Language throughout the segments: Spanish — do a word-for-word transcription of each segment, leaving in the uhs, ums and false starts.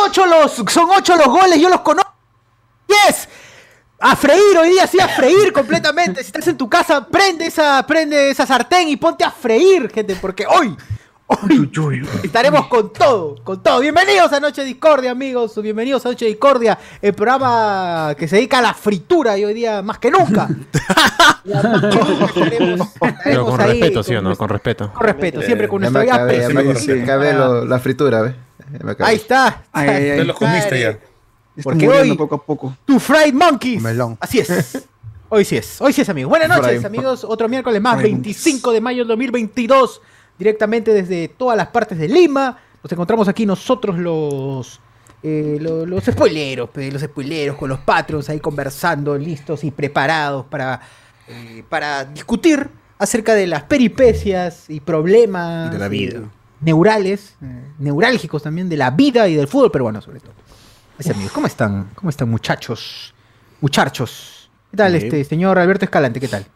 ocho los, son ocho los goles, yo los conozco. Yes. A freír, hoy día sí, a freír completamente. Si estás en tu casa, prende esa, prende esa sartén y ponte a freír, gente, porque hoy, hoy estaremos con todo, con todo. Bienvenidos a Noche de Discordia, amigos. Bienvenidos a Noche de Discordia, el programa que se dedica a la fritura y hoy día más que nunca. estaremos, estaremos Pero con ahí, respeto, ¿sí o no? Con respeto. Con respeto, siempre con nuestra vida. Me cabe la fritura, ¿ves? Ahí está. Ay, ay, ay. Lo comiste ya. Porque hoy, poco a poco. Tu Fried Monkeys. Melón. Así es. Hoy sí es. Hoy sí es, amigos. Buenas noches, Fried. amigos. Otro miércoles más, veinticinco de mayo del dos mil veintidós. Directamente desde todas las partes de Lima. Nos encontramos aquí nosotros los... Eh, los, los spoileros, los spoileros con los patrons ahí conversando, listos y preparados para, eh, para discutir acerca de las peripecias y problemas de la vida. Eh, neurales, eh, neurálgicos también de la vida y del fútbol peruano sobre todo. Así, amigos, ¿cómo están? ¿Cómo están, muchachos? Muchachos. ¿Qué tal, sí. este señor Alberto Escalante? ¿Qué tal?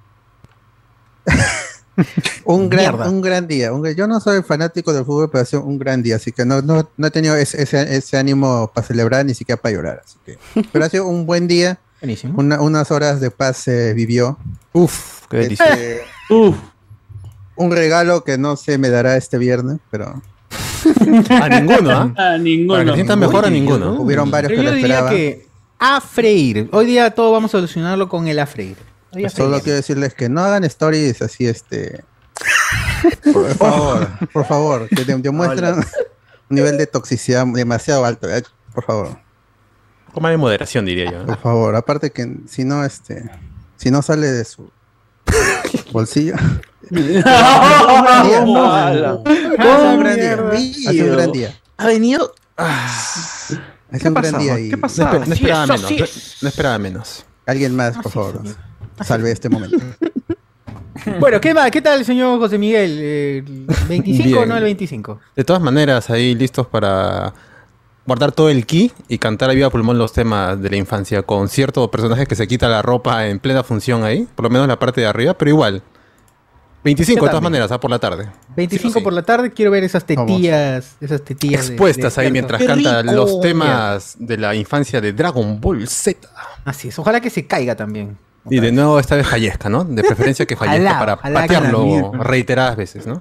un, gran, un gran día. Un, yo no soy fanático del fútbol, pero ha sido un gran día, así que no, no, no he tenido ese, ese, ese ánimo para celebrar, ni siquiera para llorar. Así que, pero ha sido un buen día. Buenísimo. Una, unas horas de paz se vivió. Uf, qué delicioso. Este, Uf. Un regalo que no se me dará este viernes, pero... A ninguno, ¿eh? A ninguno. Para que sientan mejor a ninguno. ¿no? Hubieron varios Pero que yo lo diría esperaban. que a freír. Hoy día todo vamos a solucionarlo con el a freír. Pues solo quiero decirles que no hagan stories así, este... Por favor, por favor, que demuestran un nivel de toxicidad demasiado alto, ¿eh? Por favor. Con más de moderación, diría yo. ¿eh? Por favor, aparte que si no, este... Si no sale de su bolsillo... Hace un gran día. Hace un gran día. Ha venido. Hace un gran día y ¿Qué pasa? No, no esperaba menos. No, no esperaba menos. Alguien más, por favor, salve este momento. Bueno, ¿qué, va? ¿Qué tal, señor José Miguel? ¿El veinticinco o no el veinticinco? De todas maneras, ahí listos para guardar todo el ki y cantar a viva pulmón los temas de la infancia con cierto personaje que se quita la ropa en plena función ahí, por lo menos la parte de arriba, pero igual. veinticinco de todas maneras, ah, por la tarde. veinticinco sí, sí. por la tarde, quiero ver esas tetillas, esas tetillas expuestas de, de ahí mientras canta los temas de la infancia de Dragon Ball Z. Así es, ojalá que se caiga también. Y de nuevo esta vez fallezca, ¿no? De preferencia que fallezca ojalá, para ojalá patearlo reiteradas veces, ¿no?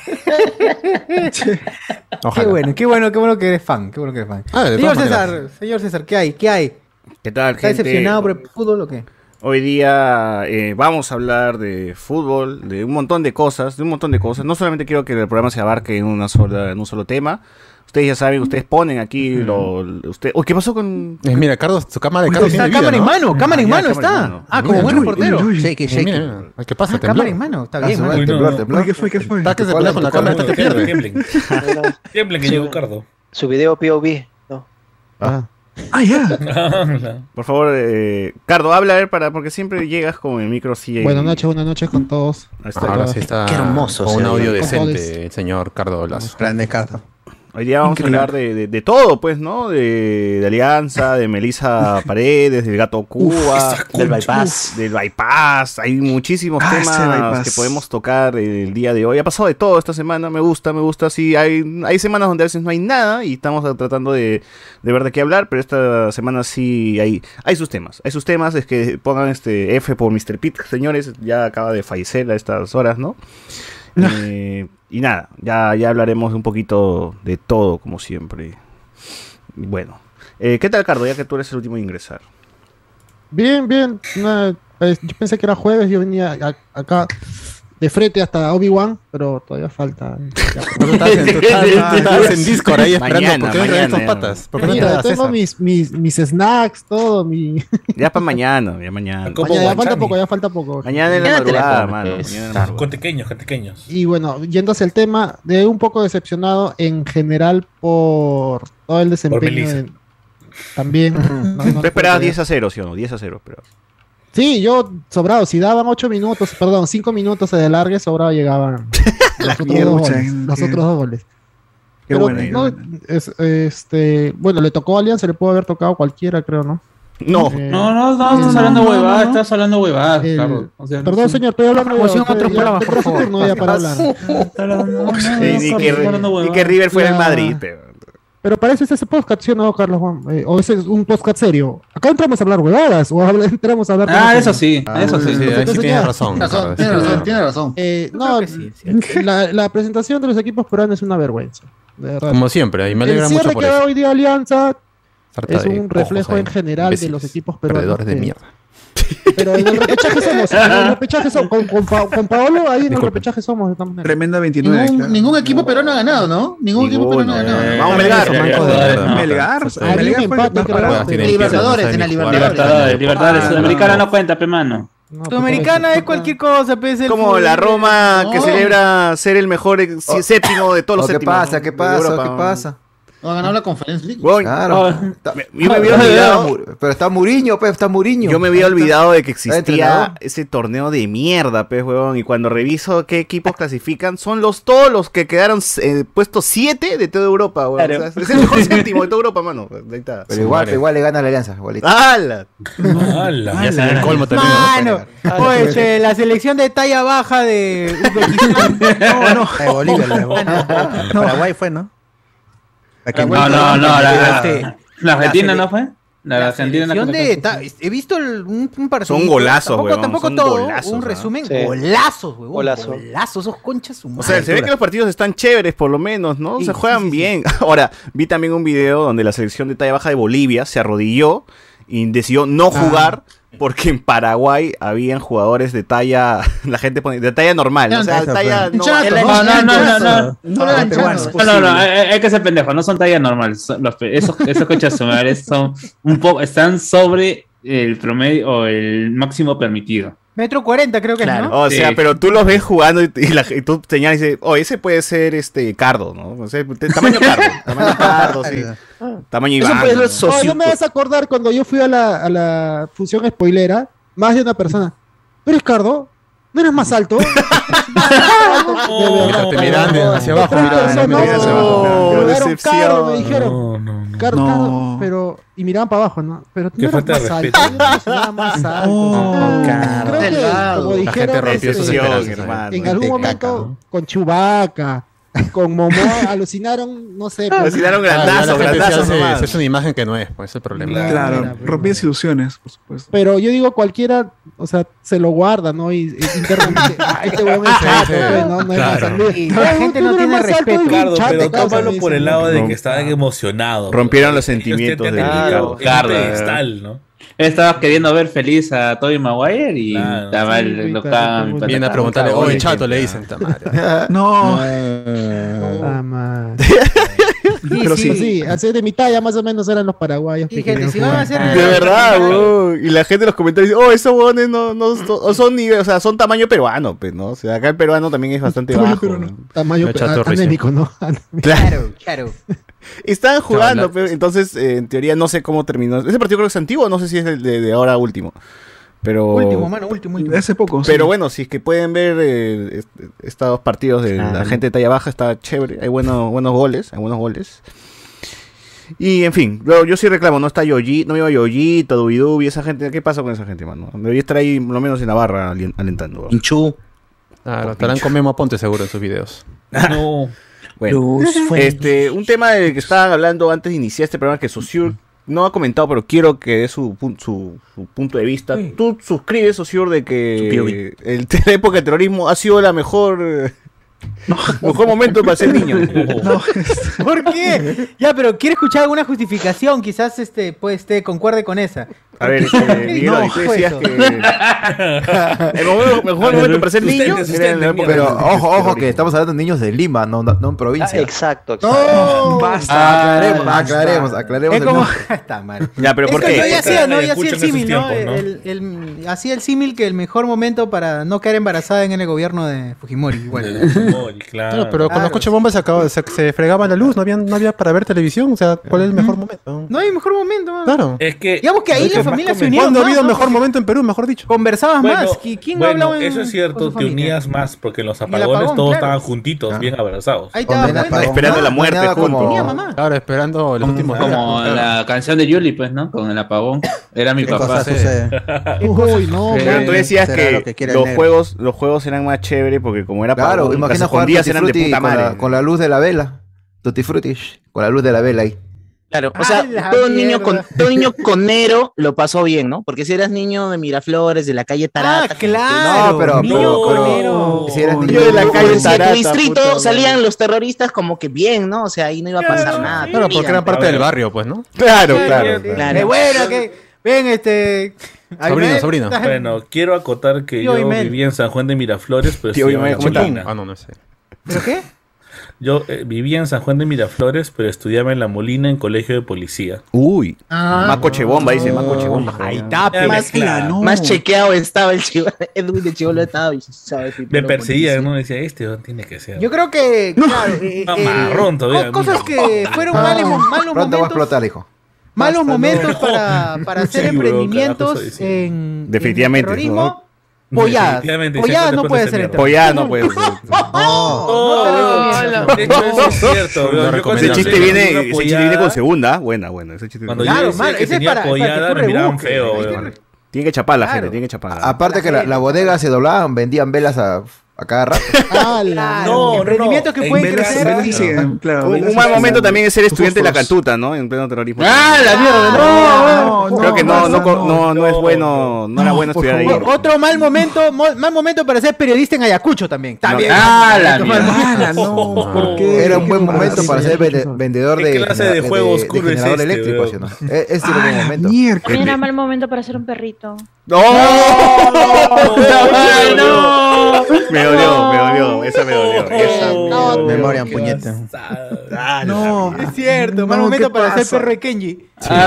Qué bueno, qué bueno, qué bueno que eres fan, qué bueno que eres fan. Ah, señor César, maneras. señor César, ¿qué hay? ¿Qué hay? ¿Qué tal, ¿Está gente? decepcionado por el fútbol o qué? Hoy día eh, vamos a hablar de fútbol, de un montón de cosas, de un montón de cosas. No solamente quiero que el programa se abarque en una sola, en un solo tema. Ustedes ya saben, ustedes ponen aquí lo, usted. Uy, ¿qué pasó con? Eh, mira, Carlos, su cámara de Carlos está tiene cámara vida, en ¿no? mano, cámara en mano está. Ah, como buen reportero. Shaky, shaky. Mira, ¿qué pasa? Ah, cámara en mano, está bien. Uy, no, no, no. ¿Qué fue? ¿Qué fue? Está que se pelea con la cámara, esta te pierde. Tiemblen. Tiemblen que llegó Cardo. Su video P O V. No. Ah. Ah, ya. Por favor, eh, Cardo, habla a ver para porque siempre llegas con el micro así. Buenas noches, buenas noches con todos. Ahí está. Ahora sí está. Qué hermoso. Con un audio con decente, todos. el señor Cardo Lazo. Grande Cardo. Hoy día vamos Increíble. a hablar de, de, de todo, pues, ¿no? De, de Alianza, de Melissa Paredes, del Gato Cuba, Uf, del bypass. del bypass. Hay muchísimos Ah, ese temas bypass. que podemos tocar el día de hoy. Ha pasado de todo esta semana, me gusta, me gusta. Sí, hay, hay semanas donde a veces no hay nada y estamos tratando de, de ver de qué hablar, pero esta semana sí hay, hay sus temas. Hay sus temas, es que pongan este F por mister Pete, señores, ya acaba de fallecer a estas horas, ¿no? Eh, y nada, ya, ya hablaremos un poquito de todo, como siempre. Bueno, eh, ¿qué tal, Cardo? Ya que tú eres el último en ingresar. Bien, bien. Una- pues, yo pensé que era jueves, yo venía a- acá de frente hasta Obi-Wan, pero todavía falta. Ya, Tú estás en, tú estás- tú estás en Discord ahí esperando. Mañana, ¿Por qué no traes mañana, estos ya. patas? ¿Por qué no Mira, traes a tengo César? mis, mis, mis snacks, todo. Mi... Ya para mañana, ya mañana. Como Mañana, ya falta Guachani. poco, ya falta poco. Mañana en la Mañana te la madrugada, comes, mano. pues. mañana en la Claro. madrugada. Con pequeños, con pequeños. Y bueno, yendo hacia el tema, de un poco decepcionado en general por todo el desempeño. Melissa. de- también. no, no Tú esperabas podía- diez a cero, ¿sí o no? diez a cero, pero. Sí, yo sobrado. Si daban ocho minutos, perdón, cinco minutos de alargue, sobrado llegaban los otros Mierda, dos mucha goles. gente. Los otros dos goles. Qué Pero bueno. no, es, este, bueno, le tocó a Alianza, le pudo haber tocado a cualquiera, creo, ¿no? No. Eh, No, no, no, estás el- hablando no, no, huevadas, no. estás hablando huevadas, el- Carlos. O sea, Perdón, no- señor, estoy hablando yo. Promoción a usted otros ya- programas, por tendrá su favor. turno ya para hablar. Está hablando- no, no, Sí, no, ni, Carlos, que, estás hablando ni huevadas. que River fuera el La- Madrid, pero. Pero para eso es ese podcast, ¿sí o no, Carlos Juan? Eh, o ese es un podcast serio. Acá entramos a hablar huevadas, o habla- entramos a hablar... Ah, eso sí, Ah, eso sí. sí, ahí sí Entonces tienes ya- razón. Tiene razón, Carlos. tiene razón, tiene razón. Eh, Yo no, creo que sí, sí. la, la presentación de los equipos peruanos es una vergüenza. De verdad. Como siempre, y me El alegra mucho cierre por que da eso. hoy día Alianza Sarta es de un reflejo cojos en ahí, general de los imbéciles, equipos peruanos. Perdedores de que- mierda. Pero en el repechaje somos. En el repechaje somos. Con, con, Pa- con Paolo ahí en el Disculpe. repechaje somos de todas maneras. Tremenda veintinueve. Ningún, claro. ningún equipo peruano ha ganado, ¿no? Ningún equipo Ninguno, peruano ha ganado. eh. Vamos, Melgar. Esos mancos de mierda. Melgar, Sí. Había un Melgar fue el que empate, más creo. parado. Tienen Libertadores, que- en la no Libertadores. Libertadores, Libertadores, Ah, Sudamericana no. no cuenta, pe mano. No, Sudamericana pero- es cualquier cosa, pues. el Como fútbol. la Roma que No. celebra ser el mejor eh, si- séptimo de todos los ¿O ¿Qué séptimos. pasa? ¿Qué de pasa? Europa. ¿Qué pasa? No ha ganado la Conference League. Bueno, Claro. Está- me- yo me había olvidado. Pero está Muriño, pues, está Muriño. Yo me había olvidado de que Está existía entrenador. ese torneo de mierda, pues, huevón. Y cuando reviso qué equipos clasifican, son los todos los que quedaron eh, puestos siete de toda Europa, huevón. Claro. O sea, es el mejor séptimo de toda Europa, mano. Ahí está. Pero igual, igual le gana la Alianza, igualito. ¡Hala! ¡Hala! Ya se ve el colmo también. ¿no? Mano, oye, este, la selección de talla baja de Uzbekistán. No, no. La de Bolivia, la de Bolivia. Paraguay fue, ¿no? Aquí No, no, no, la, Este, la Argentina la no fue. La, La Argentina no selección fue. de ta- he visto el- un, un partido. Son golazos, tampoco, huevón, tampoco son todo, golazos, un ¿ah? resumen, Sí. golazos, huevón, Golazo. golazos, esos conchas su O sea, madre. se ve que los partidos están chéveres, por lo menos, ¿no? Sí, se sí, juegan sí, sí. bien. Ahora, vi también un video donde la selección de talla baja de Bolivia se arrodilló y decidió no jugar porque en Paraguay habían jugadores de talla, la gente pone, de talla normal, ¿no? O sea, Eso, talla pues. no, Chato, No, no, no, no, no. No le dan peruanos. chance. No, no, no, hay, hay que ser pendejo, no son talla normal. son los pe- esos, esos coches sumares son un poco, están sobre el promedio o el máximo permitido. Metro cuarenta creo que Claro. es, ¿no? O sea, Sí. pero tú los ves jugando y, y la- y tú señalas y dices, oh, ese puede ser este Cardo, ¿no? O sea, te- tamaño Cardo, tamaño Cardo, sí. Tamaño Eso Iván. puede ser ¿no? socio. No, no me vas a acordar cuando yo fui a la, a la fusión spoilera, más de una persona. ¿Tú eres Cardo? ¿No eres más alto? De Mientras te miran de- hacia abajo, Tres mira, personas, mira hacia abajo. no, me decepción. dijeron, Cardo, me dijeron. No, no, no. Cardo, No. Cardo, pero... Y miraban para abajo, ¿no? Pero tú Qué no eras falta de más alto. respeto. Yo no sonaba más alto. Oh, Creo que, Delgado. como La La gente dijeron, rompió sus este, Decepción, esperanzas. hermano. en algún de momento, caca, ¿no? con Chewbacca, con Momoa, alucinaron, no sé. pues, Alucinaron Claro, ya grandazos, la gente se grandazos hace- nomás. se hace una imagen que no es, pues es el problema. Claro. Claro, Mira, pero- rompías ilusiones, por supuesto. Pero yo digo, cualquiera, o sea, se lo guarda, ¿no? Y, y internamente, ah, este weón es chato, sí. pues, no, no es más Claro. alto. Y la gente no tú eres tiene más alto, respeto. eres un Ricardo, chato, pero causa, tómalo me por el dicen. lado de No. que estaban emocionados. Rompieron los Ellos sentimientos tienen de que- Ricardo. es Claro. un pedestal, ¿no? Estaba queriendo ver feliz a Tobey Maguire y Claro. estaba el, Sí, lo claro, cagan, muy mi Vienen a pata. preguntarle, Cabrón, oye, chato, gente. le dicen. "Ta madre". No, Ah, man. pero sí. sí. Sí, así de mi talla más o menos eran los paraguayos. Y que gente, querían si van a jugar. hacer... De verdad, weón. Y la gente en los comentarios dice, oh, esos huevones no, no, no- son nivel, o sea, son tamaño peruano, pues, ¿no? O sea, acá el peruano también es bastante Tamaño bajo. peruano. ¿no? Tamaño La chato a- Ricio. anémico, ¿no? Claro, claro. Y estaban jugando, Chaval, pero entonces, eh, en teoría, no sé cómo terminó. Ese partido creo que es antiguo, no sé si es el de, de ahora último. Pero... Último, mano, último, último. Hace poco. sí. Pero bueno, si es que pueden ver eh, est- estos partidos de la gente de talla baja, está chévere. Hay buenos, buenos goles, hay buenos goles. Y en fin, luego yo sí reclamo, no está Yoyi, no iba Yoyito, Dubidubi, esa gente, ¿qué pasa con esa gente, mano? Debería estar ahí, por lo menos en la barra, alien- alentando. Pinchú. Claro, estarán con Memo Aponte seguro en sus videos. No. Bueno, este, un tema del que estaban hablando antes de iniciar este programa que Saussure no ha comentado, pero quiero que dé su, pun- su, su punto de vista. Sí. ¿Tú suscribes, Saussure, de que Su P O V. el, la época del terrorismo ha sido la mejor, eh, mejor momento para ser niño? No, es- ¿Por qué? Ya, pero quiere escuchar alguna justificación, quizás este, pues, este, concuerde con esa. A ver, ¿Por qué? este, Miguel, No, Ori, tú fue decías eso. que el mejor, mejor momento para ser niño Sustente, era en la época Pero del ojo, ojo, terrorismo. que estamos hablando de niños de Lima, no, no, no en Ah, provincia. exacto, exacto. no, Basta, aclaremos, basta. aclaremos, aclaremos. Es el como... nombre. Está mal. Ya, pero Es ¿por que yo qué? ya Porque hacía, ¿no? nadie Ya hacía el escucha en símil, esos ¿no? tiempos, ¿no? El, el- hacía el símil que el mejor momento para no quedar embarazada en el gobierno de Fujimori. Igual. Fujimori, Claro, claro. pero con los Claro. coches bombas se, acaba, se, se fregaba la luz, no había, no había para ver televisión. O sea, ¿cuál es el mejor momento? No hay mejor momento, man. Claro. Es que Digamos que ahí es la más familia se conven- unía ¿Cuándo ha más, habido ¿no? mejor momento en Perú, mejor dicho? Conversabas Bueno, más. ¿Qui- ¿Quién no bueno, hablaba en- eso es con cierto, su te familia? unías más porque en los En el apagones apagón, todos claro. estaban juntitos, Ah. bien abrazados. Ahí te das Condena cuenta. para- Esperando la no, muerte nada juntos. como- Tenía mamá. Ahora esperando los últimos días. Como la canción de Yuli, pues, ¿no? Con el apagón. Era mi ¿Qué papá. cosa sucede? Uy, no, Pero man. tú decías será que, lo que quiere el los negro. juegos los juegos eran más chévere porque como era Claro, apagón, las imagina jugar escondidas Tutti eran de Frutti puta con madre. la, con la luz de la vela. Tutti Frutti. con la luz de la vela ahí. Claro, o sea, todo niño, con, todo niño conero lo pasó bien, ¿no? Porque si eras niño de Miraflores, de la calle Tarata. Ah, claro. No, pero, niño pero, conero. pero si eres Niño niño de la calle Tarata, Tarata. En tu distrito puta salían los terroristas como que bien, ¿no? O sea, ahí no iba a pasar nada. Claro, porque eran parte del barrio, pues, ¿no? Claro, Sí, claro. sí, claro. Qué bueno, que ven este. Sobrino, sobrino. Bueno, quiero acotar que Tío yo Imel. vivía en San Juan de Miraflores, pero Tío estudiaba en Imel, La ¿cómo Molina. Ah, no, no sé. ¿Pero qué? Yo eh, vivía en San Juan de Miraflores, pero estudiaba en La Molina en colegio de policía. Uy. Ah, Más cochebomba, dice, más cochebomba. Ahí está, Ya, más, claro. Más chequeado estaba el chivo. Edwin de Chivolo estaba y sabe si Me pero perseguía, policía. ¿no? Decía, este don tiene que ser. Yo creo que, claro, eh, Ah, eh, marrón todavía. co- cosas que fueron malos, malos pronto va a momentos, explotar, hijo. malos Basta, momentos no. para, para hacer Sí, bro, emprendimientos carajo, eso en, Definitivamente, en el terrorismo. ¿no? Polladas. Definitivamente, Polladas siempre no te puede pones ser en en mierda. Pollada no puede ser. Oh, de hecho, eso es cierto. No Yo recomiendo. cuando Ese chiste tenía viene, una ese chiste pollada, viene con segunda. Buena, buena. Ese chiste Cuando viene- Claro, yo decía mano, que ese es tenía para- para que pollada, tú me miraban rebusques. feo, Hay que weón. re- Tiene que chapar la Claro. gente, tiene que chapar. Aparte que la, la bodega se doblaban, vendían velas a, a cada rato. ¡Hala! Claro, No, no, emprendimientos no. que En pueden velas- crecer. Velas siguen, claro. Un, velas un mal siguen. momento también es ser estudiante de la Fósforos. Cantuta, ¿no? En pleno terrorismo. ¡Ah, la mierda! No, no, Creo que no, no, no, no, no es no, bueno, no era no, bueno por estudiar ahí. favor. Otro mal momento, mo- mal momento para ser periodista en Ayacucho también. También. ¡Ah, la Otro mierda! mal momento. ¡Hala, no! ¿Por qué? Era un buen ¿Qué momento pasa? para ser vende- vendedor ¿Qué de, clase de genera- juego de- oscuro de es generador este, eléctrico, weón? ¿sí o no? E- Ese era un buen ¡Ah, momento. miércoles! También era mal momento para ser un perrito. ¡No! no! Me dolió, me dolió, esa me dolió. Esa me No, dolió. Memoria, qué puñeta. Ah, No, Es cierto, mal No, momento ¿qué para ser pasa? perro de Kenji.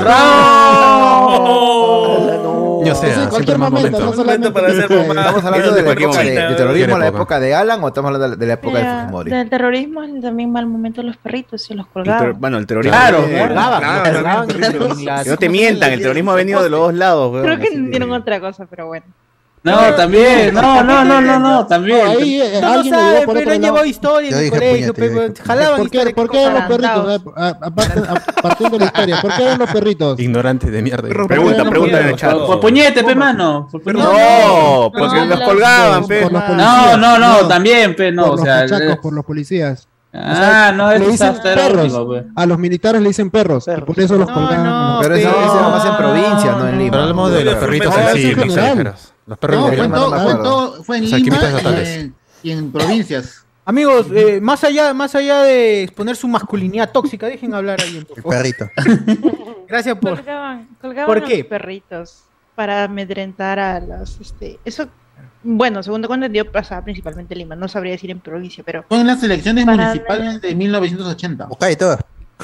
Yo sé, Ese en siempre cualquier mal momento, momento. no solamente para ser que- mamá. ¿Estamos hablando Eso de de la cualquier época de, China, de terrorismo, cualquier la época. época de Alan o estamos hablando de la época de Mira, Fujimori? del terrorismo también mal momento los perritos se los El ter- colgaban. Bueno, el terrorismo. Claro, viene- Colgaban, claro, lo colgaban claro. en las- Que no te mientan, el terrorismo ha venido de los dos lados, weón. Creo que Así que- entendieron otra cosa, pero bueno. No, también. No, no, no, no, no, también. Ahí eh, No lo alguien lo llevó saben, por pero otro han llevado lado. historia en Yo el dije colegio, puñete, yo pe- dije jalaban ¿Por qué, historia, ¿por qué eran los perritos? Agrandados. Eh, a- aparte- a- Partiendo de la historia, ¿por qué eran los perritos? Ignorante de mierda. Pregunta, no pregunta en el quiero, chat. chavo. Por puñete, pe, mano. Por puñete. No, porque No, los los- colgaban, por- pe. por los No, policías. no, no, No. también, pe, no, por o los sea. muchachos, eh, por los policías. Ah, no, le eso dicen es estereótipo, perros. pe. A los militares le dicen perros, y por eso los No, colgaban. no, Pero ese, pero- ese era más en provincia, no en Lima. Pero hablamos de los perritos No, en eso sí, en los general. callejeros. Los perros pues, No, callejeros. eh, bueno, oh, no me ah, acuerdo. oh, acuerdo. Fue, fue en O sea, Lima quimitas y estatales. en, y en provincias. Amigos, eh, más allá, más allá de exponer su masculinidad tóxica, dejen hablar ahí un El poco. perrito. Gracias por. Colgaban, colgaban ¿Por a qué? los perritos para amedrentar a las, este, eso, bueno, según tengo entendido, pasaba principalmente en Lima, no sabría decir en provincia, pero Fue en las elecciones Para- municipales de mil novecientos ochenta. Busca y todo.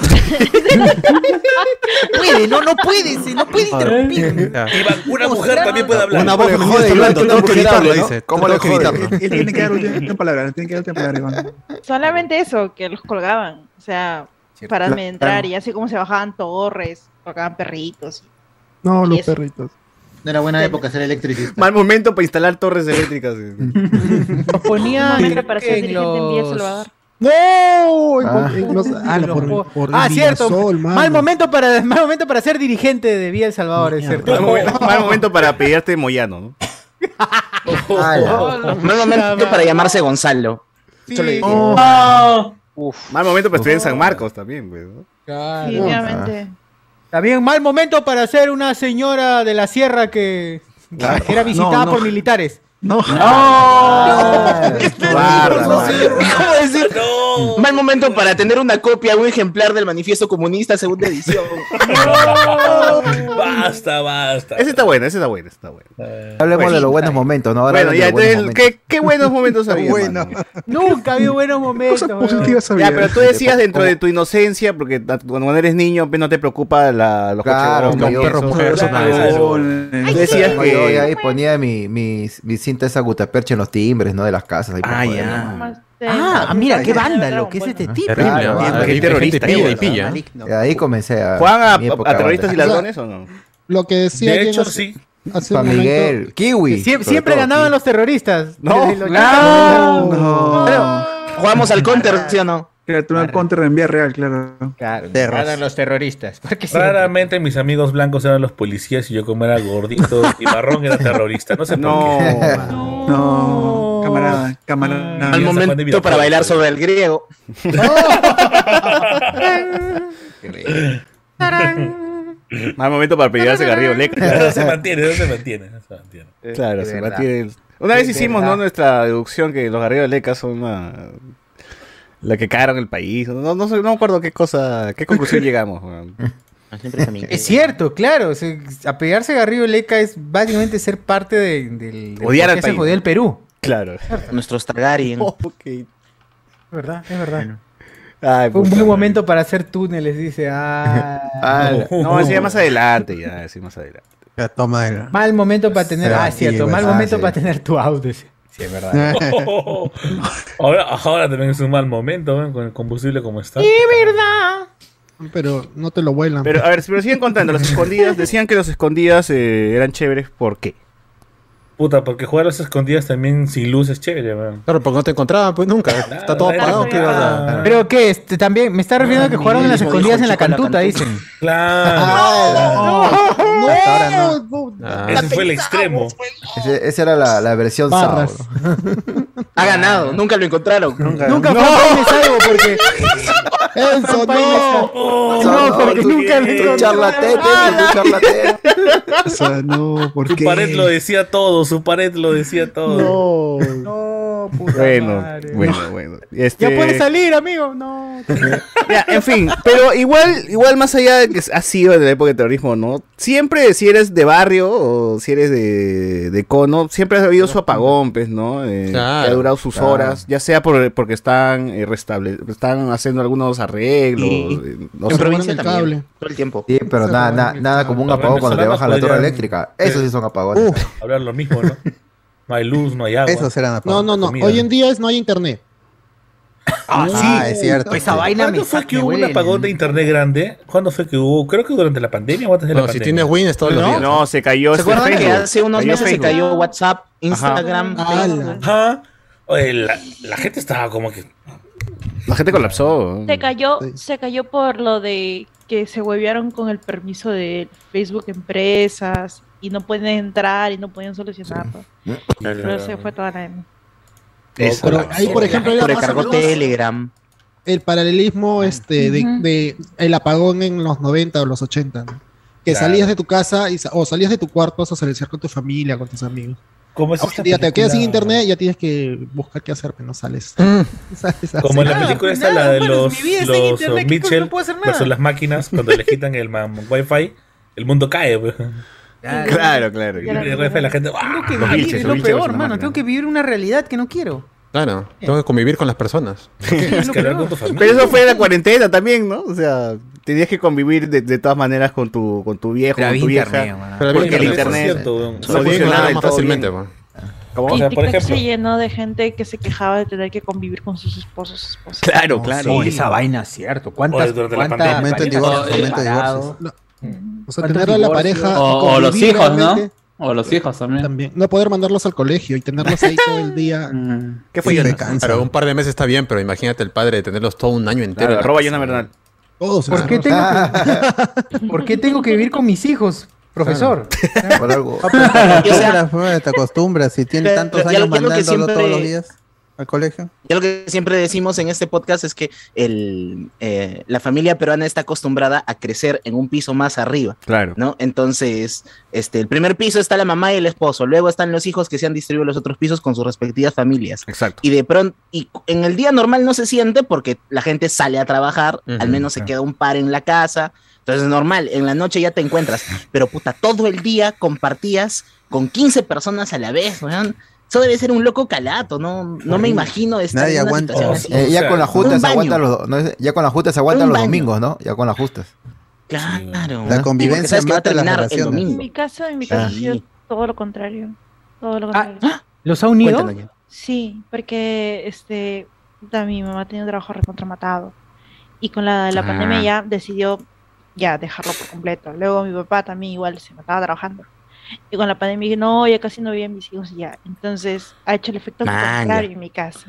puede, no, no puede, se- no puede interrumpir. Ya. Iván, una mujer también puede hablar. Una voz le femenina jode, está hablando, igual que tengo una que mujer evitarlo, hable, ¿no? dice. ¿Cómo Tengo le que jode? evitarlo. Él tiene que dar última palabra, él tiene que dar última palabra, Iván. solamente eso, que los colgaban, o sea, para Claro. amedrentar y así como se bajaban torres, colgaban perritos. No, los Eso. perritos. No era buena época ser electricista. Mal momento para instalar torres eléctricas. Los ponían Momento para ser en dirigente en Villa El los... Salvador. ¡No! En- Ah. en los- ah, en los por- po- por ah, el cierto. Villasol, mano. Mal momento para mal momento para ser dirigente de Villa El Salvador, es cierto. Mal, momen- mal momento para pedirte Moyano, ¿no? Mal momento para llamarse Gonzalo. Sí. Eso le dije. Oh, Mal momento para estudiar en San Marcos también, pues, ¿no? Claro. Definitivamente. También mal momento para ser una señora de la sierra que, que era visitada No, no. por militares. No. no. Guarda, guarda. ¿Cómo decir? Mal momento para tener una copia, un ejemplar del Manifiesto Comunista, segunda edición. Basta, basta. Ese está bueno, ese está bueno, ese está bueno. Hablemos Bueno, de los buenos momentos, ¿no? Ahora Bueno, hablen ya, de los buenos entonces, momentos. ¿qué, qué buenos momentos había? Bueno. mano? Nunca había buenos momentos. Cosas weón. positivas Ya, había. pero tú decías dentro de tu inocencia, porque ta- cuando eres niño, pues no te preocupa la, los Claro, coches, los y perros, eso. mujeres, Claro. nada de eso. Tú decías No, yo que... ahí ponía mi, mi, mi cinta esa gutapercha en los timbres, ¿no? De las casas. Ahí por Ah, joder, ya. ¿no? Más de- Ah, mira, qué de vándalo, Dragon que es Ball, este ¿no? tipo. Terrible, Claro, ¿ah? claro. Hay Qué gente terrorista, pilla qué y pilla. Y ahí comencé a... ¿Juegan a, mi a época terroristas y banda. ladrones o no? Lo que decía De Diego hecho, hace- sí. hace San un momento. Miguel, Kiwi. Siempre, sobre siempre todo, ganaban Kiwi. los terroristas. No, Desde los claro. No. Claro. Jugamos al counter, ¿sí o no? Criatura counter en vía real, claro. Claro, Perros. ganan los terroristas. Porque siempre- Raramente mis amigos blancos eran los policías y yo como era gordito y marrón era terrorista. No sé por No. qué. No. Cámara camarada, camarada. Al momento para bailar sobre el griego. Mal momento para pedirse Garrido Leca. No se mantiene, no se mantiene. No se mantiene. Claro, se mantiene. Una vez hicimos, ¿no? Nuestra deducción que los Garrido Leca son una... la que cagaron el país. No, no, sé, no me acuerdo qué cosa, qué conclusión llegamos. Man. Es cierto, claro. O sea, apegarse a Garrido Leca es básicamente ser parte de, del de odiar al se país. jodía el Perú. Claro. Nuestros Targaryen. Oh, okay. Es verdad, es verdad. Ay, Fue un puta buen madre. momento para hacer túneles, dice. Ah, Ah, no, decía más adelante, ya, decía más adelante. Ya, toma el... mal momento para tener. Ah, es cierto, mal ah, momento sí. para tener tu auto. Sí, sí, es verdad. ahora, ahora también es un mal momento, ¿eh? Con el combustible como está. Es verdad. Pero no te lo vuelan. Pero a ver, pero siguen contando, las escondidas, decían que los escondidas eh, eran chéveres, ¿por qué? Puta, porque jugar a las escondidas también sin luz es chévere, weón. Claro, porque no te encontraban, pues nunca. Está todo Claro, apagado. ¿Qué claro. vas a- Pero qué, este, también me está refiriendo a que jugaron en las escondidas en la cantuta, dicen. Claro. No, hasta ahora no. Ah, Ese fue el extremo. Ese- esa era la, la versión Barras. sábado. Ha ganado, nunca lo encontraron. Nunca, Nunca no. fue a Paines algo porque. Eso, no. No, porque nunca lo Tu encontraron. charlatete, tu charlatete. O sea, no, ¿por Su qué? pared lo decía todo, su pared lo decía todo. No. No, puta Bueno, madre. bueno, bueno. Este... Ya puedes salir, amigo. No. Ya, en fin, pero igual, igual más allá de que ha sido de la época del terrorismo, ¿no? Siempre, si eres de barrio o si eres de, de cono, siempre ha habido su apagón, pues, ¿no? Eh, Claro, que ha durado sus claro. horas, ya sea por, porque están eh, restable, están haciendo algunos arreglos. Y- eh, no En sé. provincia el también, cable. todo el tiempo. Sí, pero nada, nada, nada como un Los apagón cuando te venezolanos bajan la torre podrían- eléctrica. Esos sí son apagones. Uf, Hablar lo mismo, ¿no? No hay luz, no hay agua. Esos eran no, apagones. no, no. comida. Hoy en día es no hay internet. Ah, Ah, es cierto. Esa sí. vaina me ¿Cuándo fue saca- que me hubo un huele. apagón de internet grande? ¿Cuándo fue que hubo? Creo que durante la pandemia o antes de la No, si pandemia. tienes Win es todos los ¿No? días. No, se cayó ¿Se este acuerdan que Facebook. hace unos Cayó meses se Facebook. cayó WhatsApp, Instagram, Ala. Facebook? Ajá. Oye, la, la gente estaba como que... La gente colapsó. Se cayó, Sí. se cayó por lo de que se huevearon con el permiso de Facebook Empresas y no pueden entrar y no pueden solucionarlo. Pero se fue toda la M. Eso. Pero ahí, por ejemplo, era más o Sobrecargó menos Telegram. el paralelismo este de, Ujú. de el apagón en los noventa o los ochenta, ¿no? Que Claro. salías de tu casa y, sa- o salías de tu cuarto a socializar con tu familia, con tus amigos. Como es Hoy esta en día te quedas sin película- internet y ya tienes que buscar qué hacer, pero no sales. Sales así. Como en la Nada, película pues esta, nada, la de bueno, los, mi vida sin los internet, ¿qué cosa? Mitchell No puedo hacer nada. versus las máquinas, cuando le quitan el man- wifi, el mundo cae. Pues. Claro, claro. Y el wifi la gente... ¡ah! Tengo que Los vivir, bichos, es los lo bichos peor, versus la mano. máquina. Tengo que vivir una realidad que no quiero. Claro, tengo que convivir con las personas. Tienes que hablar con tu familia. Pero eso fue en la cuarentena también, ¿no? O sea, tenías que convivir de, de todas maneras con tu, con tu viejo, Pero con tu había vieja. internet, mano. Pero Porque el bien, internet Es cierto, weón. no se podía funcionaba ignorar del más todo fácilmente. bien. pues. ¿Cómo? O Y sea, por TikTok ejemplo- se llenó de gente que se quejaba de tener que convivir con sus esposos, esposas. Claro, No, claro. sí, esa vaina, cierto. ¿Cuántas, Oye, durante la cuántas pandemia. Fomento en parejas divorcio, se han fomento en separado? divorcios. O sea, ¿Cuántos tener a la divorcios? pareja. y O, o los convivir hijos, ¿no? realmente O los hijos también. También. No poder mandarlos al colegio y tenerlos ahí todo el día. Mm. ¿Qué fue Sí, Jonas? me cansa. Pero un par de meses está bien, pero imagínate el padre de tenerlos todo un año entero. Claro, en la arroba casa. Jonah Bernal. Todos. ¿Por qué, encerrados. tengo que, ¿Por qué tengo que vivir con mis hijos, profesor? Por algo. Y, o sea, Acostumbras, pues, te acostumbras. Si tienes Pero- tantos ya años lo- ya lo que mandándolo siempre- todos los días al colegio. Ya lo que siempre decimos en este podcast es que el, eh, la familia peruana está acostumbrada a crecer en un piso más arriba, Claro. ¿no? Entonces, este, el primer piso está la mamá y el esposo, luego están los hijos que se han distribuido los otros pisos con sus respectivas familias. Exacto. Y de pronto, y en el día normal no se siente porque la gente sale a trabajar, Ujú, al menos se claro. queda un par en la casa. Entonces es normal, en la noche ya te encuentras, pero puta, todo el día compartías con quince personas a la vez, weón. Eso debe ser un loco calato, no, no me imagino estar Nadie en una aguanta. situación Oh, así. Eh, ya sea, con las un justas se baño. aguantan los, no es- ya con las justas se aguantan Un los baño. domingos, ¿no? Ya con las justas. Claro. La Sí, porque convivencia sabes que va a mata las terminar el relaciones. En domingo. mi caso, en mi Ah. caso ha sido todo lo contrario. Todo lo Ah, contrario. ¿Los ha unido? Cuéntanos ya. Sí, porque este, puta, mi mamá tenía un trabajo recontramatado. Y con la, la Ah. pandemia ya decidió ya dejarlo por completo. Luego mi papá también igual se mataba trabajando. Y con la pandemia dije, no, ya casi no veía a mis hijos y ya. Entonces ha hecho el efecto Man, contrario ya. en mi casa.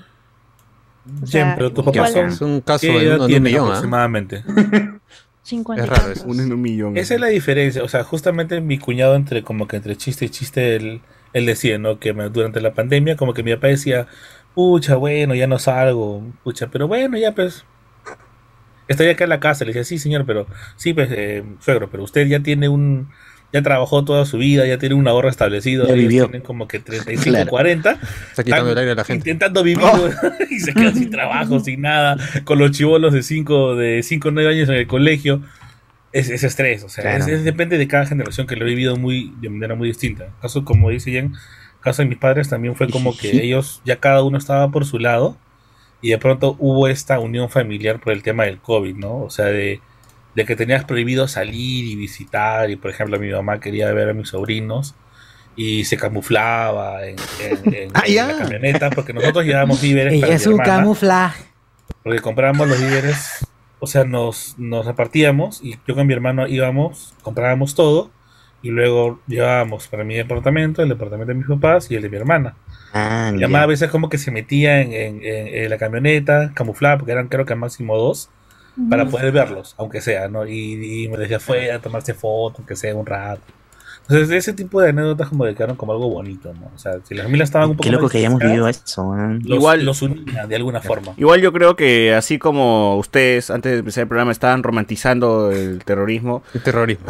O Jen, sea, pero tus igual- papás son... Es un caso ¿Qué de edad uno de un tienen millón, ¿ah? aproximadamente? cincuenta Es y raro tantos. eso. Uno en un millón. Esa es la diferencia. O sea, justamente mi cuñado entre como que entre chiste y chiste, él, él decía, ¿no? Que me- durante la pandemia, como que mi papá decía, pucha, bueno, ya no salgo, pucha, pero bueno, ya pues, estoy acá en la casa. Le decía, sí, señor, pero, sí, pues, eh, suegro, pero usted ya tiene un, ya trabajó toda su vida, ya tiene un ahorro establecido, Ya ellos vivió. tienen como que treinta y cinco, Claro. cuarenta, Está quitando están el aire a la gente. intentando vivir y se quedan sin trabajo, sin nada, con los chibolos de cinco, de cinco o nueve años en el colegio. Es, es estrés, o sea, Claro. es- es- depende de cada generación, que lo he vivido muy, de manera muy distinta. Caso, como dice Jen, caso de mis padres también fue como que ellos, ya cada uno estaba por su lado, y de pronto hubo esta unión familiar por el tema del COVID, ¿no? O sea, de, de que tenías prohibido salir y visitar, y por ejemplo mi mamá quería ver a mis sobrinos, y se camuflaba en, en- en- Ah, en ya. la camioneta, porque nosotros llevábamos víveres para Ella mi es un hermana, camuflaje. porque comprábamos los víveres, o sea, nos, nos repartíamos y yo con mi hermano íbamos, comprábamos todo y luego llevábamos para mi departamento, el departamento de mis papás y el de mi hermana. Ah, Mi ya. mamá a veces como que se metía en, en- en- en la camioneta, camuflada, porque eran creo que máximo dos, para poder verlos, aunque sea, ¿no? Y, y me decía afuera, tomarse fotos, aunque sea un rato. Entonces ese tipo de anécdotas como que quedaron como algo bonito, ¿no? O sea, si las familias estaban un poco Qué loco más que hayamos distanciadas, vivido eso, ¿eh? los, Igual- los unía de alguna forma. Igual yo creo que así como ustedes antes de empezar el programa estaban romantizando el terrorismo, El terrorismo.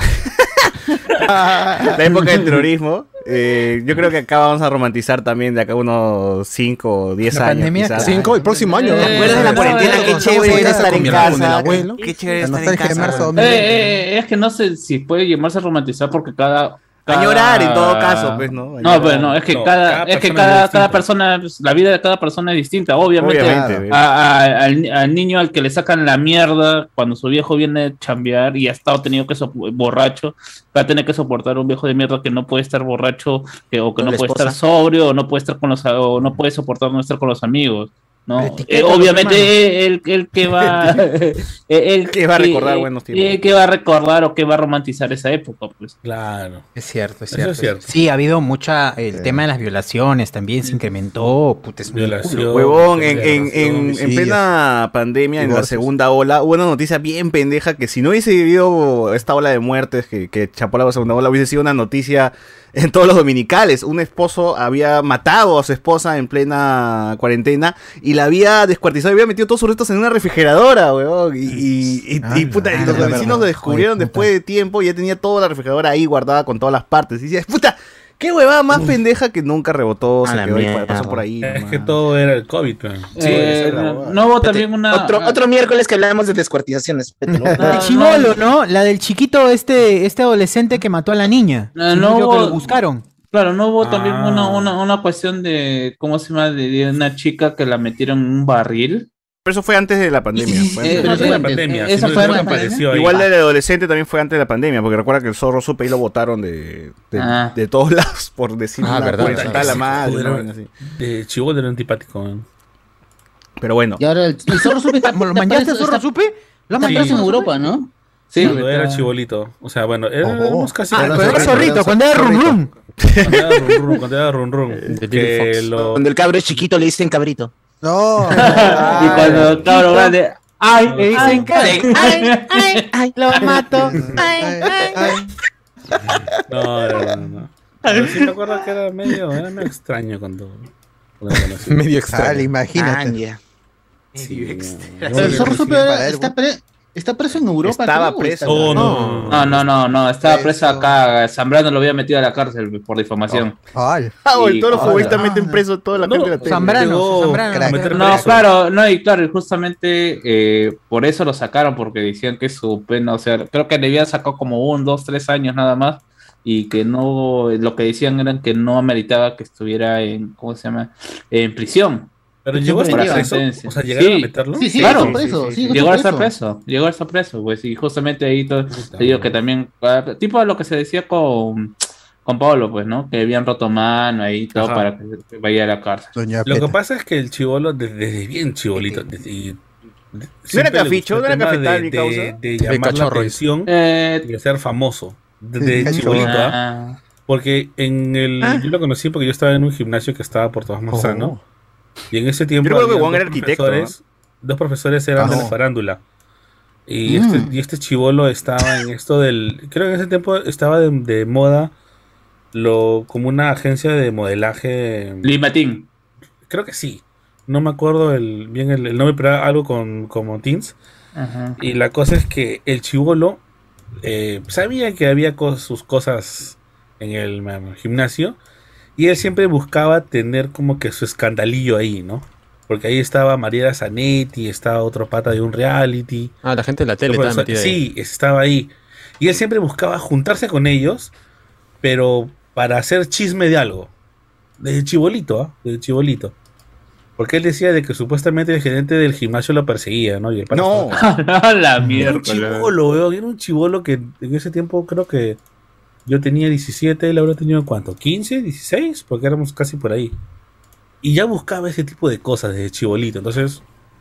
la época del terrorismo, eh, yo creo que acá vamos a romantizar también de acá unos cinco o diez La años. pandemia, quizás. Cinco, el próximo año. ¿Te acuerdas de la cuarentena? Qué chévere era estar en casa. Qué chévere La estar en nostalgia de marzo casa. dos mil Eh, veinte. eh, es que no sé si puede llamarse a romantizar porque cada... cada- Añorar en todo caso, pues, ¿no? No, pero no, es que No, cada, cada es que persona cada, es cada distinta. persona, pues, la vida de cada persona es distinta. Obviamente, Obviamente, a- a- al, al niño al que le sacan la mierda cuando su viejo viene a chambear y ha estado tenido que so- borracho, va a tener que soportar un viejo de mierda que no puede estar borracho, que, o que Con no la puede esposa. estar sobrio, o no puede estar con los a- o no puede soportar no estar con los amigos. ¿no? La Eh, etiqueta, los obviamente el, el que va el, el Que va a recordar buenos tiempos. el que va a recordar o que va a romantizar esa época, pues. Claro. Es cierto, es Eso cierto. es cierto. Sí, ha habido mucha. El tema de las violaciones también se incrementó. Puta, es un Violación. culo. Huevón, en, en, en, en homicidios, plena pandemia, en la divorcios. segunda ola, hubo una noticia bien pendeja que si no hubiese habido esta ola de muertes que, que chapó la segunda ola, hubiese sido una noticia en todos los dominicales. Un esposo había matado a su esposa en plena cuarentena y la había descuartizado y había metido todos sus restos en una refrigeradora, huevón. Y, y, y- Ah, y, puta, y la los verdad. vecinos lo descubrieron Hijo de después de tiempo y ya tenía toda la refrigeradora ahí guardada con todas las partes. Y decías, puta, qué huevada más pendeja que nunca rebotó, A se la quedó ahí, mierda. pasó por ahí. Es nomás. que todo era el COVID, man. Eh, esa es la no, huevada. no hubo también una... Otro, ah, otro miércoles que hablábamos de descuartizaciones. Vete, ¿no? La no, del chivolo, ¿no? La del chiquito, este, este adolescente que mató a la niña. No, Sí, no creo que hubo- lo buscaron. Claro, no hubo también Ah. una, una, una cuestión de, ¿cómo se llama? De, de una chica que la metieron en un barril. Pero eso fue antes de la pandemia. fue Eh, antes de Pero la eso fue la antes, pandemia. eh, Si esa no, fue nunca la apareció ahí. Igual el adolescente también fue antes de la pandemia, porque recuerda que el zorro supe y lo botaron de, de, Ah. de todos lados por decir Ah, una verdad, puta, verdad. está la madre, Joder, una vaina así. De chivolo era antipático, man. Pero bueno, Y ahora el, el zorro supe está, ¿Lo está mandaste a preso- Zorro está- Supe? ¿Lo está mandaste preso en a Zorro Europa, ¿no? Sí, Cuando era está- chibolito. O sea, bueno, éramos casi... Ah, Era cuando era zorrito, zorrito, era cuando era rum zorrito. rum. Cuando era run run, cuando era run run. de Que Lily Fox. lo... Cuando el cabro es chiquito le dicen cabrito. No. y cuando el cabro grande, ¡ay! Le dicen ay, que- ay, ay, ay, lo mato. Ay, ay, ay. No, no, no, no. Pero sí me acuerdo que era medio, era medio extraño cuando... cuando lo conocí. Medio Sale, extraño. imagínate. Ah, ya. Sí, Pero el zorro supe para él, está, pre- está preso en Europa. Estaba creo, o preso. está- Oh, no. No, no, no, no, estaba Eso. preso acá. Zambrano lo había metido a la cárcel por difamación. Ay, ah, el Y- toro Hola. futbolista meten preso toda la No, gente de la tele. Zambrano, Llegó Zambrano. crack. a meter No, preso. claro, no, y claro, y justamente eh, por eso lo sacaron, porque decían que su pena, o sea, creo que le habían sacado como un, dos, tres años nada más, y que no, lo que decían eran que no ameritaba que estuviera en, ¿cómo se llama? En prisión. Pero llegó a estar Por preso. sentencia. O sea, llegaron Sí. a meterlo. Sí, sí, Claro. está preso. Sí, sí, sí, está Llegó a estar preso. preso, llegó a estar preso, pues, y justamente ahí todo, Puta te digo madre. que también, ah, tipo lo que se decía con, con Pablo, pues, ¿no? Que habían roto mano ahí y todo Ajá. para que vaya a la cárcel. doña Lo que Peta. pasa es que el chivolo, desde, desde bien chibolito, desde- y- ¿No siempre era le caficho? gustó ¿No el era tema cafetal, de, mi causa? de, de llamar la cachorro, atención Eh, y de ser famoso. Desde Cachorro. chibolito, ¿ah? ah, Porque en el, Ah. yo lo conocí porque yo estaba en un gimnasio que estaba por todas Manzano. Y en ese tiempo Yo recuerdo que habían Juan dos era arquitecto, profesores, dos profesores eran de la Ah. farándula. Y, Mm. este, y este chivolo estaba en esto del... Creo que en ese tiempo estaba de, de moda lo como una agencia de modelaje. Limatín. Creo que sí. No me acuerdo el, bien el, el nombre, pero era algo con como teens. Ajá. Y la cosa es que el chibolo eh, sabía que había cos- sus cosas en el mm, gimnasio y él siempre buscaba tener como que su escandalillo ahí, ¿no? Porque ahí estaba Mariela Zanetti, estaba otro pata de un reality. Ah, la gente de la tele Pero, estaba metida ahí. sí, estaba ahí. Y él siempre buscaba juntarse con ellos, pero para hacer chisme de algo. Desde chibolito, ¿ah? Desde chibolito. Porque él decía de que supuestamente el gerente del gimnasio lo perseguía, ¿no? Y el pata No. estaba- La Era un mierda. chibolo, weón, era un chibolo que en ese tiempo creo que yo tenía diecisiete, él habrá tenido ¿cuánto? ¿quince? ¿dieciséis? Porque éramos casi por ahí. Y ya buscaba ese tipo de cosas desde chibolito, entonces...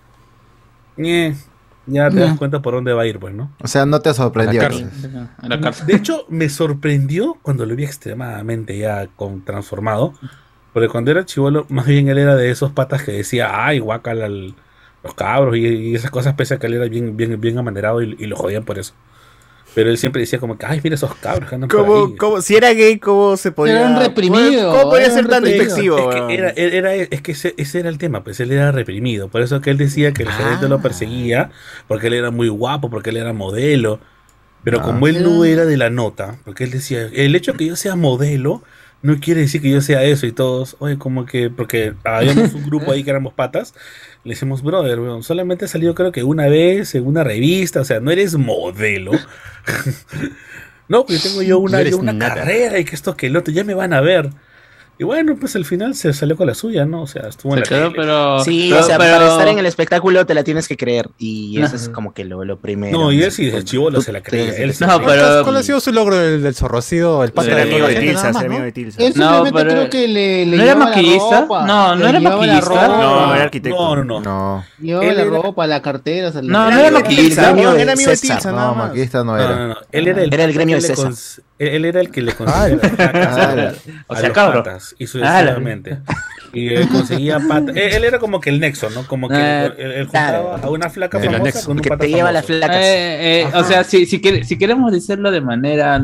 eh, ya te das cuenta por dónde va a ir, pues, ¿no? O sea, no te sorprendió. La entonces. De hecho, me sorprendió cuando lo vi extremadamente ya con, transformado. Porque cuando era chibolo, más bien él era de esos patas que decía, ay, guácala al- los cabros y, y esas cosas, pese a que él era bien, bien, bien amanerado y, y lo jodían por eso. Pero él siempre decía como que, ay, mira esos cabros que andan por ahí. ¿Cómo, cómo, si era gay, ¿cómo se podía...? Era un reprimido, ¿Cómo podía era ser un tan reprimido. despectivo? Es weón? que, era, era- es que ese, ese era el tema, pues él era reprimido. Por eso que él decía que el gerente lo perseguía, porque él era muy guapo, porque él era modelo. Pero Ah. como él no era de la nota, porque él decía, el hecho de que yo sea modelo no quiere decir que yo sea eso. Y todos, oye, como que, porque habíamos un grupo ahí que éramos patas, le decimos, brother, weón, solamente ha salido creo que una vez en una revista, o sea, no eres modelo. No, pues tengo yo una, No eres yo una nada. carrera y que esto que el otro, ya me van a ver. Y bueno, pues al final se salió con la suya, ¿no? O sea, estuvo en Se la quedó, tele. pero. Sí, pero- o sea, pero- para estar en el espectáculo te la tienes que creer. Y eso es Ajá. como que lo, lo primero. No, y él sí, desde chivolo Tú se la creía. tienes- Él se No, la ¿Cuál, pero- cuál ha sido su logro del, del zorro? ¿Ha sido el pata Ser de amigo de la gente Tilsa, nada ser más, amigo ¿no? de Tilsa. Él No, simplemente pero- creo que le, le ¿No era llevaba la maquillista? ropa, No, no le era llevaba la maquillista. ropa, No, era arquitecto. No, no, no. No. llevaba Él la era- ropa, la cartera. o sea, No, la- no era El maquillista. gremio de Era amigo de César. Tilsa, nada No, más. maquista no No, era. no, no. Él era el, Era el gremio él de le César. cons- él, él era el que le conseguía las placas Ah, O a sea, los cabro. patas, y sucesivamente. Y él conseguía patas. Él, él era como que el nexo, ¿no? Como que Eh, él, él juntaba claro. a una flaca El famosa anexo. con un Que pata te lleva las famoso. flacas. Eh, eh, o sea, si, si, quere- si queremos decirlo de manera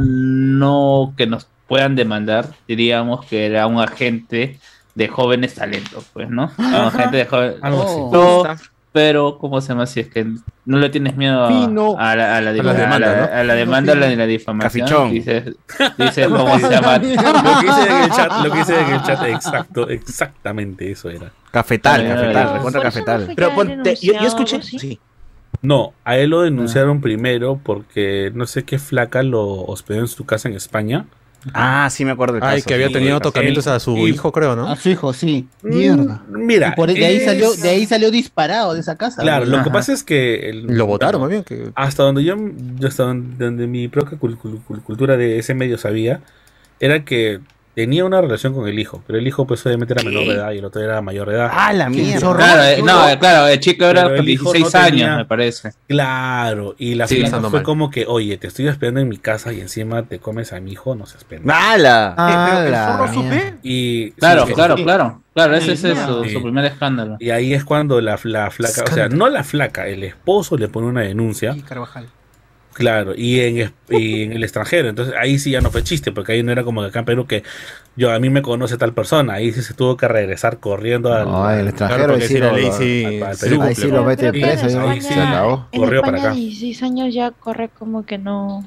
no que nos puedan demandar, diríamos que era un agente de jóvenes talentos, pues, ¿no? Un Ajá. agente de jóvenes. Algo así. Oh. No, pero, ¿cómo se llama? Si es que no le tienes miedo a, Fino. a la, a la, A la a la- demanda, ¿no? a la demanda, a la, a la difamación. Cafichón. Dices, dices, ¿cómo se llama? Lo que hice en el chat, lo que hice en el chat, exacto, exactamente eso era. Cafetal, Pero- cafetal, pero- recontra por eso no cafetal. fue Pero ya ponte, yo, yo denunciado, escuché. algo así. Sí. No, a él lo denunciaron primero porque no sé qué flaca lo hospedó en su casa en España. Ah, sí me acuerdo del Ay, caso. que había sí, tenido el caso. tocamientos a su Y- hijo, creo, ¿no? A su hijo, sí. Mierda. Mm, Mira, Y por- de, ahí es- salió, de ahí salió disparado de esa casa. Claro, güey. lo que Ajá. pasa es que el- Lo votaron, más bien. Que... hasta donde yo, yo hasta donde, donde mi propia cul- cul- cul- cultura de ese medio sabía, era que tenía una relación con el hijo, pero el hijo pues obviamente era menor de edad y el otro era mayor de edad. Ah, la mierda. Claro, eh, no, eh, claro, el chico era Pero con el hijo dieciséis no tenía- años, me parece. Claro, y la Sí, flaca pensando fue mal. como que, oye, te estoy hospedando en mi casa y encima te comes a mi hijo, no seas pendejo. ¡Mala! Ah, ¿El la zorro mierda. supe? Y Claro, sí, claro, sí. claro. Claro, ese ese es Sí, su, sí. su primer escándalo. Y ahí es cuando la, la flaca, o sea, no la flaca, el esposo le pone una denuncia. Sí, Carvajal. Claro, y en, es- y en el extranjero. Entonces ahí sí ya no fue chiste, porque ahí no era como acá en Perú que yo a mí me conoce tal persona. Ahí sí se tuvo que regresar corriendo al. No, en el extranjero Claro, porque ahí sí si la lo- ley lo- sí, al- al sí Perú. ahí sí lo mete Creo que preso, en ¿no? España- Se acabó. En Corrió para España acá. dieciséis años ya corre como que no.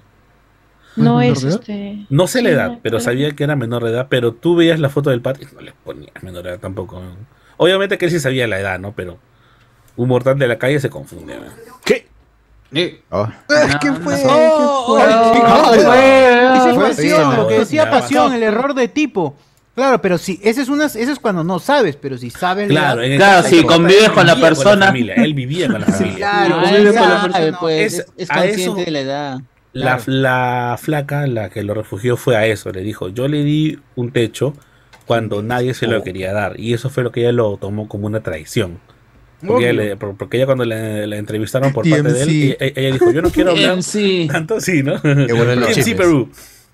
¿No No es es menor este. No sé la Sí, edad, no, pero pero- sabía que era menor de edad. Pero tú veías la foto del padre y no le ponías menor de edad tampoco. Obviamente que él sí sabía la edad, ¿no? Pero un mortal de la calle se confunde. ¿no? ¿Qué? Eh, Oh. ¿Qué fue? Oh, ¿Qué oh, fue? oh, Dice fue? pasión, Sí, lo que no, decía ya pasión, pasó. el error de tipo. Claro, pero si ese es una, ese es cuando no sabes, pero si sabes la Claro, edad- en el Claro, caso si de Cota, convives él con la vivía persona. familia, él vivía con la familia. claro, Ah, convive él con la sabe, persona. pues, Es- es, es a consciente eso- de la edad. La, Claro. la flaca, la que lo refugió, fue a eso. Le dijo, yo le di un techo cuando nadie se lo quería dar. Y eso fue lo que ella lo tomó como una traición. Porque ella, le- por- porque ella cuando la, la entrevistaron por parte de él, T M C. ella, ella dijo, yo no quiero hablar M C. tanto así, ¿no? Que vuelven los T M C chismes. Perú.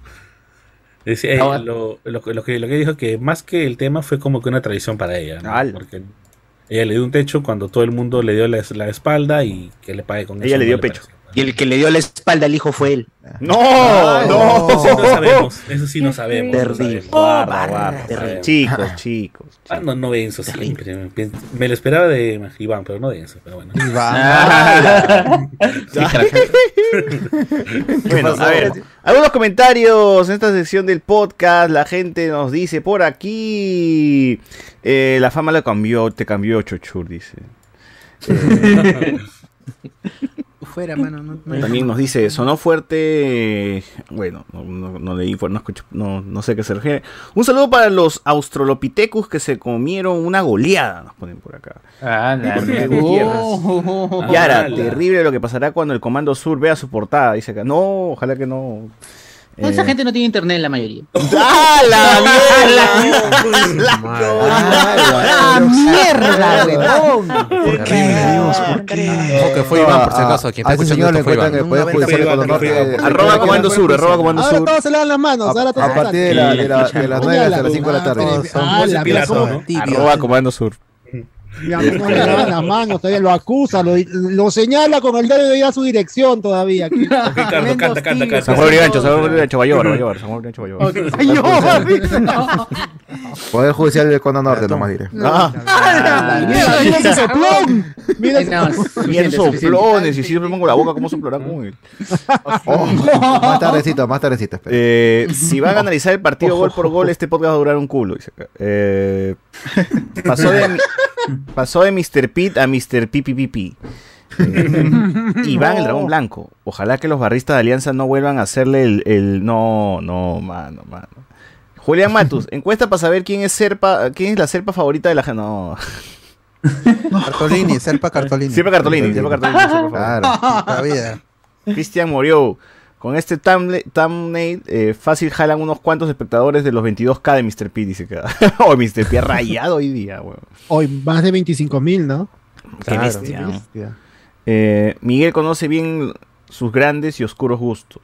Decía, eh, Ah, bueno. lo, lo, que- lo que, lo que dijo que más que el tema fue como que una traición para ella, ¿no? Ala. Porque ella le dio un techo cuando todo el mundo le dio la, la espalda y que le pague con Ella eso le no dio pecho. pareció. Y el que le dio la espalda al hijo fue él. No, Ay, no. Eso sí no sabemos. Eso sí no sabemos. no Terrible. sabemos. Guarda, guarda. Terrible. Chicos, chicos. Ah, no, no Enzo siempre. Me, me lo esperaba de Iván, pero no de Enzo. Pero bueno. Ah. Bueno, a ver, algunos comentarios en esta sección del podcast. La gente nos dice por aquí. eh, la fama la cambió, te cambió Chochur, dice. Eh, Fuera, mano. No, no hay También forma. nos dice, sonó fuerte. Bueno, no, no, no leí, no, escucho, no, no sé qué se refiere. Un saludo para los Australopithecus que se comieron una goleada. Nos ponen por acá. Ah, la Jorge mierda. Gutiérrez. Yara, terrible lo que pasará cuando el Comando Sur vea su portada. Dice acá. No, ojalá que no. No, esa Eh, gente no tiene internet, la mayoría. ¡Ah, la ¡Ah, mierda, huevón! ¿Por qué? Dios, ¿por qué? Ojo que fue Iván, por si acaso. Quien A está ese escuchando señor le esto fue encuentran Iván. que puede Fue judicial Iván, con fue Iván. Arroba Comando Sur, arroba Comando Ahora Sur. todos se lavan las manos. Ahora todos A partir de la- de la- de las nueve hasta las cinco de la tarde. Ah, la mierda, Pilato, cómo- ¿no? Arroba Comando Sur. Ya, no le lavan las manos, todavía lo acusa, lo, lo señala con el dedo y da su dirección todavía. Ricardo, canta, canta, canta. San Juan Brigancho, San Juan Brigancho, Bayor, Bayor, San Juan Brigancho, Bayor. Poder Judicial del Cono Norte, nomás diré. Ah, Mira, mira ese soplón. Mira ese bien soplones, y siempre pongo la boca, ¿cómo soplará con él? Más tardecito, más tardecito. espera. Eh, si van a analizar el partido gol por gol, este podcast va a durar un culo. Dice acá. Eh, pasó, de, mi- pasó de mister Pete a mister Pipipipi. Eh, Iván el Dragón Blanco. Ojalá que los barristas de Alianza no vuelvan a hacerle el. el- no, no, mano, mano. Julián Matus, encuesta para saber quién es Serpa, quién es la Serpa favorita de la gente. No. Cartolini, Serpa Cartolini. Siempre Cartolini, siempre Cartolini. Serpa favorita. Claro, la vida. Cristian Morió. Con este thumbla- thumbnail, eh, fácil jalan unos cuantos espectadores de los veintidós K de mister P, dice que. Oh, mister P rayado hoy día, weón. Hoy más de veinticinco mil, ¿no? Qué Claro, bestia. qué ¿no? bestia. Eh, Miguel conoce bien sus grandes y oscuros gustos.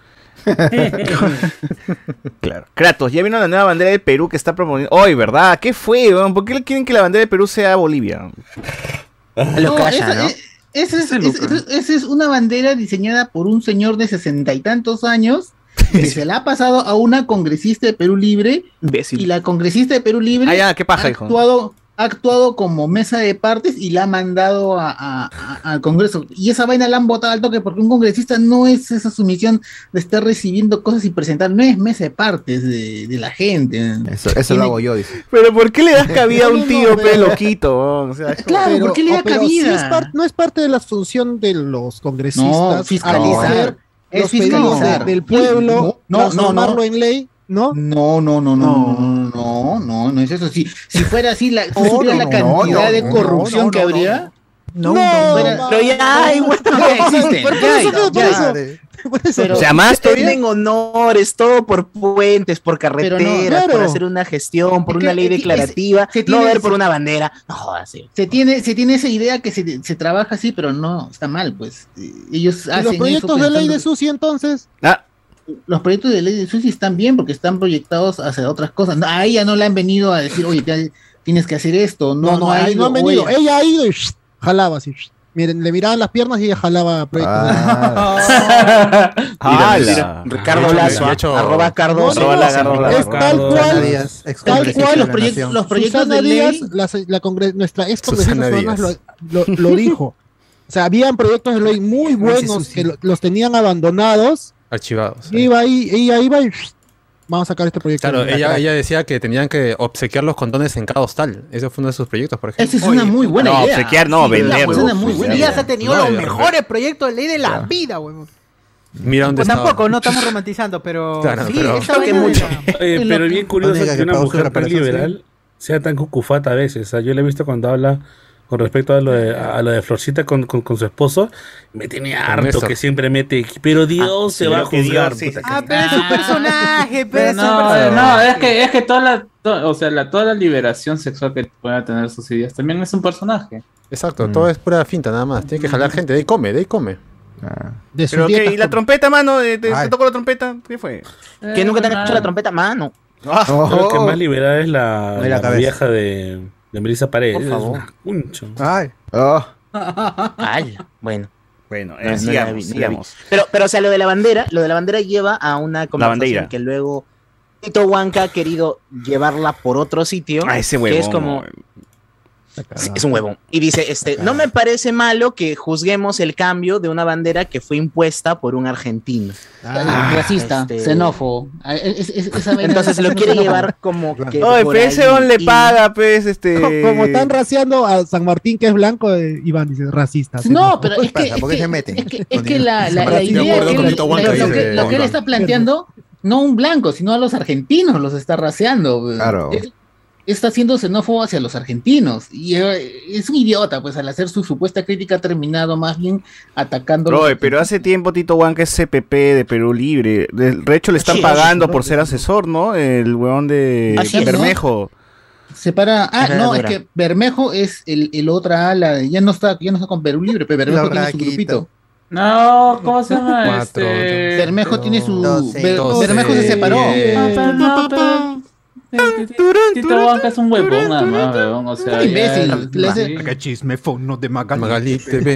Claro. Kratos, ya vino la nueva bandera del Perú que está promoviendo. Hoy, ¿verdad? ¿Qué fue, weón? ¿Por qué quieren que la bandera del Perú sea Bolivia? No, esa, eh, esa es, es- es- esa es una bandera diseñada por un señor de sesenta y tantos años que se la ha pasado a una congresista de Perú Libre y la congresista de Perú Libre Ah, ya, qué paja, ha, hijo. actuado, ha actuado como mesa de partes y la ha mandado a- a- a- al Congreso. Y esa vaina la han votado al toque porque un congresista no es esa su misión de estar recibiendo cosas y presentar, no es mesa de partes de, de la gente. Eso, eso lo hago yo, dice. Pero ¿por qué le das cabida a No, un no, tío, no, pe, pero- loquito? weón? O sea, es como- Claro, ¿por qué le da oh, pero sí cabida? es par- no es parte de la función de los congresistas No, fiscalizar. hacer Es los pedidos de- fiscalizar. del pueblo, No, no, transformarlo no, no. en ley, ¿no? No, no, no, no, no, no, no, no, no es eso. Si, si fuera así, la, si No, supiera no, la no, cantidad no, de no, corrupción no, que no, habría. No, fuera- no, pero ya hay, güey, ya existen, Pero por ya eso, hay, por ya eso, hay. por eso. Pero- O sea, más tienen honores, todo por puentes, por carreteras, claro. por hacer una gestión, por Es una que- ley es que declarativa, se no tiene- ver por se- una bandera. No jodas, sí. Se tiene, se tiene esa idea que se, se trabaja así, pero no, está mal, pues. Eh, Ellos ¿Y hacen los proyectos eso de ley de pensando- Susi entonces? Ah, Los proyectos de ley de Susi están bien porque están proyectados hacia otras cosas. No, a ella no le han venido a decir, oye, te- tienes que hacer esto. No, No, no, ha ahí ido, no han venido. oye. Ella ha ido y shh, jalaba así. shh. Miren, le miraban las piernas y ella jalaba proyectos. Ah, ¡Hala! Ricardo hecho- Lazo, de hecho- arroba Cardo. No, no, Arroba la- arroba la- es tal cual, Díaz, ex tal congresista cual de los, la proyectos, Nación. los proyectos Susana de ley. Díaz, la, la congre- nuestra ex congresista Susana Susana Díaz. lo, lo- lo dijo. O sea, habían proyectos de ley muy buenos que lo- los tenían abandonados. Archivados. Y iba ahí, ella iba y shh, vamos a sacar este proyecto. Claro, de la ella, crack. ella decía que tenían que obsequiar los condones en cada hostal. Ese fue uno de sus proyectos, por ejemplo. Esa es una muy buena no, idea. obsequiar no, Sí, vender, Es una ¿no? muy buena Díaz idea. ha tenido No, los ya, mejores proyectos de ley de la vida, huevón. Mira dónde Pues está. tampoco, no estamos romantizando, pero Claro, sí, pero- esa vaina de la- Oye, En pero lo- bien curioso diga que que una pagó su mujer tan reparación, liberal sea tan cucufata a veces. O sea, yo la he visto cuando habla con respecto a lo de, a lo de Florcita con, con, con su esposo. Me tiene harto Néstor. que siempre mete. Pero Dios se va a pero que juzgar. Dios, sí, puta, sí, que- Ah, pero es un personaje, pero es un No, personaje. no, es que, es que toda la, to- o sea, la, toda la liberación sexual que pueda tener sus ideas también es un personaje. Exacto, todo es pura finta nada más. Tiene que jalar gente. De ahí come, de ahí come. De sus Pero dietas ¿qué? ¿Y la con- trompeta, mano? ¿Te, te- Ay. te tocó la trompeta? ¿Qué fue? Que nunca te han Eh, hecho la trompeta, mano. Ah, Creo que más liberal es la, Mueve la la cabeza. vieja de, de Melissa Paredes. Por favor. Es un cuncho. Ay. Oh. Ay, bueno. Bueno, eh, No, no sigamos, la vi, no la vi. sigamos. Pero, pero, o sea, lo de la bandera, lo de la bandera lleva a una conversación bandera. que luego Tito Huanca ha querido llevarla por otro sitio. Ah, ese que huevón. es como. Sí, es un huevón. Y dice, este, no me parece malo que juzguemos el cambio de una bandera que fue impuesta por un argentino. Ah, racista, este- xenófobo. Ah, es- es- esa vaina Entonces es lo quiere xenófobo. llevar como que. Oye, por pero ese ahí. on le Y- paga, pues, este. Como están raciando a San Martín, que es blanco, eh, Iván dice racista. No, pero es que, pasa? es ¿Por qué que- se meten? es que, es que la, la, la Estoy de idea acuerdo que con él, Tito Huanca, lo, que, dice lo que él Iván. está planteando, no un blanco, sino a los argentinos los está raciando. Claro. Él está siendo xenófobo hacia los argentinos. Y eh, es un idiota, pues, al hacer su supuesta crítica ha terminado más bien atacando a los Oye, pero hace tiempo Tito Huanca es C P P de Perú Libre. De hecho, le están Sí, pagando sí, por sí. ser asesor, ¿no? El huevón de Así es, ¿no? Bermejo. Separa. Ah, Esa no, era es que Bermejo es el, el otra ala. Ya no está, ya no está con Perú Libre, pero Bermejo La tiene su braquita. grupito. No, ¿cómo se llama? Cuatro, Este... Bermejo tiene su. doce, Ber- doce. Bermejo se separó. Ah, pero no, pero- Tito Huanca es un huevón nada más, huevón. O sea, Un imbécil. ya- Le hace- sí. Chisme fono de Magali. Magali T V.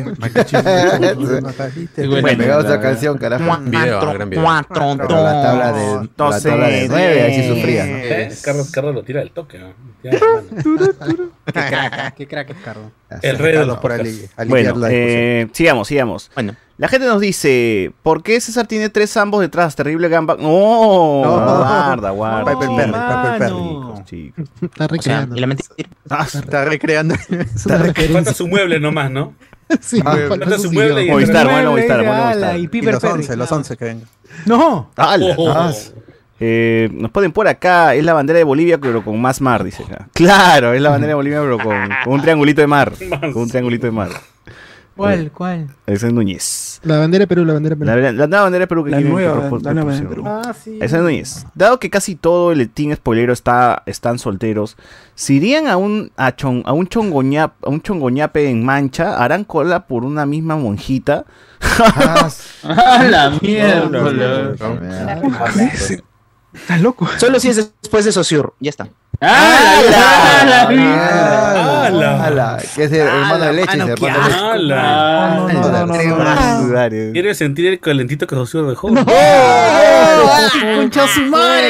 Sí, bueno, Me pegado esa la- canción, carajo. Video, ah, gran video. Cuatro, Pero la tabla de, la doce, tabla de nueve, ahí sí sufría. ¿no? Eh, Carlos, Carlos lo tira al toque. ¿no? Ya, hermano. Qué crack, qué crack es Carlos. El rey de los por podcasts. ali- aliviar Bueno, la discusión. eh, sigamos, sigamos. Bueno. La gente nos dice, ¿por qué César tiene tres ambos detrás? Terrible gamba. No, No. guarda, guarda. Piper Perry, Piper Perry. Chicos, chicos. Está O sea, recreando. y la mentira. Ah, Está recreando. Es una Falta referencia. su mueble nomás, ¿no? Sí, falta falta su su mueble y- sillón. Movistar, bueno, Movistar, bueno, Ala, Movistar. y Y Piper los Perry. once, los once que vengan. No. ¡Hala! Oh. Ah, eh, nos ponen por acá, es la bandera de Bolivia, pero con más mar, dice acá. Claro, es la bandera de Bolivia, pero con, con un triangulito de mar. Con un triangulito de mar. ¿Cuál, cuál? Ese es Núñez. La bandera de Perú, la bandera de Perú. La, la nueva bandera de Perú que La quieren que nueva, propo- la que nueva de propusieron. Perú. Ah, sí. Esa es Núñez. Dado que casi todo el team spoilero está, están solteros, si irían a un a, chon- a un chongoñap, a un chongoñape en Mancha, harán cola por una misma monjita. ¡Ah, la mierda! Estás loco. Solo si es después de Sociur. Ya está. ¡Ah, la, la, ¡Hala! ¡Hala! Que es el hermano de leche, mano, ese qué hermano de leche. ¡Hala! No, no, no, no, no, no. Sudar. ¿Quieres sentir el calentito que Josué dejó? ¡Concha su madre!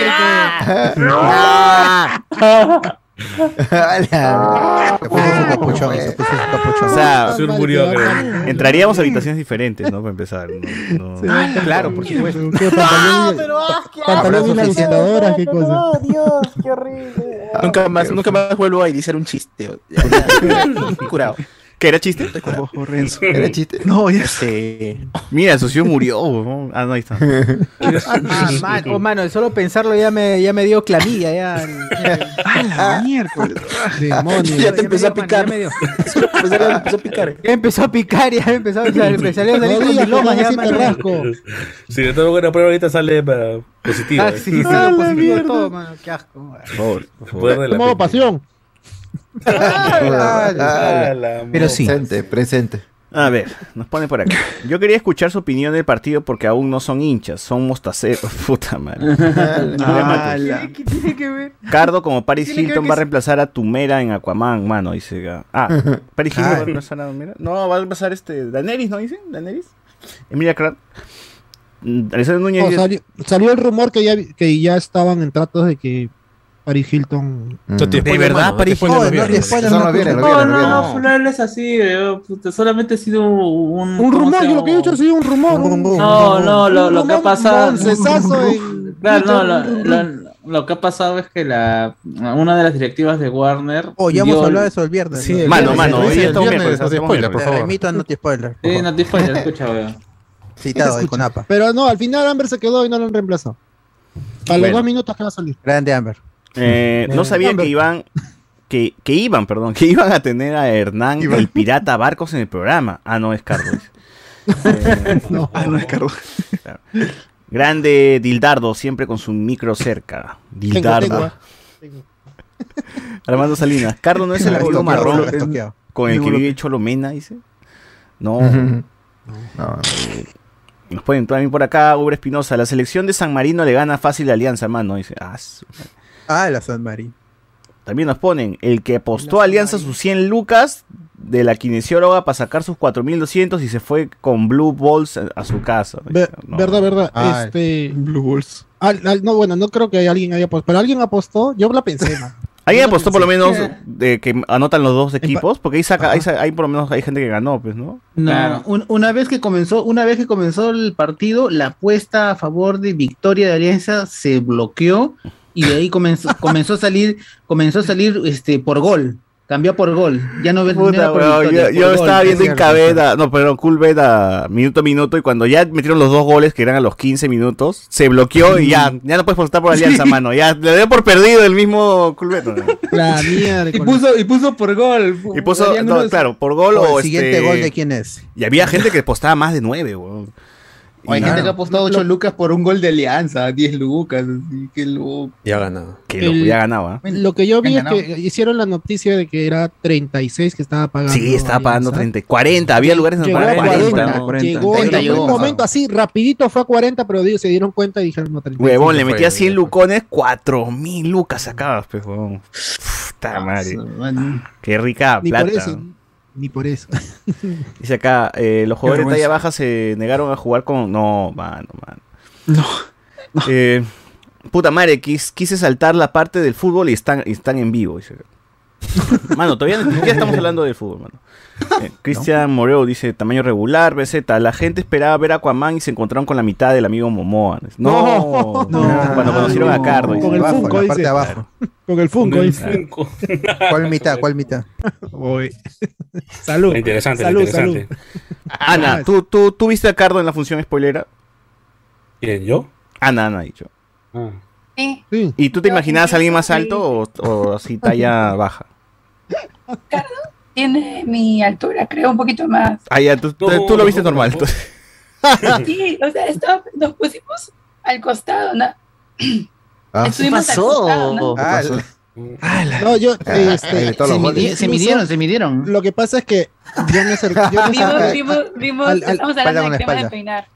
¡Hala! Se puso su capuchón, se puso su capuchón. O sea, Josué murió, creo. entraríamos a habitaciones diferentes, ¿no? Para empezar. No, no. Sí, Claro, por supuesto. ¿Qué pantalón y- pantalón y una visitadora, qué cosa. Nunca más, nunca más vuelvo a iniciar un chiste. Curado. ¿Qué era chiste? Ojo, Renzo. ¿Era chiste? No, ya Este, Mira, el socio murió. ¿no? Ah, no, ahí está. Ah, man, oh, mano, solo pensarlo ya me, ya me dio clamilla. Ya, ¡Ah, la miércoles! Demonio. ya te empezó a mano, picar. ya me dio. Pues ya me empezó a picar. Ya empezó a picar, ya empezó a salir, me salió a salir No con digas, milomas, que ya, así te mano. rasco. Si de todo buena prueba ahorita sale eh, positivo. Ah, eh. sí, sí, lo positivo de todo, mano. Qué asco. mano. Por favor, por favor. Poder de la Modo mente. pasión. Ah, la Pero sí. Presente, presente. A ver, nos pone por acá. Yo quería escuchar su opinión del partido porque aún no son hinchas, son mostaceros. Puta madre. ¿Qué, qué tiene que ver? Cardo como Paris Tiene que ver Hilton que va a es- reemplazar a Tumera en Aquaman, mano, dice. acá. Ah, Paris Hilton va a reemplazar a Tumera. No, va a reemplazar este Daenerys, ¿no dice? Daenerys. Emilia Clarke. Mm, Alessandro Núñez No, dice- salió, salió el rumor que ya, que ya estaban en tratos de que Paris Hilton. Mm. ¿De verdad, Paris Oh, no, después Son no, los viernes, los No, viernes, los no, viernes. no, fulano es así, weón, puta, solamente ha sido un... Un ¿cómo rumor, se yo lo que he llama? dicho ha sido un rumor. un- No, no, lo, un lo que ha rumor pasado... moncesazo en Claro, no, Twitter, lo, un rumor. lo- lo que ha pasado es que la una de las directivas de Warner... Oh, ya hemos dio- hablado de eso el viernes. Sí, ¿no? el Mano, viernes, mano, el hoy viernes, estamos el miércoles, viernes, no te estamos spoiler, por Te favor. remito a Noti Spoiler. por Sí, favor. no te spoiler, escucha, weón. Citado ahí con A P A. Pero no, al final Amber se quedó y no lo han reemplazado. Para los Bueno. dos minutos que va a salir. Grande Amber. Eh, no sabía que iban, que, que iban, perdón, que iban a tener a Hernán, el pirata Barcos, en el programa. Ah, no, es Carlos. Eh, No, Ah, no es caro. claro. Grande Dildardo, siempre con su micro cerca. tengo, Dildardo. tengo, tengo. Armando Salinas. Carlos no es el Lo has amigo toqueado, marrón lo has toqueado. con el que Ninguno. vive Cholomena, dice. No. No. Nos pueden también por acá, Uber Espinosa. La selección de San Marino le gana fácil a Alianza, mano. Dice. Ah, su- Ah, la San Marín. También nos ponen, el que apostó a Alianza sus cien lucas, de la kinesióloga para sacar sus cuatro mil doscientos y se fue con Blue Balls a, a su casa. Ver, no. Verdad, verdad. Ay. Este, Blue Balls. Al, al, no, bueno, no creo que alguien haya apostado, pero alguien apostó, yo la pensé, man. ¿Alguien apostó por lo menos de que anotan los dos equipos? Porque ahí saca, ahí, saca- ahí por lo menos hay gente que ganó, pues, ¿no? No, Claro. un- una vez que comenzó, una vez que comenzó el partido, la apuesta a favor de victoria de Alianza se bloqueó y de ahí comenzó, comenzó a salir, comenzó a salir este por gol, cambió por gol, ya no ves Puta, por weón, victoria, yo, por yo gol. estaba viendo Es en cierto. Cabeda, no, perdón, Culbeda, minuto a minuto, y cuando ya metieron los dos goles, que eran a los quince minutos, se bloqueó y ya, ya no puedes apostar por Alianza, mano, ya le dio por perdido el mismo Culbeda. La mierda. Y puso, y puso por gol. Y puso, Habían no, unos- claro, por gol O o, el siguiente este- gol de quién es. Y había gente que apostaba más de nueve, weón. O hay Y- gente que ha apostado ocho lucas por un gol de Alianza, diez lucas, así que loco. Ya ha ganado. Qué loco, ya ganaba. Lo que yo vi Han es que hicieron la noticia de que era treinta y seis que estaba pagando. Sí, estaba pagando Alianza. treinta, cuarenta, había lugares donde Llegó a pagaban cuarenta, cuarenta. llegó treinta en llegó. un momento así, rapidito fue a cuarenta, pero digo, se dieron cuenta y dijeron no, treinta y seis. Huevón, le metía cien lucones, cuatro mil lucas sacabas, pues, huevón. Puta madre. Qué rica Ni plata. por eso, ni por eso. Dice acá, eh, los jugadores de vergüenza. talla baja se negaron a jugar con... No, mano, mano. No. Eh, puta madre, quis- quise saltar la parte del fútbol y están, y están en vivo. Dice. Mano, todavía ni siquiera estamos hablando del fútbol, mano. Eh, Cristian Moreo dice, tamaño regular, B Z. La gente esperaba ver a Aquaman y se encontraron con la mitad del amigo Momoa. No, No. cuando conocieron a Cardo. dice. Con el Abajo, Funko, en la parte dice. de abajo. Con el Funko, Un dice. Funko. ¿Cuál mitad? ¿Cuál mitad? Voy. Salud. Interesante, salud, interesante. Ana, ¿tú, tú, ¿tú viste a Cardo en la función spoilera? ¿Quién, yo? Ana, Ana ha dicho. Ah. Sí. Sí. ¿Y tú te Yo imaginabas a alguien más sí. alto o, o así talla baja? Cardo tiene mi altura, creo, un poquito más. Ah, ya, tú, tú- No, tú lo viste no, normal. no. entonces. Sí, o sea, estaba- nos pusimos al costado, ¿no? Ah, Estuvimos al pasó? costado, ¿no? Ah, No, yo, Ay, este, de todos Se, los midi- goles. se midieron, se midieron. lo que pasa es que yo me acerqué, yo me Vimos, acerqué- vimos, vimos, al- al- estamos espalda hablando con de temas de espalda. peinar.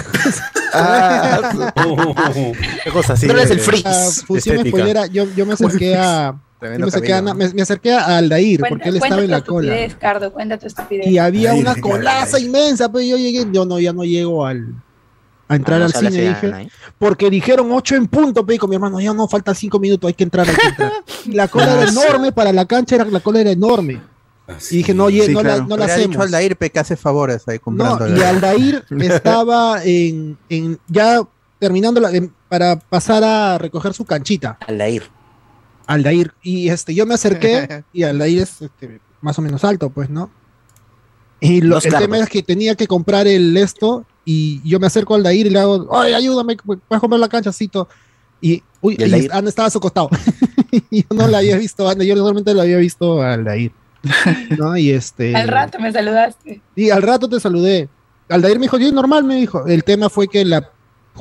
Ah, Qué cosa así. Tú eres el de- freak. a función estética. spoilera, yo, yo me acerqué a, yo tremendo me acerqué a, camino. Ana- me, me acerqué a Aldair porque él Cuenta, estaba en cuenta la tu cola. estupidez, Cardo, cuenta tu estupidez. Y había Ay, una ay, colaza ay. inmensa, pero yo llegué, yo no, ya no llego al a entrar Ah, no al se habla cine, así, dije, Ana, ¿eh? porque dijeron ocho en punto, pe, y con mi hermano, ya no, faltan cinco minutos, hay que entrar, hay que entrar. Y la cola era enorme, para la cancha era, la cola era enorme. Y dije, no, oye, Sí, no, la, claro. no la Le ha hacemos. dicho Aldair pe, que hace favores ahí No, comprando. y Aldair estaba en, en ya terminando la- en- para pasar a recoger su canchita. Aldair. Aldair. Y este, yo me acerqué y Aldair es este, más o menos alto, pues, ¿no? Y lo- Dos el carros. tema es que tenía que comprar el esto y yo me acerco a Aldair y le hago, ¡ay, ayúdame! ¿Puedes comprar la canchacito? Y, uy, ¿Y Aldair? y Ana estaba a su costado. Y yo no la había visto, Ana, yo solamente la había visto a Aldair. ¿No? Y este. Al rato me saludaste. Y al rato te saludé. Aldair me dijo, sí, normal, me dijo. El tema fue que la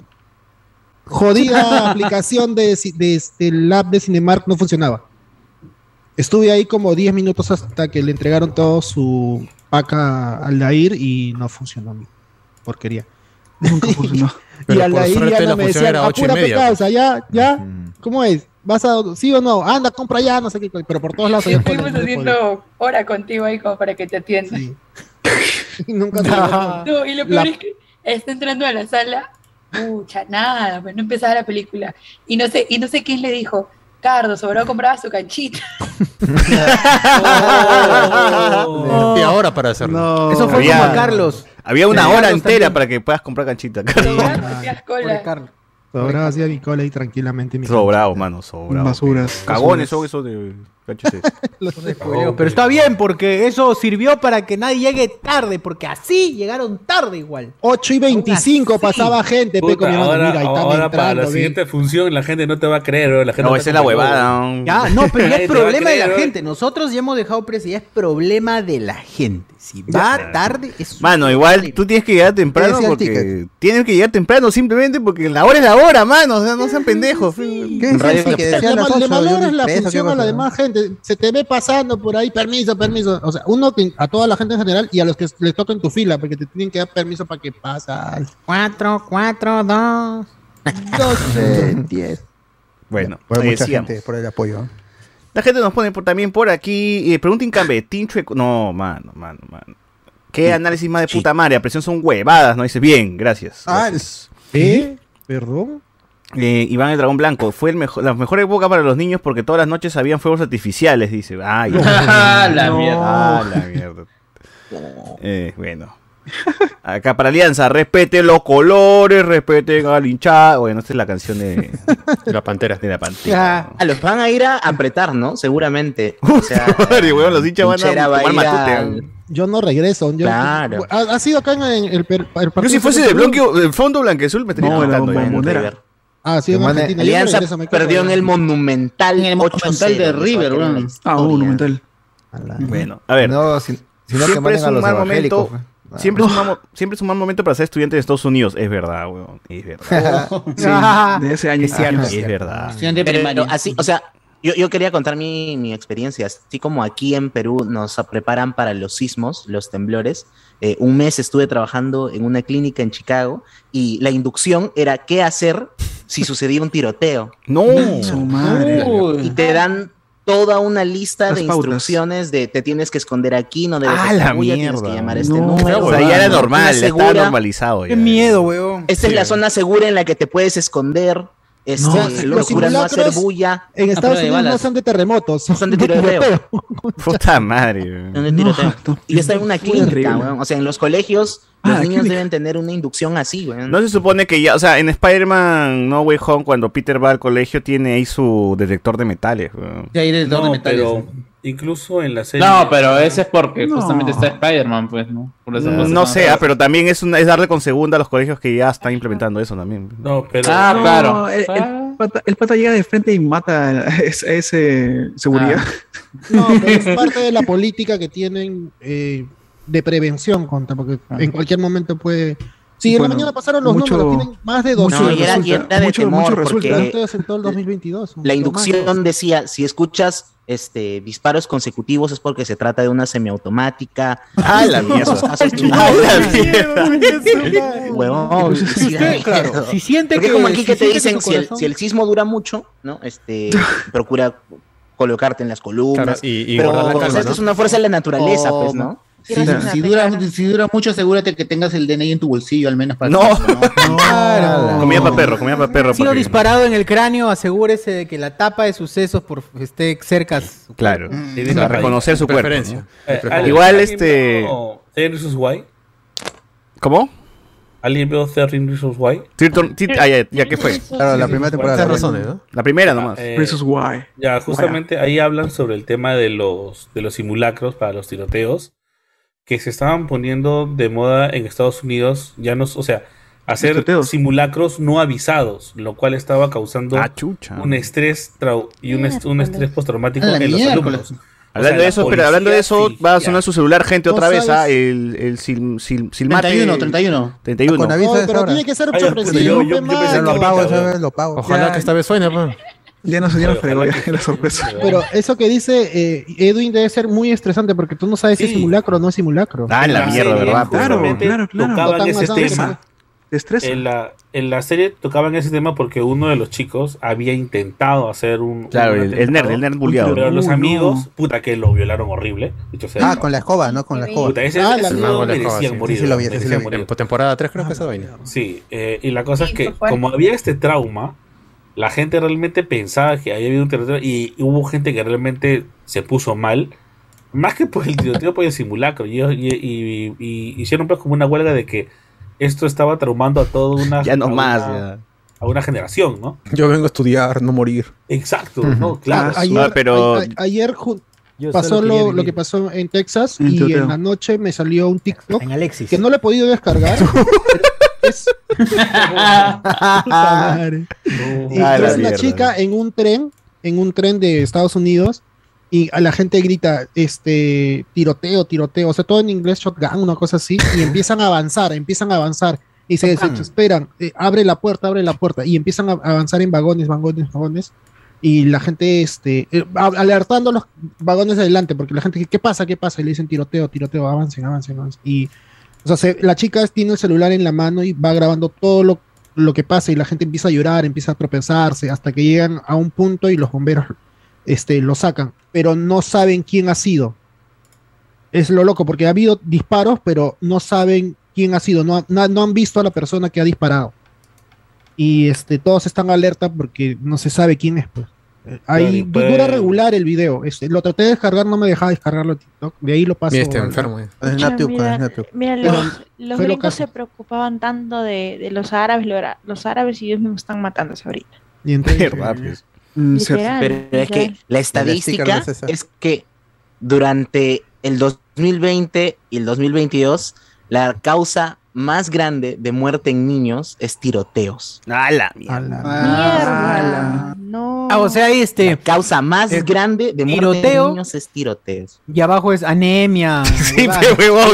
jodida aplicación de, ci- de, del app de Cinemark no funcionaba. Estuve ahí como diez minutos hasta que le entregaron todo su pack a Aldair y no funcionó mi porquería. Nunca funcionó. Y Pero por Aldair suerte ya la no me función decía, era ocho y apúrate media, causa, ya, ya, ¿cómo es? ¿Vas a, sí o no? Anda, compra ya, no sé qué, pero por todos lados había cola, Estuvimos no se podía. haciendo hora contigo ahí como para que te atiendan. Sí. Y nunca se No, y lo peor La- es que está entrando a la sala, pucha, nada, pues no empezaba la película. Y no sé, y no sé quién le dijo, Cardo, sobró compraba su canchita. Oh. Y ahora para hacerlo. Eso fue Había- como a Carlos. Había una Sí, hora Carlos entera también. para que puedas comprar canchita. Hacías Pobre cola. Carlos. Sobraba así a mi cola ahí tranquilamente. mi Sobrado, mano, sobrado. Basuras. Cagones basuras. son esos de canchas. Pero, pero está bien, porque eso sirvió para que nadie llegue tarde, porque así llegaron tarde igual. ocho y veinticinco Aún así. pasaba gente, pe, Puta, con mi hermano, ahora mira, ahí están ahora para la entrando, ve. siguiente función la gente no te va a creer, bro. La gente No, está esa es la como, huevada. Ya, no, pero ya Nadie es te va a problema de la creer, ¿no? gente. Nosotros ya hemos dejado preso, ya es problema de la gente. Si va tarde, es su Mano, igual tú tienes que llegar temprano decía el porque ticket? tienes que llegar temprano simplemente porque la hora es la hora, mano, o sea, no sean pendejos. ¿Qué En decía radio el ticket? Le, Decía las mal- le ocho, valoras yo la preso, ¿qué función a la pasa? demás gente. Se te ve pasando por ahí, permiso, permiso. O sea, uno que- a toda la gente en general y a los que les toca en tu fila, porque te tienen que dar permiso para que pasas. Cuatro, cuatro, dos. doce, diez. Bueno, Fue eh, mucha sigamos. gente por el apoyo. La gente nos pone por, también por aquí, eh, pregunta Incambe, Tincho... No, mano, mano, mano. ¿Qué análisis más de puta madre? A presión son huevadas, ¿no? Dice, bien, gracias. gracias. Ah, ¿eh? ¿Perdón? Eh, Iván el Dragón Blanco, fue el mejor, la mejor época para los niños porque todas las noches habían fuegos artificiales, dice. Ay, Ah, la no. mierda. Ah, la mierda. Eh, bueno. Acá para Alianza, respeten los colores, respeten al hinchado. Bueno, esta es la canción de, de la Pantera. De la Pantera. Ah, los van a ir a apretar, ¿no? Seguramente. O sea, Madre, weón, los hinchas van Hinchera a va tomar a ir matute. al- Yo no regreso. Yo, Claro. ¿Ha, ha sido acá en el, el, el partido? Yo si fuese de blanco, del fondo blanqueazul me estaría No, en la cantando. Bombonera. Ah, sí, en Hermano, Argentina. Yo no Alianza regreso, me quedo perdió en allá. el Monumental. En el Monumental de River, weón. Ah, monumental. Bueno, a ver. No, si, si no que siempre es manden a un los mal evangélicos. momento. pues. Siempre, es un mal, mo- siempre es un mal momento para ser estudiante de Estados Unidos. Es verdad, weón. Es verdad. Sí, de ese año. Es cierto. Es verdad. Estudiante Pero, primario. así, o sea, yo, yo quería contar mi, mi experiencia. Así como aquí en Perú nos preparan para los sismos, los temblores. Eh, un mes estuve trabajando en una clínica en Chicago y la inducción era qué hacer si sucedía un tiroteo. No. Su madre. Y te dan toda una lista Las de pautas. instrucciones de te tienes que esconder aquí, no debes Ah, hacer la bulla, tienes que mierda. llamar a este No, número. O sea, ya era Una normal, ya estaba segura. normalizado. Qué Ya. miedo, weón. Esta es la zona segura en la que te puedes esconder. Este, No, los procura no hacer simulacros- bulla. En Estados prueba de Unidos no balas. son de terremotos. Son de tiroteo. Puta madre. weón. Son de tiroteo. No, Y yo estaba en una fue clínica, horrible. weón. O sea, en los colegios, los Ah, niños clínica. deben tener una inducción así, weón. No se supone que ya, o sea, en Spider-Man No Way Home, cuando Peter va al colegio, tiene ahí su detector de metales. weón. Ya iré No, de metales. pero incluso en la serie. No, pero ese es porque No. justamente está Spider-Man, pues, ¿no? Por eso Mm, pasa No nada. sé, ah, pero también es, una, es darle con segunda a los colegios que ya están implementando eso también. No, pero. Ah, No, claro. El, el Ah. pata, el pata llega de frente y mata a ese, a ese seguridad. No, pero es parte de la política que tienen eh, de prevención contra, porque en cualquier momento puede. Sí, en Bueno, la mañana pasaron los mucho- números, tienen más de dos. No, mucho y era, y resulta, era de mucho- temor mucho resulta. porque Entonces, en todo el dos mil veintidós. la lo inducción más. decía, si escuchas este, disparos consecutivos es porque se trata de una semiautomática. ¡Ah, la En esos mierda! casos, ¡Ah, la mierda! Huevón, sí da Sí, claro. miedo. Si siente Porque que. como aquí si que te siente dicen, tu si el, corazón- si el sismo dura mucho, ¿no? Este, procura colocarte en las columnas. Claro, y, y pero guardar la o sea, calma, esto ¿no? es una fuerza de la naturaleza, Oh, pues, ¿no? Si, si dura, si dura mucho, asegúrate que tengas el D N I en tu bolsillo, al menos para No. Claro. Comida para perro, comida para perro. Ha sido porque- disparado en el cráneo, asegúrese de que la tapa de sucesos por, esté cerca. a su- Claro, Sí, o sea, reconocer su cuerpo. Preferencia. ¿no? Eh, preferencia. ¿alguien- Igual, alguien este- vio trece Reasons Why? ¿Cómo? ¿Alguien vio trece Reasons Why? Tirton- tit- ah, ya, ya, ¿qué fue? Claro, la primera temporada. Esas razones, ¿no? La primera nomás. Eh, Eso es guay. Ya, justamente ahí hablan sobre el tema de los, de los simulacros para los tiroteos que se estaban poniendo de moda en Estados Unidos, ya no, o sea, hacer tiroteos. simulacros no avisados, lo cual estaba causando Ah, chucha. un estrés trau- y un, est- un estrés postraumático A la en los miércoles. alumnos. Hablando O sea, de la eso, pero hablando de eso, policía va a sí, sonar ya. su celular, gente, No otra vez, sabes. ah, el, el sil, sil, silmate. treinta y uno, treinta y uno. treinta y uno. Con aviso No, de pero esa hora. tiene que ser Ah, ya, sorpresivo, yo- yo- yo pe, pensé que mano. Lo pago, ahorita, esa vez lo pago. Ojalá Ya. que esta vez suene, pues. Ya no se dieron Pero ojalá fregó, que- ya la sorpresa. Pero eso que dice eh, Edwin debe ser muy estresante porque tú no sabes si es Sí. simulacro o no es simulacro. Ah, la En mierda, serie, ¿verdad? Claro, justamente claro, claro. Tocaban Botan ese más sangre, tema. Te estresa. En la, en la serie tocaban ese tema porque uno de los chicos había intentado hacer un. Claro, un el, el nerd, atentado, el nerd bulleado. Pero los Uy, no. amigos, puta, que lo violaron horrible. Dicho sea, Ah, con la escoba, ¿no? Con la escoba. puta, ese, Ah, ese la no mierda. Con la escoba, merecían sí. morir. Sí, sí lo vi, sí, merecían sí lo vi. morir. En temporada tres creo que esa vaina. Sí, eh, y la cosa es Sí, que eso fue. como había este trauma, la gente realmente pensaba que había habido un tiroteo y hubo gente que realmente se puso mal, más que por el tiroteo, por el simulacro. Y, y, y- y hicieron pues como una huelga de que esto estaba traumando a toda una, Ya no a más, una- ya. a una generación, ¿no? Yo vengo a estudiar, no morir. Exacto, ¿no? Claro. A- ayer, No, pero- a- a- ayer ju- Yo pasó solo quería lo, lo vivir. que pasó en Texas En y tiroteo. en la noche me salió un TikTok En Alexis. que no lo he podido descargar. es Puta madre. Y Ah, la es una mierda. chica en un tren, en un tren de Estados Unidos, y a la gente grita, este, tiroteo, tiroteo, o sea, todo en inglés, shotgun, una cosa así, y empiezan a avanzar, empiezan a avanzar, y se Shotgun. desesperan, eh, abre la puerta, abre la puerta, y empiezan a avanzar en vagones, vagones, vagones, y la gente, este, eh, a- alertando a los vagones de adelante, porque la gente, ¿qué pasa? ¿Qué pasa? Y le dicen tiroteo, tiroteo, avancen, avancen, avancen. Y, o sea, se- la chica tiene el celular en la mano y va grabando todo lo, lo que pasa, y la gente empieza a llorar, empieza a tropezarse, hasta que llegan a un punto y los bomberos este, lo sacan, pero no saben quién ha sido. Es lo loco, porque ha habido disparos, pero no saben quién ha sido, no, no, no han visto a la persona que ha disparado. Y este, todos están alerta porque no se sabe quién es, pues. Ahí Claro, y dura puede- regular el video. Este, lo traté de descargar, no me dejaba descargarlo a TikTok. De ahí lo paso. Mira, este al- enfermo, eh. al- Pucha, mira, mira, los, Pero los fue lo gringos caso. se preocupaban tanto de, de los árabes, lo era- los árabes y ellos mismos están matándose ahorita. Y entonces, Verdad, pues. Literal, Pero es que literal. la estadística El sticker no es esa. es que durante el dos mil veinte y el dos mil veintidós la causa más grande de muerte en niños es tiroteos. ¡A la Mierda. No. Ah, o sea, este. La causa más eh, grande de muerte tiroteo. en niños es tiroteos. Y abajo es anemia. Sí, huevada. pe, huevón.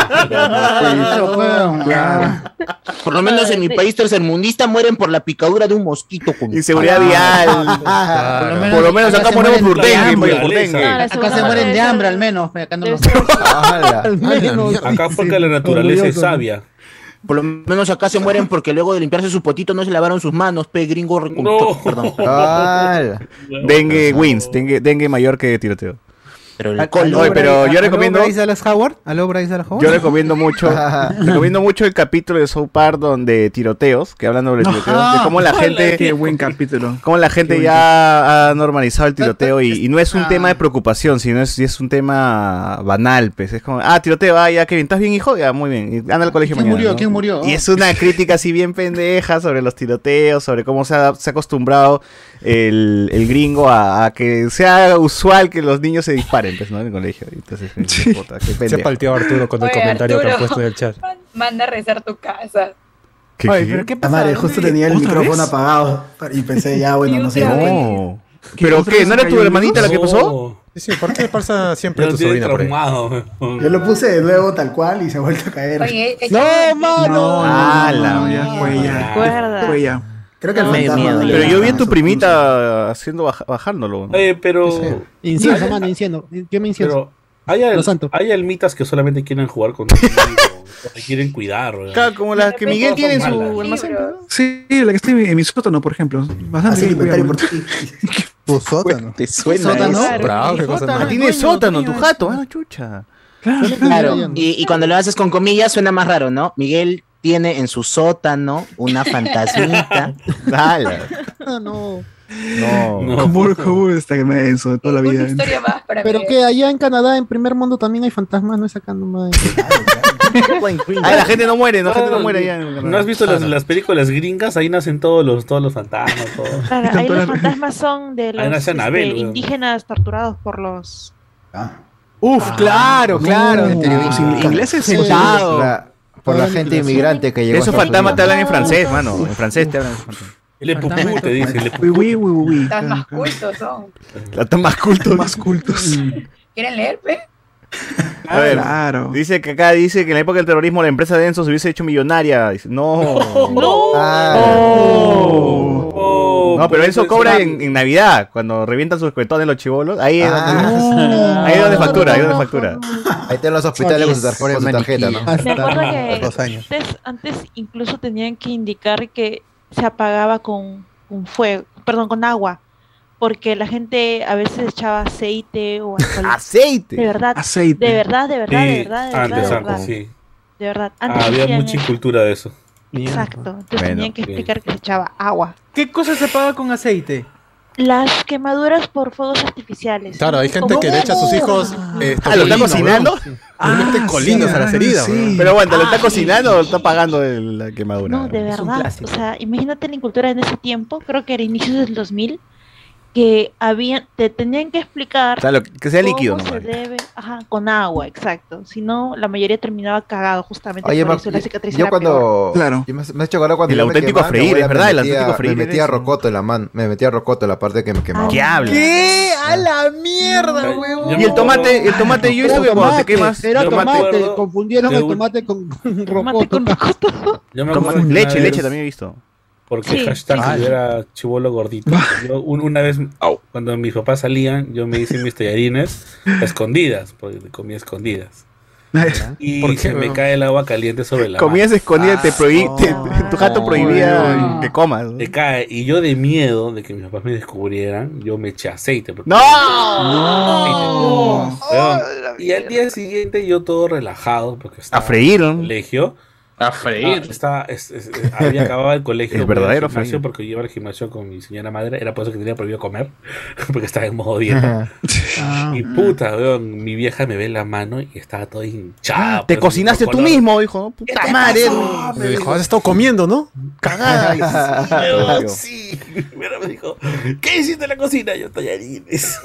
Por lo menos en mi país tercermundista mueren por la picadura de un mosquito. Con Inseguridad vial. Claro. Por lo menos acá ponemos por dengue, hambre. por dengue. No, la Acá segunda se mueren debe de ser- hambre al menos. Acá no debe nos- ser- al menos, Acá sí, porque sí, la naturaleza es orgulloso. sabia. Por lo menos acá se mueren porque luego de limpiarse su potito no se lavaron sus manos, pe gringo. recon- No. Perdón. ¡Hala! Dengue wins, dengue, dengue mayor que tiroteo. Pero el Al- col- Oye, pero yo ¿Aló, recomiendo- Bryce Dallas Howard? ¿Aló, Bryce Dallas Howard? Yo recomiendo mucho, recomiendo mucho el capítulo de South Park donde tiroteos, que hablan sobre tiroteos, de cómo la gente, Qué buen capítulo. cómo la gente Qué ya ha normalizado el tiroteo y, y no es un tema de preocupación, sino es, es un tema banal, pues. Es como, ah, tiroteo, ah, ya, Kevin, ¿estás bien, hijo? Ya, muy bien, y anda al colegio ¿Quién mañana. murió? ¿no? ¿Quién murió? Y es una crítica así bien pendeja sobre los tiroteos, sobre cómo se ha, se ha acostumbrado el, el gringo a, a que sea usual que los niños se disparen, pues, ¿no? En el colegio. Entonces, puta, qué Se pendejo. palteó Arturo con el Oye, comentario que han Arturo. puesto en el chat. Manda a rezar tu casa. ¿Qué, Oye, qué? pero ¿qué La pasa? madre, ¿Dónde- justo tenía el ¿Otra micrófono vez? apagado y pensé, ya, bueno, no sé. otra vez? No. ¿Pero otra qué? vez ¿No se era tu cayó el hermanita la que No. pasó? Sí, sí, ¿por qué pasa siempre Yo tu estoy sobrina por ahí? traumado. Yo lo puse de nuevo tal cual y se ha vuelto a caer. Oye, eh, ¡No, eh, mano! No, Ah, no, la no, ya mierda. fue ya. Recuerda. Fue ya. Creo que el No, fantasma. miedo, de- Pero yo vi a de tu su primita haciendo baja- bajándolo. Oye, pero, Incienso, mano, incienso. Yo me incienso. pero hay, al- Lo santo. hay almitas que solamente quieren jugar contigo, o te quieren cuidar. ¿verdad? Claro, como las que De Miguel repente tiene en son su malas. almacén. libros. ¿no? Sí, la que está en mi, en mi sótano, por ejemplo. Bastante Hace el bien inventario por cuidado. ti. Tu sótano. ¿Te suena ¿Sótano? eso? Bravo, qué cosa Jota, más. Ah, tiene dueño, sótano, tu dueño, jato. Ah, chucha. Claro, Claro, Claro. y, y cuando lo haces con comillas suena más raro, ¿no? Miguel tiene en su sótano una fantasmita. Dale. Ah, no. No. No. ¿Cómo, cómo está que me eso de toda la Una vida? historia más para Pero mí. que allá en Canadá, en primer mundo, también hay fantasmas, no es acá nomás. Ay, la gente no muere, la gente no muere allá. en- ¿No has visto las, las películas gringas? Ahí nacen todos los, todos los fantasmas. Todo. Claro, ahí los fantasmas son de los Ahí nace este, Anabel, weón. indígenas torturados por los... Uf, claro, claro. Los ingleses sí. Sentado. La- por la gente inmigrante que llegó. De a esos Estados fantasmas te Unidos. hablan en francés, mano. En francés te hablan. Le pupú, te dice. Le Uy, uy, uy, uy. Están más cultos, son. Están más cultos. Más cultos. ¿Quieren leer, pe? A ver, Claro. dice que acá dice que en la época del terrorismo la empresa Denso se hubiese hecho millonaria. Dice, no. Oh, No, pero por eso es cobra rap. en, en Navidad, cuando revientan sus cuetones los chibolos. Ahí es donde, Ah. ahí es donde factura, ahí es donde factura. Ahí están los hospitales con su, tar- con su tarjeta, ¿no? Me acuerdo que Dos años. antes, antes incluso tenían que indicar que se apagaba con, con fuego, perdón, con agua, porque la gente a veces echaba aceite o alcohol. ¡Aceite! De verdad, Aceite. de verdad, de verdad, de Sí, verdad, de verdad, antes, de antes, verdad. sí. De verdad, Ah, antes había hacían mucha eso. incultura de eso. Exacto, entonces Bueno, tenían que bien. explicar que se echaba agua. ¿Qué cosa se paga con aceite? Las quemaduras por fuegos artificiales. Claro, hay gente que le echa a sus hijos. Eh, Ah, ¿lo está topolino, cocinando? weón. Le mete colinos a las heridas, sí. weón. Pero aguanta, ¿lo está Ah, cocinando sí. o está pagando el- la quemadura? No, de Es un verdad. clásico. O sea, imagínate la incultura en ese tiempo, creo que era inicios del dos mil, que habían, te tenían que explicar O sea, lo que sea líquido, cómo ¿no? se debe, ajá, con agua, exacto. Si no, la mayoría terminaba cagado justamente Oye, por ma- eso la cicatriz yo era peor. cuando... Claro. Yo me, me he hecho acordar cuando El yo me auténtico quemaba, mi freír, abuela es verdad, me el metía- auténtico freír Me metía es- rocoto en la mano, me metía rocoto en la parte que me quemaba. ¿Qué habla? ¿Qué? ¡A la mierda, huevón! Y el tomate, el tomate, yo he visto que cuando te quemas, Era el tomate, tomate, acuerdo confundieron de el un- tomate con, con Tomate con rocoto. rocoto. Yo me toma- acuerdo que leche, una leche vez- también he visto. Porque Sí, hashtag sí, sí. yo era chibolo gordito. Yo un- una vez, cuando mis papás salían, yo me hice mis tallarines a escondidas, porque comía escondidas. Y ¿Por qué, se me weón? cae el agua caliente sobre la Comías mano. escondida, te prohibí, te- en tu jato prohibía no. que comas. Me cae. Y yo de miedo de que mis papás me descubrieran, yo me eché aceite. porque- ¡No! ¡No! Weón, y al día siguiente yo todo relajado porque estaba A freír, ¿no? en el colegio. A freír. Ah, estaba, es- es- es- había acabado el colegio. El voy al verdadero gimnasio freír. porque yo iba al gimnasio con mi señora madre. Era por eso que tenía prohibido comer. Porque estaba en modo dieta. Y puta, weón, mi vieja me ve la mano y estaba todo hinchada. Te pues, cocinaste por tú color. mismo, hijo. ¿No? Puta madre. Me dijo, has estado comiendo, ¿no? Cagada. Sí, weón, Claro. sí. Pero me dijo, ¿qué hiciste en la cocina? Yo, tallarines.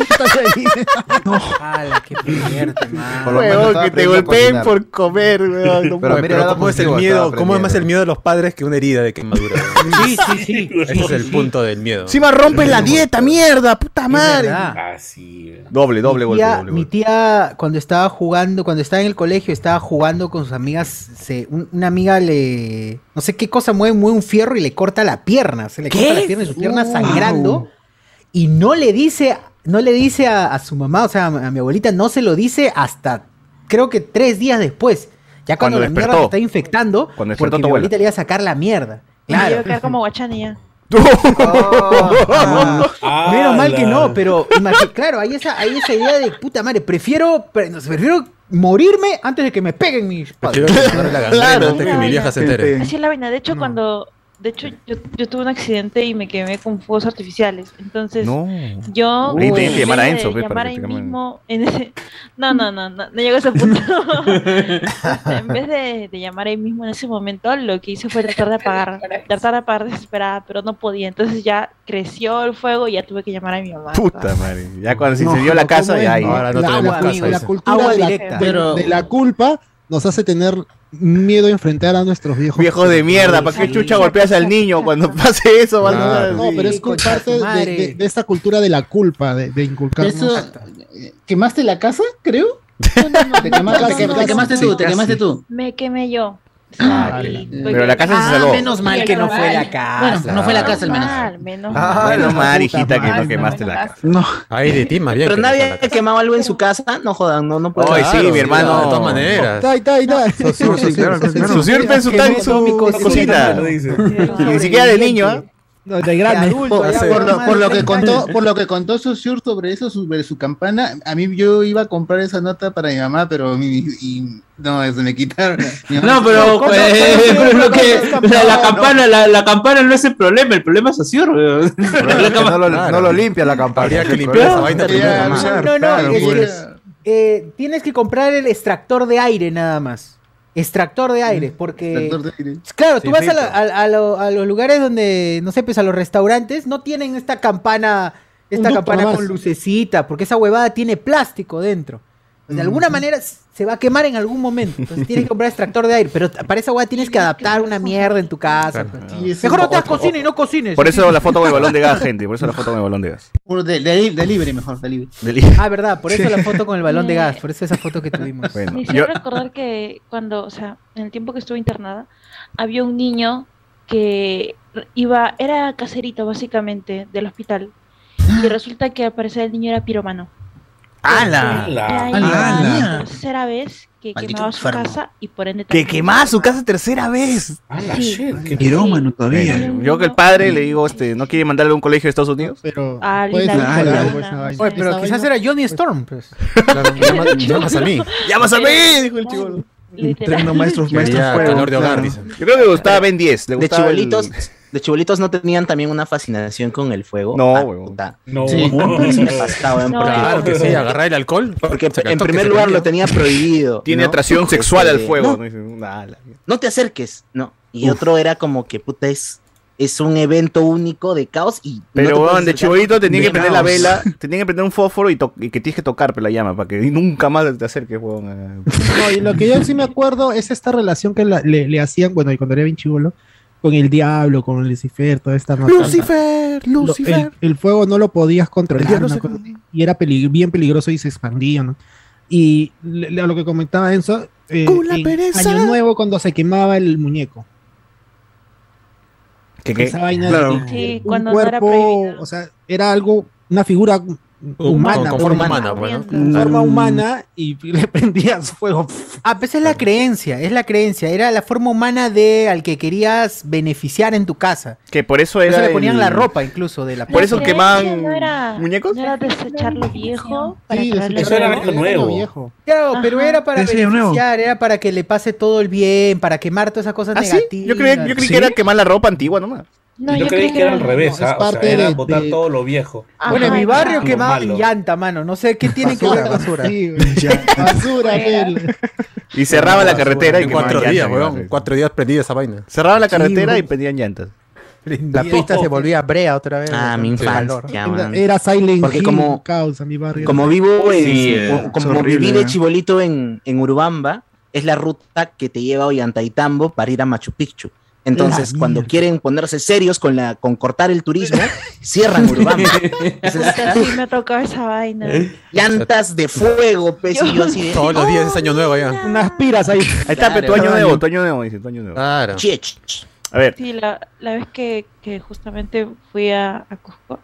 ¡Hala, qué fuerte, man! Weón, que te golpeen por comer, weón. No Pero, puedo. pero ¿cómo es el miedo? ¿Cómo es más el miedo de los padres que una herida de quemadura? Sí, sí, sí. Ese es el punto del miedo. Encima rompes la dieta, mierda, puta madre. verdad. Ah, sí. weón. Doble, doble Mi golpe, tía, doble mi golpe. tía, cuando estaba jugando, cuando estaba en el colegio, estaba jugando con sus amigas. Se, un- una amiga le. No sé qué cosa mueve, mueve un fierro y le corta la pierna. Se le ¿Qué? corta la pierna y su pierna Wow. sangrando. Y no le dice, no le dice a, a su mamá, o sea, a, a mi abuelita, no se lo dice hasta creo que tres días después. Ya cuando, Cuando la mierda despertó. se está infectando, Cuando despertó porque tu mi abuela. abuelita le iba a sacar la mierda. Y me iba Claro. a quedar como Guachani ya. Ah, menos mal que Ala. no, pero imagi- claro, hay esa, hay esa idea de puta madre, prefiero, pre- no sé, prefiero morirme antes de que me peguen mis padres. Prefiero que me agarre la gangrena Claro. antes que mi vieja se entere. Así es la vaina. De hecho, cuando. De hecho, yo, yo tuve un accidente y me quemé con fuegos artificiales. Entonces, No. yo. Ahí tenías en que llamar a vez Enzo, de pues, para llamar que ahí te cambien. mismo. En ese, no, no, no, no, no llego a ese punto. En vez de, de llamar ahí mismo en ese momento, lo que hice fue tratar de apagar. Tratar de apagar desesperada, pero no podía. Entonces ya creció el fuego y ya tuve que llamar a mi mamá. Puta madre. Ya cuando se No, incendió la ¿cómo casa, es? ya ahí. Ahora no La, tenemos la- casa. la dice. cultura Agua de la, directa. de- de la culpa nos hace tener miedo a enfrentar a nuestros viejos. Viejos de mierda, ¿para qué Sí. chucha golpeas al niño cuando pase eso? Van a- Claro. No, pero es Sí, cul- concha parte su de, madre. de- de esta cultura de la culpa, de, de inculcarnos. Eso, eh, ¿quemaste la casa, creo? No, no, no, Te, quema- no, te que- no, te no, quemaste sí, tú, te casi. quemaste tú. Me quemé yo. O sea, y- Pero la casa se Ah, salvó. menos mal que no fue la casa. Bueno, no fue la casa al menos. Mal, menos Ah, mal. Bueno, la mal, puta hijita, que madre. no quemaste la casa. No, Ay, de ti, María. Pero que nadie no ha fue la casa. quemado algo en su casa. No jodan, no, no puede Ay, sí, mi hermano. De todas maneras. Tai, tai, tai. Sí, sí, claro, claro. Su sirpe, su tal, su cocina. Ni siquiera de niño, ¿ah? No, de grande. adulto, ya, Por lo, más por de lo que treinta contó, años. por lo que contó Saussure sobre eso, sobre su campana, a mí yo iba a comprar esa nota para mi mamá, pero mi, y no, se me quitaron. Mi mamá- No, pero, ¿Cómo- eh, cómo- pero cómo- lo que, cómo- la, la no, campana, la, la campana no es el problema, el problema es Saussure, weón. Pero es que no, lo, no lo limpia la campaña. Habría que El limpiar esa problema. vaina Ya, primero, ya, nomás. ya. No, no, Claro, es pues. que, eh, tienes que comprar el extractor de aire nada más. Extractor de aire, porque... Extractor de aire. Claro, tú Sí, vas a, la- filtro. a- a lo- a los lugares donde, no sé, pues a los restaurantes, no tienen esta campana, esta Un ducto campana nomás. con lucecita, porque esa huevada tiene plástico dentro. De alguna manera s- se va a quemar en algún momento. Entonces tienes que comprar extractor de aire, pero t- para esa huevada tienes que adaptar una mierda en tu casa. Claro. pues. Sí, es Mejor un no te hagas poco- cocina y no cocines. Por eso la foto con el balón de gas, gente. Por eso la foto con el balón de gas. Puro de, de- delivery mejor, delivery. Ah, verdad, por eso la foto con el balón de gas, por eso esa foto que tuvimos. Bueno, Me yo, hicieron recordar que cuando, o sea, en el tiempo que estuve internada, había un niño que iba, era caserito básicamente del hospital, y resulta que al parecer el niño era piromano. ¡Hala! Era ¡Hala! la tercera vez que Maldito quemaba su enfermo. casa y por ende Que también quemaba su casa tercera vez. Ah, la Sí. shit, qué- Pirómano todavía. Bueno, yo que el padre le digo, este, ¿no quiere mandarle a un colegio de Estados Unidos? Pero Ah, puede linda ser vida, algo una- esa vaina. Oye, pero Esa quizás vaina- era Johnny Storm, pues. Claro, llama- llamas a mí. ¡Llamas a mí! Dijo el chico. Tremendo maestros, maestros Quería fuego, calor de hogar, claro. dicen. Creo que le gustaba Ben diez. Le De gustaba el- chibolitos, de chibolitos no tenían también una fascinación con el fuego. No, Ah, huevón. puta. No. Sí. Sí me pasaba, weón, No. porque- Claro que sí, agarrar el alcohol. Porque Se en cantó que primer se lugar quería. lo tenía prohibido. Tiene ¿no? atracción sexual al Este, fuego. No, ¿no? Dice, "Nah, la- no te acerques, no. Y otro era como que puta es, es un evento único de caos y. no te Pero, puedes weón, de acercar chibolito tenía que de prender la caos. vela, tenía que prender un fósforo y, to- y que tienes que tocar pero la llama para que nunca más te acerques, weón. a- No, y lo que yo sí me acuerdo es esta relación que la- le, le hacían, bueno, y cuando era bien chivolo, con el diablo, con Lucifer, toda esta nota. Lucifer, Lo- Lucifer. el, el fuego no lo podías controlar, El diablo una se- cosa así, y era pelig- bien peligroso y se expandía, ¿no? Y le- le- a lo que comentaba Enzo, eh, Con la en pereza. Año Nuevo cuando se quemaba el muñeco. ¿Qué, qué? Esa vaina Claro. de- Sí, un cuando no era cuerpo, prohibido. o sea, era algo, una figura humana, con, con forma humana, bueno. con forma humana y le prendías fuego. Ah, pues es la creencia, es la creencia. Era la forma humana de al que querías beneficiar en tu casa. Que por eso Por era. eso le ponían el- la ropa incluso de la Por eso La quemaban creencia no era, muñecos. No era desechar lo viejo para Sí, traerlo Eso era nuevo. algo nuevo. Claro, pero Ajá. era para Ese año nuevo. beneficiar, era para que le pase todo el bien, para quemar todas esas cosas ¿Ah, sí? negativas. Yo creí, yo creí que era quemar la ropa antigua nomás. No, yo, yo creí que era al revés, no, es ¿ah? O sea, parte era de- botar de- todo lo viejo. Bueno, en mi Ajá, barrio exacto. quemaban Malo. llanta, mano. No sé qué tiene que ver. Basura. Sí, güey. Basura, Mel. Y cerraba la carretera y En quemaban cuatro días, llantas, weón. Cuatro días prendida esa vaina. Cerraban la carretera Sí, y prendían llantas. La pista se volvía brea otra vez. Ah, mi con calor. infancia, weón. Era Silent Porque Hill, como- causa, mi barrio. Como vivo en, Sí, o- como es horrible, viví de ¿eh? chibolito en, en Urubamba, es la ruta que te lleva a Ollantaytambo para ir a Machu Picchu. Entonces, La cuando mierda. quieren ponerse serios con la con cortar el turismo, cierran Urubamba. Entonces, Puta, sí me tocó esa vaina. llantas de fuego, pues, y yo así de... Todos los días es año nuevo ya. Unas piras ahí. Ahí está, Claro. pero tu año nuevo, tu año nuevo, dice, tu año nuevo. Claro. Che, ch, ch. A ver, Sí, la, la vez que, que justamente fui a, a Cusco,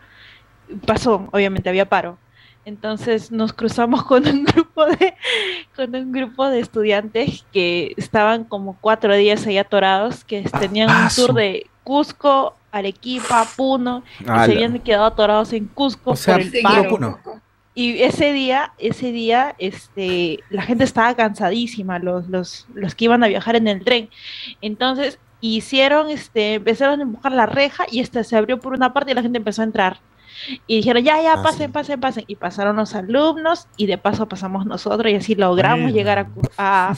pasó, obviamente había paro. Entonces nos cruzamos con un grupo de con un grupo de estudiantes que estaban como cuatro días ahí atorados, que tenían un paso. tour de Cusco, Arequipa, Puno, y Ala. se habían quedado atorados en Cusco O sea, por el Sí, paro. puro Puno. Y ese día, ese día, este, la gente estaba cansadísima, los, los, los que iban a viajar en el tren. Entonces, hicieron, este, empezaron a empujar la reja y esta se abrió por una parte y la gente empezó a entrar. Y dijeron, ya, ya, Ah, pasen, sí. pasen, pasen. Y pasaron los alumnos y de paso pasamos nosotros y así logramos Bueno. llegar a, Cu- a,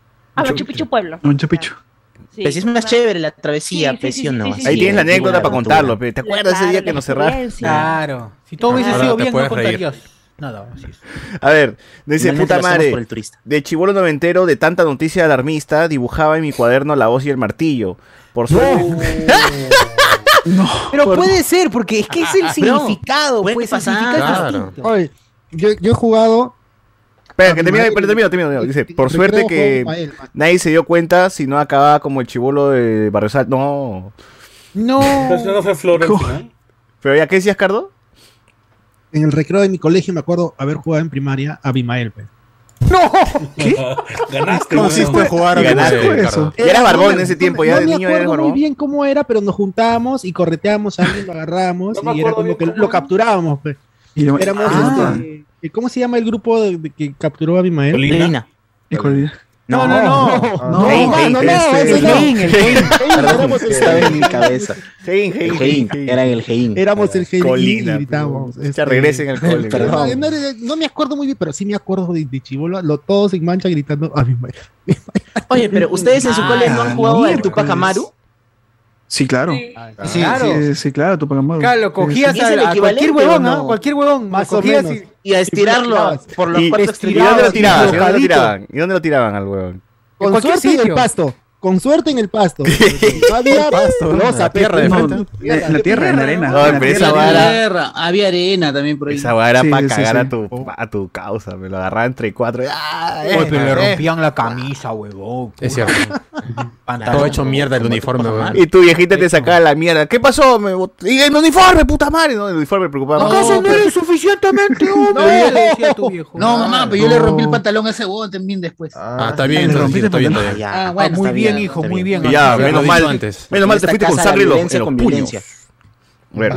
a Machu Picchu Pueblo. Mucho picho. Sí, Pues sí es más una- chévere la travesía, Sí, sí, pues, sí, ¿sí o no? sí, sí, ahí sí, tienes la sí, anécdota sí, para sí, contarlo. pe. ¿Te acuerdas ese Claro, día que la nos cerraste? experiencia. Claro. Si todo hubiese Ahora sido te bien, no puedes reír. contarías nada. Así es. A ver, dice, Finalmente puta lo hacemos madre, por el turista. de chibolo noventero, de tanta noticia alarmista, dibujaba en mi cuaderno la voz y el martillo. Por suerte... Pero puede ser, porque es que es el significado, puede pues el pasar. significado es Claro. distinto. Oye, yo, yo he jugado. Espera, que termine, pero termino, termino. Dice, por suerte que nadie se dio cuenta si no acababa como el chibolo de Barrio Sal. No. No. Pero si no fue Flor al final. ¿Pero ya qué decías, Cardo? En el recreo de mi colegio me acuerdo haber jugado en primaria a Abimael. Pues. ¡No! ¿Qué? Ganaste. Consiste en jugar a Ganaste, Abimael, eso. Ricardo. Ya eras barbón no en me- ese no tiempo, me- ya no de me niño eres acuerdo muy barbón. bien cómo era, pero nos juntábamos y correteábamos a alguien, lo agarrábamos No me y era acuerdo como bien que cómo lo era. capturábamos. Pues. Y lo- Éramos, Ah. este, ¿cómo se llama el grupo de, de que capturó a Abimael? Colina. Lina. Híjole. No, no, no. No, Hey, hey, no, no, este, ese no. Hein, el Hein. Éramos el Estaba en mi cabeza. Hein, El hein, Hein, hein. era el Hein. Éramos el G I Colina, y gritábamos. pero- Ya regresen al cole. Perdón. No, no, no me acuerdo muy bien, pero sí me acuerdo de, de chibolo, lo, todos en mancha gritando a mi madre. Oye, pero ustedes en su Ah, cole no han jugado al miércoles. Tupac Amaru. Sí, claro. Sí. Sí, Claro. sí, sí, claro, tu Pagamado. Claro, lo cogías ¿Y es a, el a cualquier equivalente huevón, o ¿ah? no? Cualquier huevón. Más lo o cogías menos. y- Y a estirarlo por los ¿Y, cuartos ¿Y dónde lo tiraban? ¿Y dónde lo Dibujadito. tiraban? ¿Y dónde lo tiraban al huevón? Con cualquier suerte en el sitio. pasto. Con suerte en el pasto. No había pasto, losa, en la pe, tierra de no, frente. En la tierra, en la arena. No, en la pero esa tierra. vara- Tierra, había arena también por ahí. Esa weá era Sí, para sí, cagar sí. A, tu, a tu causa. Me lo agarraba entre cuatro. ¡Ah, Oye, pero le eh! rompían la camisa, huevón. Es cierto. Todo hecho mierda el uniforme, weón. Y tu viejita te sacaba la mierda. ¿Qué pasó? Me bot- y el uniforme, puta madre. No, el uniforme preocupaba. ¿Acaso no eres suficientemente hombre? Le decía tu viejo. No, mamá, pero yo le rompí el pantalón a ese huevón también después. Ah, está bien, le entonces, rompiste está bien, el está bien. Ya, Ah, bueno, muy está bien, hijo, está muy bien. Y ya, Ya lo menos he mal. dicho antes. Menos mal En te esta fuiste con casa la sangre en los, violencia en los con puños. violencia. Bueno.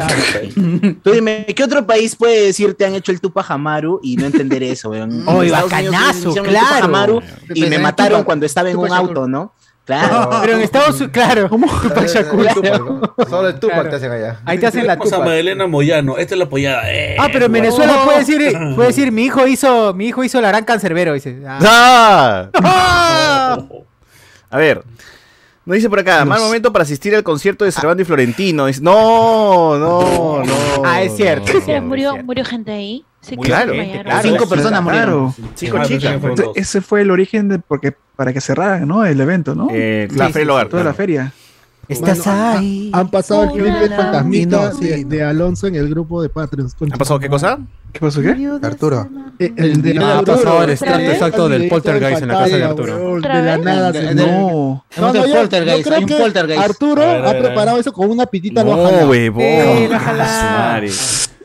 Tú dime, ¿qué otro país puede decir te han hecho el Tupac Amaru y no entender eso, weón? Oye, En Estados Unidos bacanazo, hicieron el Tupac claro. Amaru y me Tupac- mataron Tupac- cuando estaba en un Tupac Shakur. auto, ¿no? Claro. Pero en Estados Unidos, claro. Tupac Shakur. Solo el Tupac Claro. te hacen allá. Ahí te hacen la Vamos a tupa. Madelena Moyano. Esta es la apoyada. Eh, Ah, pero en bueno. Venezuela puede decir, puede decir, mi hijo hizo, mi hijo hizo la gran cancerbero, dice. Ah. ¡Ah! ¡Ah! A ver. Nos dice por acá, mal momento para asistir al concierto de Cervantes y Florentino. Dice, no, no, no. Ah, es cierto, es Sí, cierto. murió, murió gente ahí. Sí, que Claro, se desmayaron. claro. Cinco personas murieron. Claro. Cinco Ah, chicas. pero fueron Ese- dos. Ese fue el origen de porque para que cerraran, ¿no? El evento, ¿no? Eh, la Sí, Feria del sí, Hogar, Toda la claro. feria. Estás ahí. Han pasado el Una clip del lámpara. fantasmita No, de, sí. de Alonso en el grupo de Patreons. ¿Ha pasado qué cosa? ¿Qué pasó? ¿Qué? Arturo. Eh, el de Ah, ha Arturo. pasado el extracto vez? exacto del Videíto poltergeist en la casa de pantalla, Arturo. weón, ¿Otra De la vez? nada. De- se- de- No. No, No, no, de yo- poltergeist, yo creo hay un que poltergeist. Arturo A ver, a ha ver, a ver. preparado eso con una pitita. lo ha No, jalado. huevón. Eh, la Ah, jalada. su madre.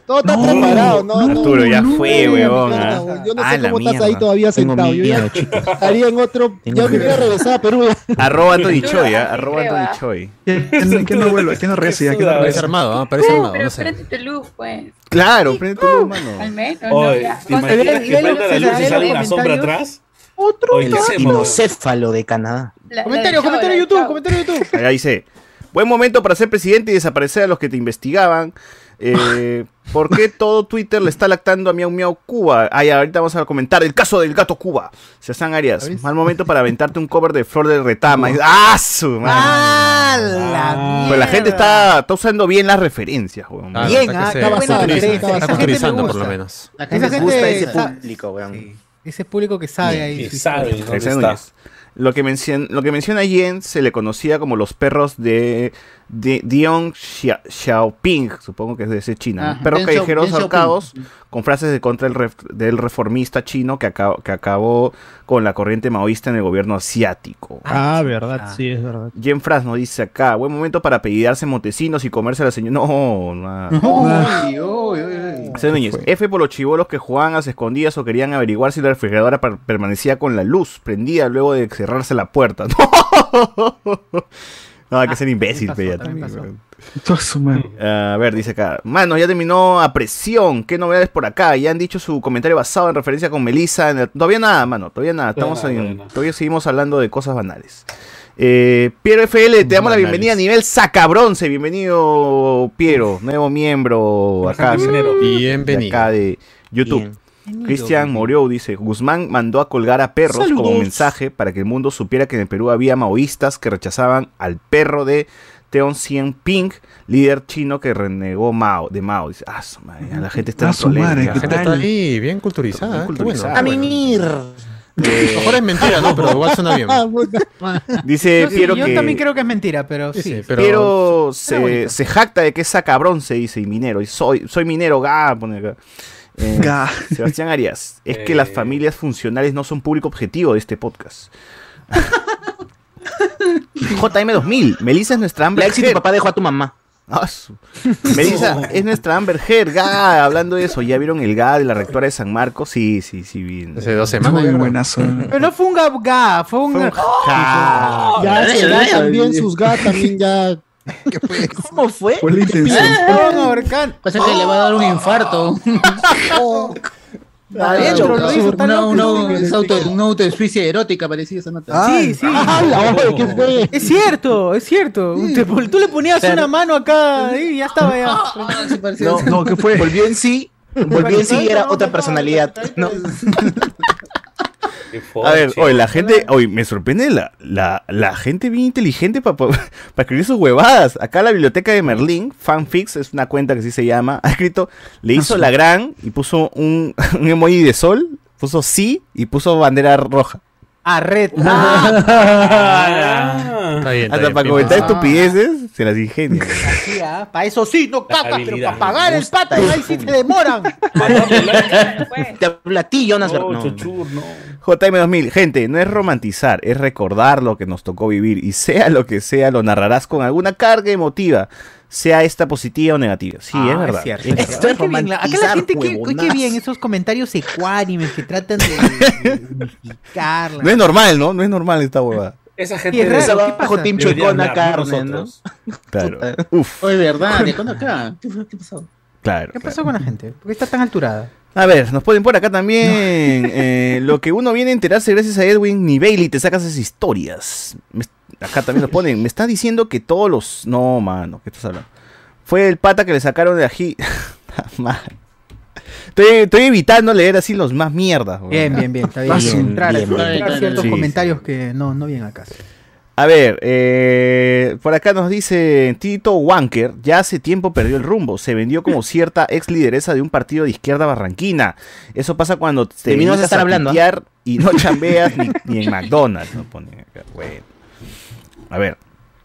Todo está preparado, no, no. Arturo, ya fue, weón. Yo no Ah, sé la cómo estás mierda. ahí todavía Tengo sentado. Yo miedo, ya chicos. estaría en otro. Tengo Ya me miedo. hubiera regresado a Perú. Arroba Anthony Choi, ¿ah? sí Arroba creo, Anthony ¿ah? Choi. ¿Quién, quién no vuelve? ¿Quién no regresa? ¿Quién no Parece regresa? armado, ¿ah? Parece No, armado, pero no sé. prende tu luz, pues. Claro, prende tu luz, mano. Al menos, ¿no? Oye, Ya. ¿te imaginas Lee- que lee prenda los- la luz y lee sale los una sombra comentarios. atrás? Otro. Oye, ¿qué hacemos? Dinocéfalo de Canadá. La- la Comentario, del chavo, comentario la de del YouTube, chavo. comentario de YouTube. Acá dice, buen momento para ser presidente y desaparecer a los que te investigaban. Eh, ¿Por qué todo Twitter le está lactando a Miau Miau Cuba? Ay, ahorita vamos a comentar el caso del gato Cuba. Cezanne Arias, mal momento para aventarte un cover de Flor de Retama. ¡Ah, su madre! ¡Ah, la Pues la gente está, está usando bien las referencias, weón. Claro, Bien, está ah, que qué se- buena está referencia. culturizando, Esa está gente me culturizando, por gusta. lo menos. La Esa gente gente gusta ese sa- público, weón. Sí, ese público que sabe ahí. Que sí, sabe sí. dónde Alexander está. Núñez. Lo que, mencion- lo que menciona Yen se le conocía como los perros de, de Deng Xia- Xiaoping, supongo que es de ese China, ¿no? Ajá, Perros Deng Xiao- callejeros Deng Xiaoping. ahorcados con frases de contra el ref- del reformista chino que, acab- que acabó con la corriente maoísta en el gobierno asiático. Ah, verdad, sí, es verdad. Jen Fras nos dice acá, buen momento para apellidarse Montesinos y comerse a la señora. No, no. Uy, uy, uy, uy. José Núñez, F por los chibolos que jugaban a escondidas o querían averiguar si la refrigeradora per- permanecía con la luz prendida luego de cerrarse la puerta. No, hay que ser imbécil, pe, ya también, weón. Toda su madre. A ver, dice acá. Mano, ya terminó a presión. ¿Qué novedades por acá? Ya han dicho su comentario basado en referencia con Melissa. en el- Todavía nada, mano. Todavía nada. Estamos Todavía nada, en- todavía nada. todavía seguimos hablando de cosas banales. Eh, Piero F L, te damos la Banales. bienvenida a nivel Sacabronce. Bienvenido, Piero, nuevo miembro acá. Bienvenido. de Bienvenido. acá de YouTube. Cristian Moriou dice, Guzmán mandó a colgar a perros Saludos. como mensaje para que el mundo supiera que en el Perú había maoístas que rechazaban al perro de Teon Xianping, líder chino que renegó Mao, de Mao. Dice, ah, su madre, la gente está Ah, en su madre, polémica. La ¿qué gente tal? está ahí bien culturizada. Bien qué culturizada. bueno. A mimir. Eh, Mejor es mentira, ¿no? Pero igual suena bien. Ah, puta madre. dice Yo, sí, Piero yo que también creo que es mentira, pero sí. Sí, sí, pero- Piero Pero bonito. se, se jacta de que es sacabrón, se dice, y minero. Y soy, soy minero, ga, pone acá. Eh, Ga. Sebastián Arias, es que Eh. las familias funcionales no son público objetivo de este podcast. J M dos mil, Melissa es nuestra Amber La ex y tu Heard. papá dejó a tu mamá. Ah, su- Melissa es nuestra Amber Heard, ga, hablando de eso, ¿ya vieron el ga de la rectora de San Marcos? Sí, sí, sí, vi. Hace dos semanas. Muy yo creo. buenazo. Pero no fue un ga, fue un. Fue un ga- ja. Ya Ay, se ay, da ay, también ay. sus gatos, también ya. ¿Cómo fue? Fue la intención. Estaban ahorcando. Pasa que le va a dar un infarto. Adentro lo hizo tan Una, loco. una, es auto, una autoespecie erótica parecía esa nota. Sí, sí. ¡Hala! Oye, ¿qué fue? Es cierto, es cierto. Te- tú le ponías Pero- una mano acá y ya estaba ya. Ah, sí parecía No, eso. No, ¿qué fue? Volvió en sí. Volvió en sí y era otra personalidad. No. Qué A ver, forche. oye, la gente, oye, me sorprende la, la, la gente bien inteligente para escribir sus huevadas. Acá la biblioteca de Merlín, Fanfix, es una cuenta que sí se llama, ha escrito, le hizo la gran y puso un, un emoji de sol, puso sí y puso bandera roja. Ah, red. Ah, Está bien, está Hasta bien, para bien comentar pensado. estupideces, se las ingenia. Así, ah. Para eso sí, no caca, pero habilidad. para pagar el pato, ahí sí se demoran. Te habla a ti, Jonas. no, No, chochur, no. J M dos mil, gente, no es romantizar, es recordar lo que nos tocó vivir y sea lo que sea, lo narrarás con alguna carga emotiva, sea esta positiva o negativa. Sí, Ah, es verdad. cierto. Es Ay, verdad. qué bien, la- Acá la gente, qué, huevonazo. qué bien, esos comentarios ecuánimes que tratan de unificarla. No es normal, ¿no? No es normal esta huevada. Esa Sí, gente es de- raro, ¿qué Bajo pasa? Team debería Chuecona hablar, no carne, ¿no? nosotros. Claro. Uf, Oye, verdad, ¿de cuándo acá? ¿Qué, fue? ¿Qué pasó? claro. ¿Qué claro. pasó con la gente? ¿Por qué está tan alturada? A ver, nos ponen por acá también eh, lo que uno viene a enterarse gracias a Edwin ni Bailey te sacas esas historias. Me- acá también nos ponen, me está diciendo que todos los... No, mano, ¿qué estás hablando? Fue el pata que le sacaron de aquí. Estoy, estoy evitando leer así los más mierdas. weón. Bien, bien, bien, está bien. Bien, entrar, bien, entrar bien. ciertos Sí, comentarios que no, no vienen acá. A ver, eh, por acá nos dice Tito Wanker, ya hace tiempo perdió el rumbo, se vendió como cierta ex lideresa de un partido de izquierda barranquina. Eso pasa cuando te De mí no vas a dedicas estar hablando, ¿ah? pitear y no chambeas ni, ni en McDonald's. ¿No? Pone acá, bueno. A ver,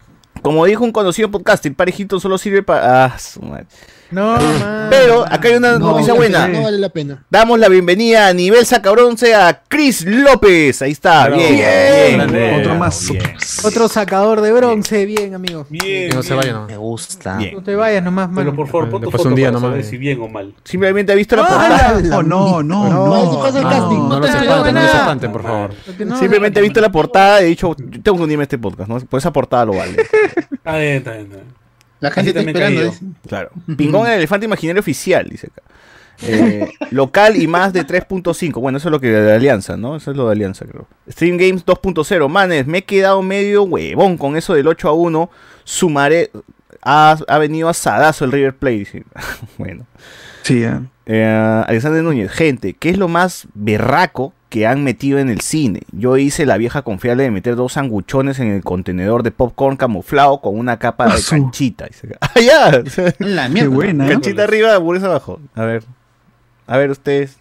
Como dijo un conocido podcast, el parejito solo sirve para... Ah, su madre. No, man. Pero acá hay una No, noticia no, buena. no vale la pena. Damos la bienvenida a nivel sacabronce a Chris López. Ahí está, Bravo. bien. Bien. bien. Otro más. Bien. Otro sacador de bronce, bien, amigo. Bien. Que no se vaya, ¿no? Me gusta. Bien. No te vayas nomás, mano. Pero por favor, pon tu Después foto un día para nomás. saber si bien o mal. Simplemente ha visto la Ah, portada. No, no, no, No, no. eso pasa el casting. No, no lo te espanten, no lo nada. espanten, por favor. No, Simplemente he visto la portada y he dicho, yo tengo que unirme a este podcast, ¿no? Por esa portada lo vale. Está bien, está bien. Está bien. La gente Así está también esperando. caí yo. dice. Claro. Pingón el elefante imaginario oficial, dice acá. Eh, local y más de tres punto cinco. Bueno, eso es lo que de Alianza, ¿no? Eso es lo de Alianza, creo. Stream Games dos punto cero. Manes, me he quedado medio huevón con eso del ocho a uno. Sumaré. Ha, ha venido asadazo el River Plate. Dice. Bueno. Sí, eh. Eh, Alexander Núñez, gente, ¿qué es lo más berraco que han metido en el cine? Yo hice la vieja confiable de meter dos sanguchones en el contenedor de popcorn camuflado con una capa de Ah, su. canchita. ¡Ah, ya! La Qué mierda. buena. ¿eh? Canchita arriba, hamburguesa abajo. A ver. A ver, ustedes.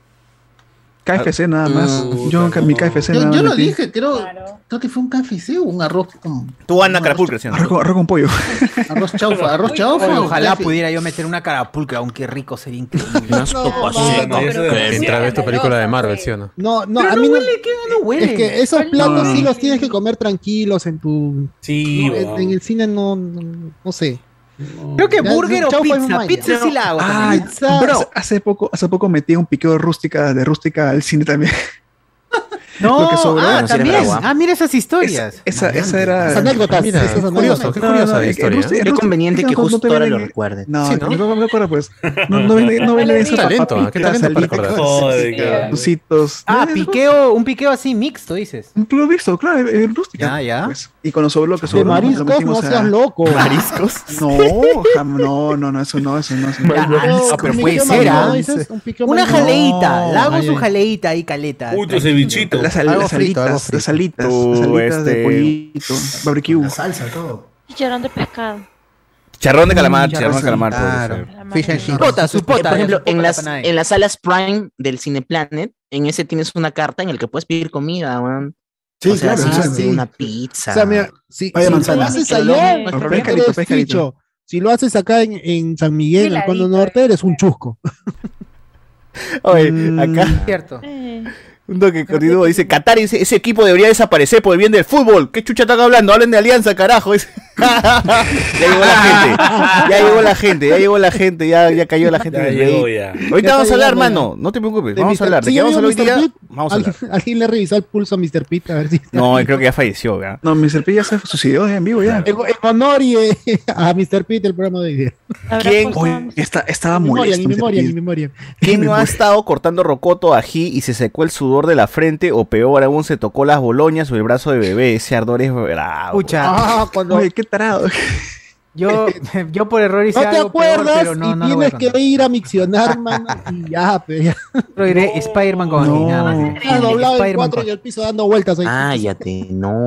K F C nada más. Mm, Yo puta, mi no. K F C Yo, nada yo más. lo metí. dije, creo, Claro. creo que fue un K F C o un arroz con Tú, Ana un Carapulcra, ¿sí o no? Arroz, con- arroz con pollo. arroz chaufa, arroz chaufa. Oye, o ojalá K F C. pudiera yo meter una carapulcra, aunque rico sería increíble. Unas topas no, secas. no, eso de- Mientras ves tu película de Marvel, ¿sí o no? No, no, Pero a no mí no. huele, ¿qué no huele? Es que esos platos No. sí los tienes que comer tranquilos en tu. Sí, no, en, weón. en el cine no, no, no sé. Creo que Ya, burger o chaufa es pizza. maña. Pizza sí la hago Ah, también. Pizza, bro, hace- hace poco, hace poco metí un piqueo rústica de rústica al cine también. No, lo que sobró. ah, No, sí era también. brava. Ah, mira esas historias. Esa, esa, esa era. Esas anécdotas. Mira, esas anécdotas. curioso, qué No, curiosa no, la es- historia. es- ¿eh? Qué conveniente que no, no justo te ahora venden- lo recuerdes. No, Sí, no, ¿no? no me acuerdo, pues. No, no venden, no venden esas talento, ¿ah? Qué papitas, talento para alitas, Joder, cabrón. dulcitos. Ah, No, piqueo, un piqueo así mixto, dices. no, Lo he visto, claro, es rústica. Ya, ya. Pues. Y cuando sobró lo que De sobró, lo mariscos, no metimos a- seas loco. Mariscos. No, jam- no, no, no, eso no, eso no. Eso no. Ya, Pero, ah, pero un puede piqueo ser, marinado, ¿ah? dices, un piqueo Una marinado. jaleita, la hago Ay, su ay. jaleita ahí, caleta. Uy, tu cevichito. Las, al- Algo las frito, algo alitas, frito. las alitas, Tu, las alitas de este- pollito, barbecue. La salsa, todo. Chicharrón de pescado. Charrón de calamar, Mm, charrón de calamar. claro. puede ser. La Fish and madre. chips. Pota, su Eh, pota. por ejemplo, su pota en las, panay. en las salas Prime del Cineplanet, en ese tienes una carta en la que puedes pedir comida, weón. Sí, o sea, claro, si claro. haces sí. una pizza. O sea, mira, si, Vaya si manzana. lo haces Michelón, allá, Michelón. eres Pescadito, pescadito. ficho. Si lo haces acá en, en San Miguel, en el Condo Heladito, Norte, eh. eres un chusco. Oye, Mm. acá Cierto. Eh, un toque continúa dice, Qatar, ese, ese equipo debería desaparecer por el bien del fútbol. ¿Qué chucha están hablando? Hablen de Alianza, carajo. Dice. ya llegó la gente, ya llegó la gente, ya llegó la gente, ya, ya cayó la gente. Ya del llegó, rey. ya. Ahorita Ya vamos está a hablar, llegando, mano. No te preocupes, De vamos a mister hablar. ¿De Sí, qué vamos a hablar hoy mister día? Pitt. Vamos a hablar. ¿Alguien, alguien le revisó el pulso a mister Pitt a ver si. No, creo que ya falleció, ¿verdad? No, mister P ya se suicidó en vivo ya. En, en honor y, eh, a mister Pitt el programa de hoy día. habrá ¿Quién? puesto- Oye, está, estaba Mi memoria, molesto. mi mister memoria, P. mi memoria. ¿Quién no ha estado cortando rocoto ají y se secó el sudor de la frente o peor aún se tocó las boloñas o el brazo de bebé? Ese ardor es bravo. Pucha, Ah, cuando Oye, qué tarado. yo, yo por error hice no te algo peor, acuerdas pero no, y no lo voy a tienes que contar. ir a miccionar, mano, y ya, pero ya. Solo diré Spider-Man con No. ají, nada más. Está doblado en Spider-Man cuatro con- y el piso dando vueltas ahí. Cállate,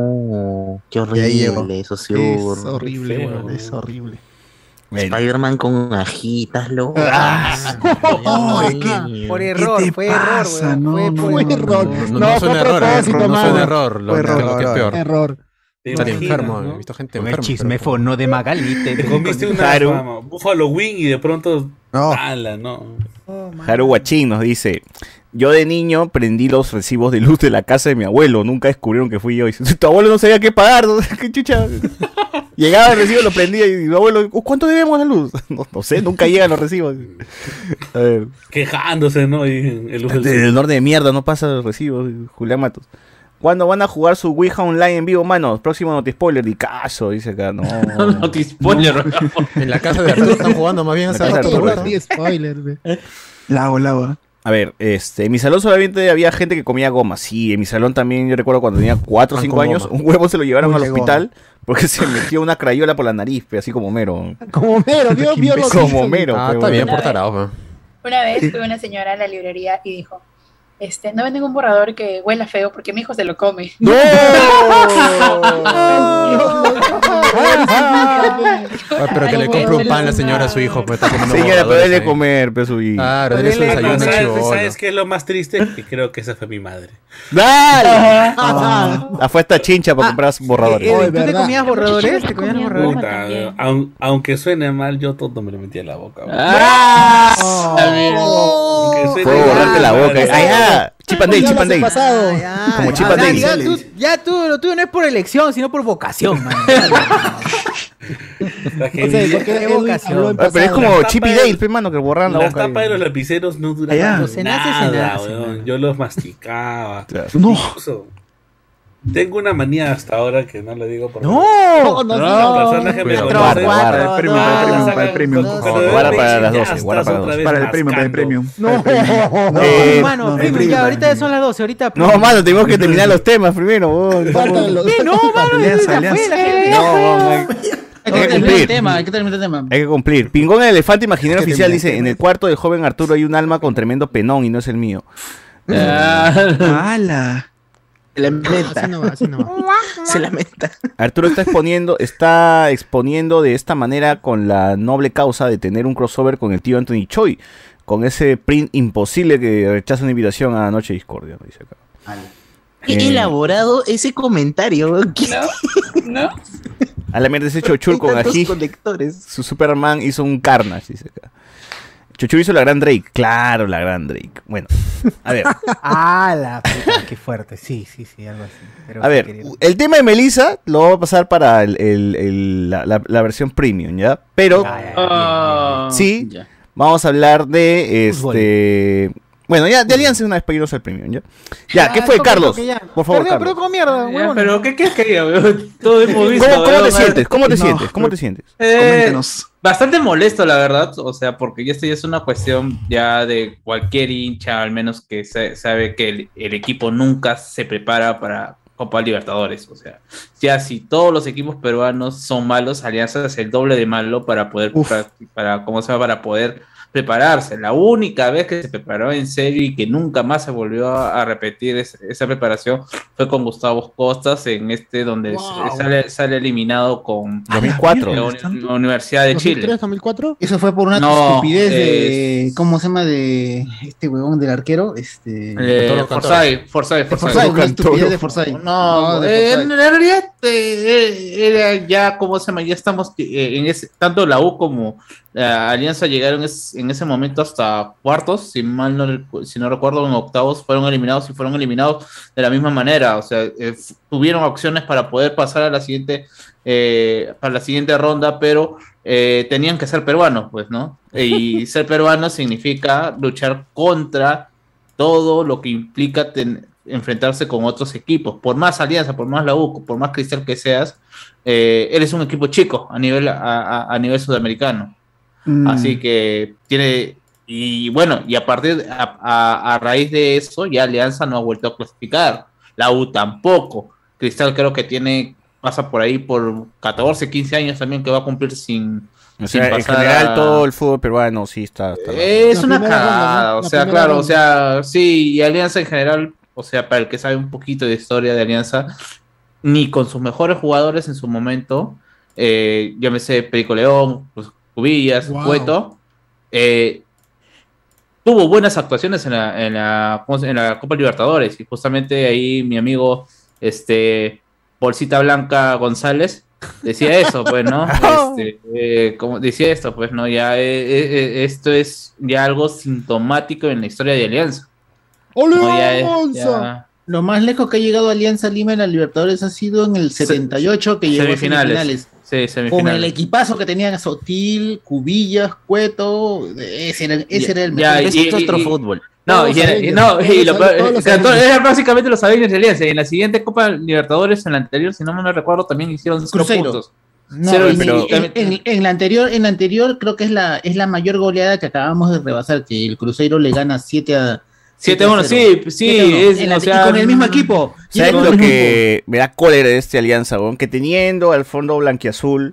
no. Qué ahí llegó. horrible, eso sí. Es horrible, feo. weón, es horrible. Spider-Man con ajitas, loco. Ah. Ay, qué- Por ¿Qué error, te fue pasa? error, No, weón. no, Fue, Fue fue error. No, No, no fue suena a error, propósito, no suena mano. error. Lo, Fue error, lo que es error. peor. Error. Te Estar imaginas, enfermo, ¿no? he visto gente Con el enferma. chisméfono de Magali. Te, Te comiste una Claro. fama, Buffalo Wing y de pronto. No. ¡Hala, no! Haru Guachín nos dice, yo de niño prendí los recibos de luz de la casa de mi abuelo, nunca descubrieron que fui yo. Y dice, tu abuelo no sabía qué pagar, ¿no? ¿Qué chucha? Llegaba el recibo, lo prendía y mi abuelo, ¿cuánto debemos la luz? No, no sé, nunca llegan los recibos. A ver, Quejándose, ¿no? Y el luz del del sol. norte de mierda no pasa los recibos, Julián Matos. ¿Cuándo van a jugar su Ouija online en vivo, manos? Próximo Notispoiler, y caso, dice acá, no. No te spoiler. En la casa de Arturo están jugando más bien hace La casa de rato. Arturo. ¿verdad? Sí, spoiler, ve. Lago, lago. A ver, este, en mi salón solamente había gente que comía goma. Sí, en mi salón también, yo recuerdo cuando tenía cuatro o Pan cinco con años, goma. un huevo se lo llevaron Uy, al qué hospital porque se metió una crayola por la nariz, pe, así como Mero. Como mero, vio, vio los Como Simpsons. Mero. Ah, pe, está bueno. bien, por tarado, pe. Una vez fue una señora a la librería y dijo, este, no venden un borrador que huela feo porque mi hijo se lo come. ¡No! Ah, pero que le compre un pan a la señora a su hijo, pues está comiendo Señora, pero borradores dele ahí. comer, pues su hijo. Claro, dele su Ah, desayuno ¿sabes, chibolo. ¿Sabes qué es lo más triste? Que creo que esa fue mi madre. ¡Dale! Ah, fue esta chincha para comprar borradores. Eh, ¿Tú te comías borradores? ¿Te comías borradores? Puta, aun- aunque suene mal, yo todo me lo metía en la boca. weón. ¡Ah! Aunque suene Puedo mal, borrarte la boca. weón. Allá, Chip and Dale, Chip and Dale. Ya, Como ya, Chip and ya, Dale. ya, tú, ya tú, lo tuyo no es por elección, sino por vocación, man. La que No sé, mi- porque Qué Edwin vocación. habló en Ah, pero es pasado. como La Chip y tapa Dale, de- pe, mano, que borran la Las boca. tapas de los lapiceros no duraban Allá. No, se nace, se nada, nace, weón. man. Yo los masticaba. No. Incluso, tengo una manía hasta ahora que no le digo por ¡No! No, no, Las no. personas que me Cuidado, conocen, guarda, guarda. Para el premium, para el premium, para el premium. cuando Guarda me para dicen, las ya doce, guarda estás para las otra doce. vez Para el premium, para el mascando. premium. No, No, Eh, mano, no, premium, premium, ya, ahorita premium. son las doce, ahorita. No, mano, tenemos que terminar los temas primero. weón. Faltan los- ¿Qué? No, mano, Alianza, ya alianza. fue, la gente No, ya fue. weón, hay- Hay que Hay que terminar el cumplir. tema, hay que terminar el tema. Hay que cumplir. Pingón el elefante imaginario Hay que oficial terminar. dice: en el cuarto del joven Arturo hay un alma con tremendo penón y no es el mío. ¡Hala! Se lamenta. Así no va, así no va. Se lamenta. Arturo está exponiendo, está exponiendo de esta manera con la noble causa de tener un crossover con el tío Anthony Choi, con ese print imposible que rechaza una invitación a Noche Discordia, dice acá. Qué Eh, elaborado ese comentario. ¿Qué? ¿No? A la mierda ese Chochur Hay con tantos ají. conectores. Su Superman hizo un Carnage, dice acá. Chochur hizo la gran Drake. Claro, la gran Drake. Bueno, a ver. Ah, la puta, qué fuerte. Sí, sí, sí, algo así. Pero A sí, ver, querido. el tema de Melissa lo voy a pasar para el- el- el- la, la- la versión premium, ¿ya? Pero Ya, ya, ya, Ah, sí, ya. vamos a hablar de Fútbol. este... Bueno, ya, de Alianza una vez para irnos al premium, ¿ya? Ya, ¿qué Ah, fue, toque, Carlos? toque, ya. Por favor, Perdió, Carlos. pero como mierda, Ya, huevón. pero ¿qué quieres que diga, weón? Todo hemos visto. ¿Cómo, cómo te weón. sientes? ¿Cómo te No, sientes? ¿Cómo pero- te sientes? Eh, Coméntenos. Bastante molesto, la verdad, o sea, porque esto ya es una cuestión ya de cualquier hincha, al menos que se- sabe que el, el equipo nunca se prepara para Copa Libertadores, o sea, ya si todos los equipos peruanos son malos, Alianza es el doble de malo para poder, para, para, ¿cómo se llama? Para poder prepararse. La única vez que se preparó en serio y que nunca más se volvió a, a repetir es- esa preparación fue con Gustavo Costas en este donde Wow. se- sale, sale eliminado con dos mil cuatro. la, uni- la Universidad de ¿dos mil Chile. tres, dos mil cuatro? Eso fue por una No, estupidez de. es- ¿Cómo se llama? De este huevón del arquero. Este. Eh, Cantoro, Cantoro. Forsyth, Forsyth, de Forsyth. Forsyth, una Cantoro. estupidez de Forsyth. No, de eh, en Forsyth. realidad eh, era ya, ¿cómo se llama? Ya estamos eh, en ese, tanto la U como la Alianza llegaron es- en ese momento hasta cuartos, si mal no, recu- si no recuerdo, en octavos fueron eliminados y fueron eliminados de la misma manera, o sea, eh, f- tuvieron opciones para poder pasar a la siguiente, eh, para la siguiente ronda, pero eh, tenían que ser peruanos, pues, ¿no? Y ser peruano significa luchar contra todo lo que implica ten- enfrentarse con otros equipos. Por más Alianza, por más la U, por más Cristal que seas, eh, eres un equipo chico a nivel, a, a- a nivel sudamericano. Mm. Así que tiene... Y bueno, y a partir, a, a- a raíz de eso, ya Alianza no ha vuelto a clasificar. La U tampoco. Cristal creo que tiene, pasa por ahí por catorce, quince años también que va a cumplir sin... O sin sea, en pasar general a- todo el fútbol peruano sí está... está mal. es La una primera ronda, cagada, ¿no? o La sea, primera claro, o ronda. sea, sí, y Alianza en general, o sea, para el que sabe un poquito de historia de Alianza, ni con sus mejores jugadores en su momento, eh, llámese Perico León, pues, Cubillas, Wow. Cueto, eh, tuvo buenas actuaciones en la, en la, ¿cómo se- en la Copa Libertadores, y justamente ahí mi amigo, este, Bolsita Blanca González, decía eso, pues, ¿no? Este, eh, como decía esto, pues, ¿no? Ya eh, eh, eh, esto es ya algo sintomático en la historia de Alianza. ¡Ole, No, ya es- Alonso! ya- Lo más lejos que ha llegado Alianza Lima en la Libertadores ha sido en el setenta y ocho, que llegó a semifinales. semifinales. Sí, Con el semifinales. equipazo que tenían Sotil, Cubillas, Cueto, ese era, ese Ya- era el ya, mejor. Ese y- es otro y- fútbol. No, Todos y, Avengers, y- no, todos y lo los- peor- todos los o sea, Avengers. todo- era básicamente los Avengers de Alianza. Y en la siguiente Copa Libertadores, en la anterior, si no me recuerdo, también hicieron cero Cruzeiro. puntos. No, Cero, en, pero- en- en- en la anterior, en la anterior creo que es la, es la mayor goleada que acabamos de rebasar, que el Cruzeiro le gana siete a siete a uno, sí, sí, siete a uno. es, En la- o sea, y con el mismo equipo. Y ¿Sabes con lo el mismo que me da cólera de este Alianza, weón? Que teniendo al fondo blanquiazul,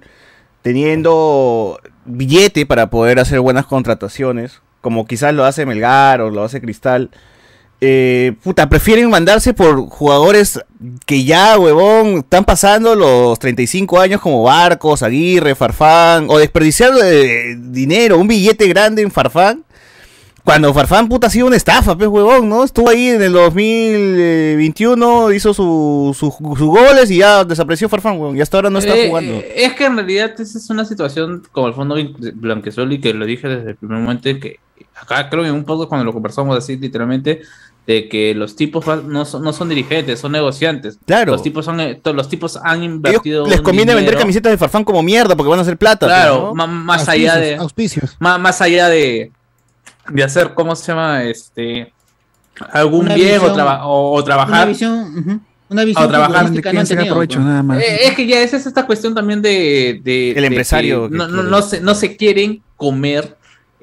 teniendo billete para poder hacer buenas contrataciones, como quizás lo hace Melgar o lo hace Cristal, eh, puta, prefieren mandarse por jugadores que ya, huevón, están pasando los treinta y cinco años como Barcos, Aguirre, Farfán, o desperdiciar eh, dinero, un billete grande en Farfán. Cuando Farfán, puta, ha sido una estafa, pues, huevón, ¿no? Estuvo ahí en el dos mil veintiuno, hizo sus su, su goles y ya desapareció Farfán, huevón, y hasta ahora no está Eh, jugando. eh, es que en realidad esa es una situación como el fondo Blanquezoli, que lo dije desde el primer momento, que acá creo que en un poco cuando lo conversamos así literalmente, de que los tipos no son, no son dirigentes, son negociantes. Claro. Los tipos son eh, to- los tipos han invertido. Les un conviene vender dinero. camisetas de Farfán como mierda porque van a hacer plata. Claro, pues, ¿no? ma- más allá de auspicios. Más, más allá de, de hacer, ¿cómo se llama? Este algún Una bien o, visión- traba- o, o trabajar. Una visión, ujú, una visión o trabajar futbolística no han tenido, pues. Eh, es que ya esa es esta cuestión también de, de El de empresario que que no, no, quiere. no se, no se quieren comer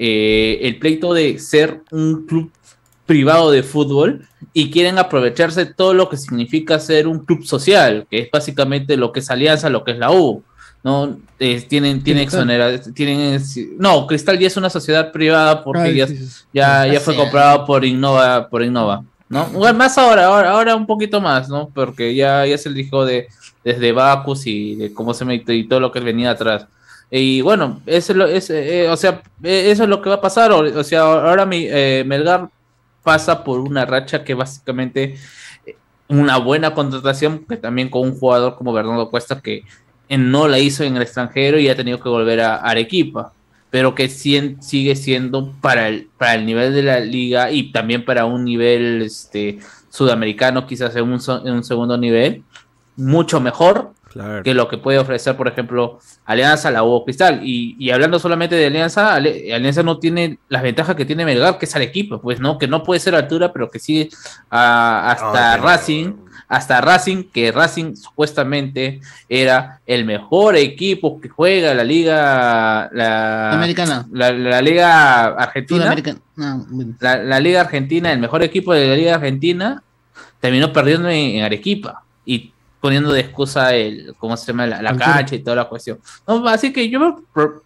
eh, el pleito de ser un club privado de fútbol y quieren aprovecharse de todo lo que significa ser un club social, que es básicamente lo que es Alianza, lo que es la U. ¿No? Eh, tienen, tienen exonera, tienen, no, Cristal ya es una sociedad privada porque Ay, ya, sí, sí. ya, ya Ya fue sé. comprado por Innova, por Innova, ¿no? Bueno, más ahora, ahora, ahora un poquito más, ¿no? Porque ya, ya se dijo de desde Bacus y de cómo se mete y todo lo que venía atrás. Y bueno, eso es lo, es, eh, o sea, eh, eso es lo que va a pasar. O, o sea, ahora mi, eh, Melgar pasa por una racha que básicamente eh, una buena contratación, que también con un jugador como Bernardo Cuesta que eh, no la hizo en el extranjero y ha tenido que volver a Arequipa, pero que sí, sigue siendo para el, para el nivel de la liga y también para un nivel este, sudamericano, quizás en un, en un segundo nivel, mucho mejor Claro. que lo que puede ofrecer, por ejemplo, Alianza, la U o Cristal. Y, y hablando solamente de Alianza, Ale- Alianza no tiene las ventajas que tiene Melgar, que es al equipo, pues no, que no puede ser altura, pero que sigue ah, hasta Ah, pero- Racing, hasta Racing, que Racing supuestamente era el mejor equipo que juega la liga la Americana. la, la liga argentina, Sudamericana. No, bueno. la, la liga argentina, el mejor equipo de la liga argentina, terminó perdiendo en, en Arequipa y poniendo de excusa el, ¿cómo se llama? La, la Altura. cancha y toda la cuestión. No, así que yo,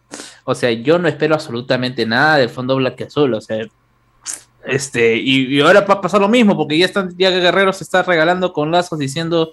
o sea, yo no espero absolutamente nada del fondo blanquiazul, o sea, este, y, y ahora va a pasar lo mismo, porque ya están, ya Guerrero se está regalando con lazos diciendo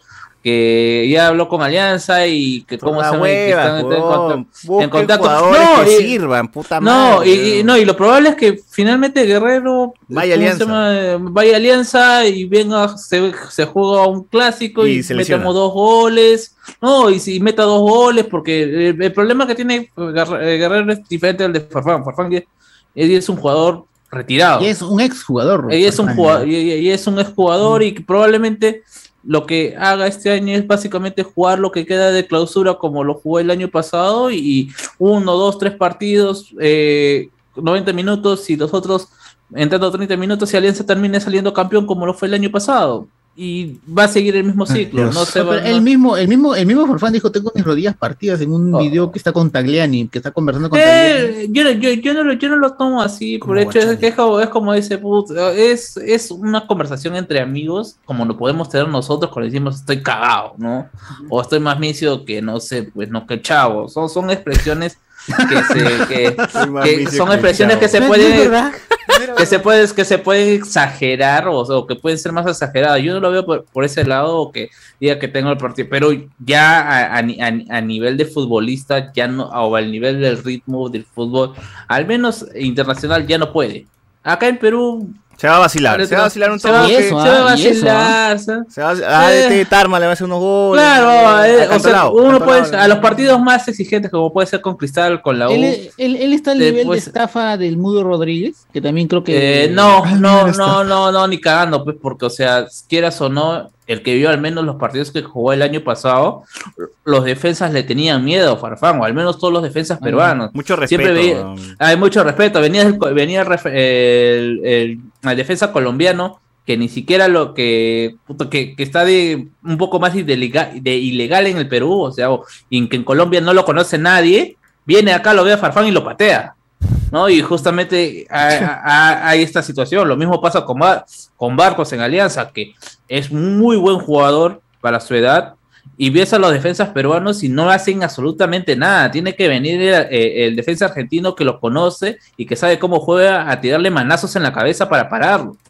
que ya habló con Alianza y que cómo se llama, y que están en- en contacto- en contacto. jugadores No, que y- sirvan, puta no, madre. y, y- no, y lo probable es que finalmente Guerrero Vaya ¿cómo se Alianza. llama? Vaya Alianza y venga, se, se juega un clásico Y y, se metamos lesiona. dos goles. No, y si meta dos goles, porque el, el problema que tiene Guerre- eh, Guerrero es diferente al de Farfán. Farfán ya- él es un jugador retirado. Y es un ex jugador. Y es un jugador, y, y- y es un exjugador y que probablemente lo que haga este año es básicamente jugar lo que queda de clausura como lo jugó el año pasado y, y uno, dos, tres partidos, eh, noventa minutos y los otros entrando treinta minutos y Alianza termine saliendo campeón como lo fue el año pasado. Y va a seguir el mismo ciclo. Dios. No se No, va, pero no- el mismo, el mismo, el mismo Forfán dijo, tengo mis rodillas partidas en un Oh. video que está con Tagliani, que está conversando con Tagliani. Eh, yo, no- yo, yo, no lo, yo no lo tomo así, por hecho es que es como, es como dice Put, es, es una conversación entre amigos, como lo podemos tener nosotros cuando decimos estoy cagado, ¿no? O estoy más misio que no sé, pues no que chavo. Son, son expresiones que se, que, Estoy más que misio son que expresiones chavo. que se No, pueden, no es verdad. que se puede, que se pueden exagerar o, o que pueden ser más exageradas. Yo no lo veo por, por ese lado o que diga que tengo el partido, pero ya a, a, ni- a, a nivel de futbolista, ya no, o al nivel del ritmo del fútbol, al menos internacional, ya no puede. Acá en Perú Se va a vacilar, se va a vacilar un se va- toque. se va a vacilar, se- Se va a ah, Eh. este Tarma le va a hacer unos goles. Claro, eh, o sea, Acantonado, uno acantonado. puede, a los partidos más exigentes, como puede ser con Cristal, con la U. Él, él, él está al nivel Después- de estafa del Mudo Rodríguez, que también creo que... Eh, no, no, no, no, no, ni cagando, pues, porque, o sea, quieras o no, el que vio al menos los partidos que jugó el año pasado, los defensas le tenían miedo a Farfán, o al menos todos los defensas peruanos. Mucho respeto. Siempre veía- hay mucho respeto. Venía el, venía el, ref- el, el- el defensa colombiano que ni siquiera lo que puto, que, que está de un poco más de, ilegal, de ilegal en el Perú, o sea, o- y que en Colombia no lo conoce nadie, viene acá, lo ve a Farfán y lo patea. ¿No? Y justamente hay, hay- hay esta situación. Lo mismo pasa con, Bar- con Barcos en Alianza, que es muy buen jugador para su edad. Y ves a los defensas peruanos y no hacen absolutamente nada. Tiene que venir el, el defensa argentino que lo conoce y que sabe cómo juega a tirarle manazos en la cabeza para pararlo. Y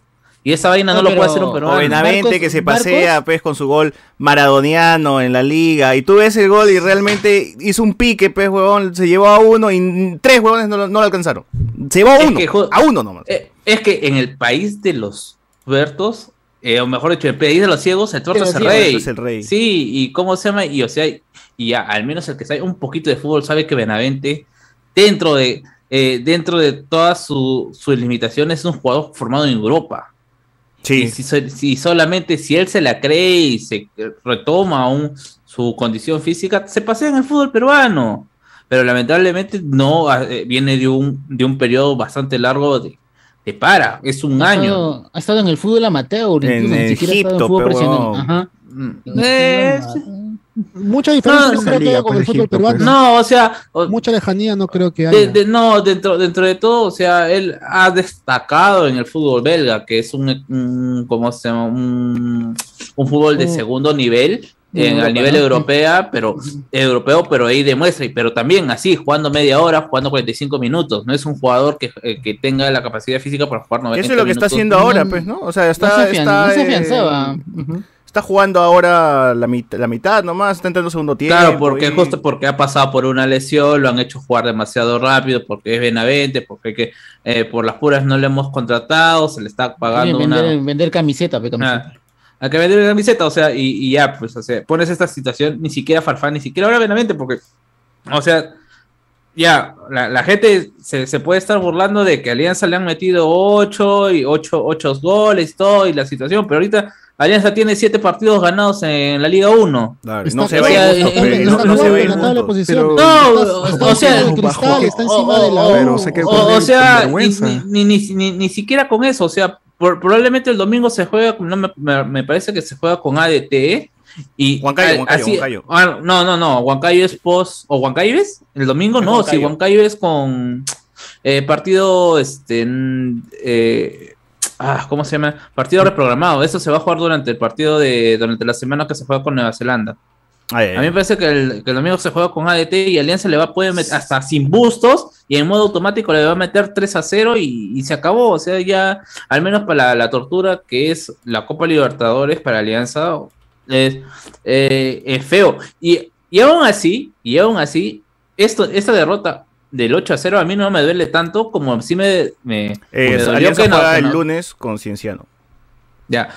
Y esa vaina no, no lo puede hacer un peruano. O Benavente Marcos, que se Marcos, pasea pues con su gol maradoniano en la liga. Y tú ves el gol y realmente hizo un pique, pues, huevón. Se llevó a uno y tres huevones no, lo- no lo alcanzaron. Se llevó a uno. que, jo- a uno nomás. eh, es que en el país de los tuertos, eh, o mejor dicho, el país de los ciegos, el tuerto Sí, es el sí, rey. es el rey. Sí, y cómo se llama, y o sea, y ya, al menos el que sabe un poquito de fútbol sabe que Benavente, dentro de, eh, dentro de todas su- sus limitaciones, es un jugador formado en Europa. Sí. Y si, so- si solamente si él se la cree y se retoma aún su condición física, se pasea en el fútbol peruano. Pero lamentablemente no eh, viene de un, de un periodo bastante largo de, de para, es un Ha año. estado- ha estado en el fútbol amateur, En incluso, ni siquiera ha estado en Egipto, fútbol pero, profesional. weón. Ajá. Eh, Mucha diferencia No, no, creo que liga, haya con por el fútbol ejemplo, peruano. pues. No, o sea, mucha lejanía no creo que haya. De- de- no, dentro, dentro de todo, o sea, él ha destacado en el fútbol belga, que es un, un ¿cómo se llama? Un, un fútbol de Un- segundo nivel, de en, Europa, al nivel ¿no? europeo, pero europeo, pero ahí demuestra, y- pero también así, jugando media hora, jugando cuarenta y cinco minutos, no es un jugador que, eh, que tenga la capacidad física para jugar noventa Eso es lo que está minutos. haciendo ahora, pues, ¿no? O sea, está, no se afian- está, no se eh, afianzaba. está jugando ahora la, mit- la mitad nomás, está entrando segundo tiempo. Claro, porque y- justo porque ha pasado por una lesión, lo han hecho jugar demasiado rápido, porque es Benavente, porque que, eh, por las puras no le hemos contratado, se le está pagando Quieren una... vender, vender camiseta, pe, camiseta. Ah, hay que vender la camiseta, o sea, y, y ya, pues, o sea, pones esta situación, ni siquiera Farfán, ni siquiera ahora Benavente, porque, o sea, ya, la, la gente se, se puede estar burlando de que a Alianza le han metido ocho y ocho, ocho goles, todo, y la situación, pero ahorita Alianza tiene siete partidos ganados en la Liga uno. Claro, no se va a ir justo, pe, no- no se va a ir justo. Pero- No, Está- o sea, el Cristal está encima de la o- U. o- Se quedó o- con o el- sea, con ni, vergüenza. ni, ni, ni, ni siquiera con eso, o sea, por- probablemente el domingo se juega, no me, me, me parece que se juega con A D T y Huancayo, a- Huancayo, así- Huancayo. ah, no, no, no, Huancayo es post o Huancayo es el domingo, Es no, Huancayo. si Huancayo es con eh, partido este n- eh, ah, ¿cómo se llama? Partido reprogramado, eso se va a jugar durante el partido de durante la semana que se juega con Nueva Zelanda. Ay, ay, A mí me parece que el, que el domingo se juega con A D T y Alianza le va a poder meter hasta sin bustos y en modo automático le va a meter tres a cero y, y se acabó. O sea, ya, al menos para la, la tortura que es la Copa Libertadores para Alianza, es, eh, es feo. Y, y aún así, y aún así, esto, esta derrota del ocho a cero a mí no me duele tanto como si me, me, Eh, me dolió Alianza que no- juega que el no- lunes con Cienciano. ya.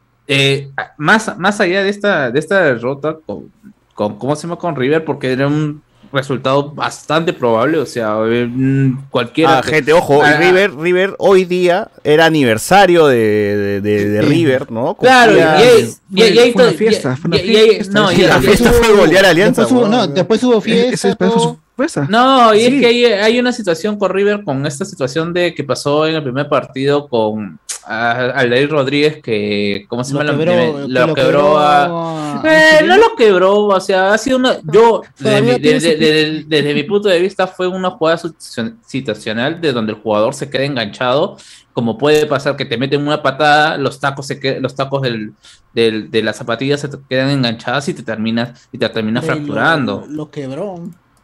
Eh, más, más allá de esta, de esta derrota con, con ¿cómo se llama? Con River, porque era un resultado bastante probable, o sea, eh, mm, cualquiera. Ah, que- gente, ojo, Ah, River, River hoy día era aniversario de, de, de- de River, ¿no? Claro, y Cumplía- ahí- y ahí- y ahí Fue una to- fiesta, y- fue una y- y ahí- fiesta. no, Sí, y- la y- fiesta fue golear a Alianza. Después hubo, no, weón. después hubo fiesta. Ese fue todo. su sorpresa. No, y Sí. es que hay, hay una situación con River, con esta situación de que pasó en el primer partido con ah, Aldair Rodríguez, que, ¿cómo se Lo llama? quebró, Lo, que lo lo quebró quebró a... a- Eh, ¿a no lo quebró, o sea, ha sido una... Yo, desde Todavía mi, tiene desde- su- desde- desde mi punto de vista, fue una jugada situacion- situacional de donde el jugador se queda enganchado, como puede pasar que te meten una patada, los tacos se que- los tacos del, del- de las zapatillas se te quedan enganchadas y te terminas, y te terminas Eh, lo- fracturando. Lo, quebró.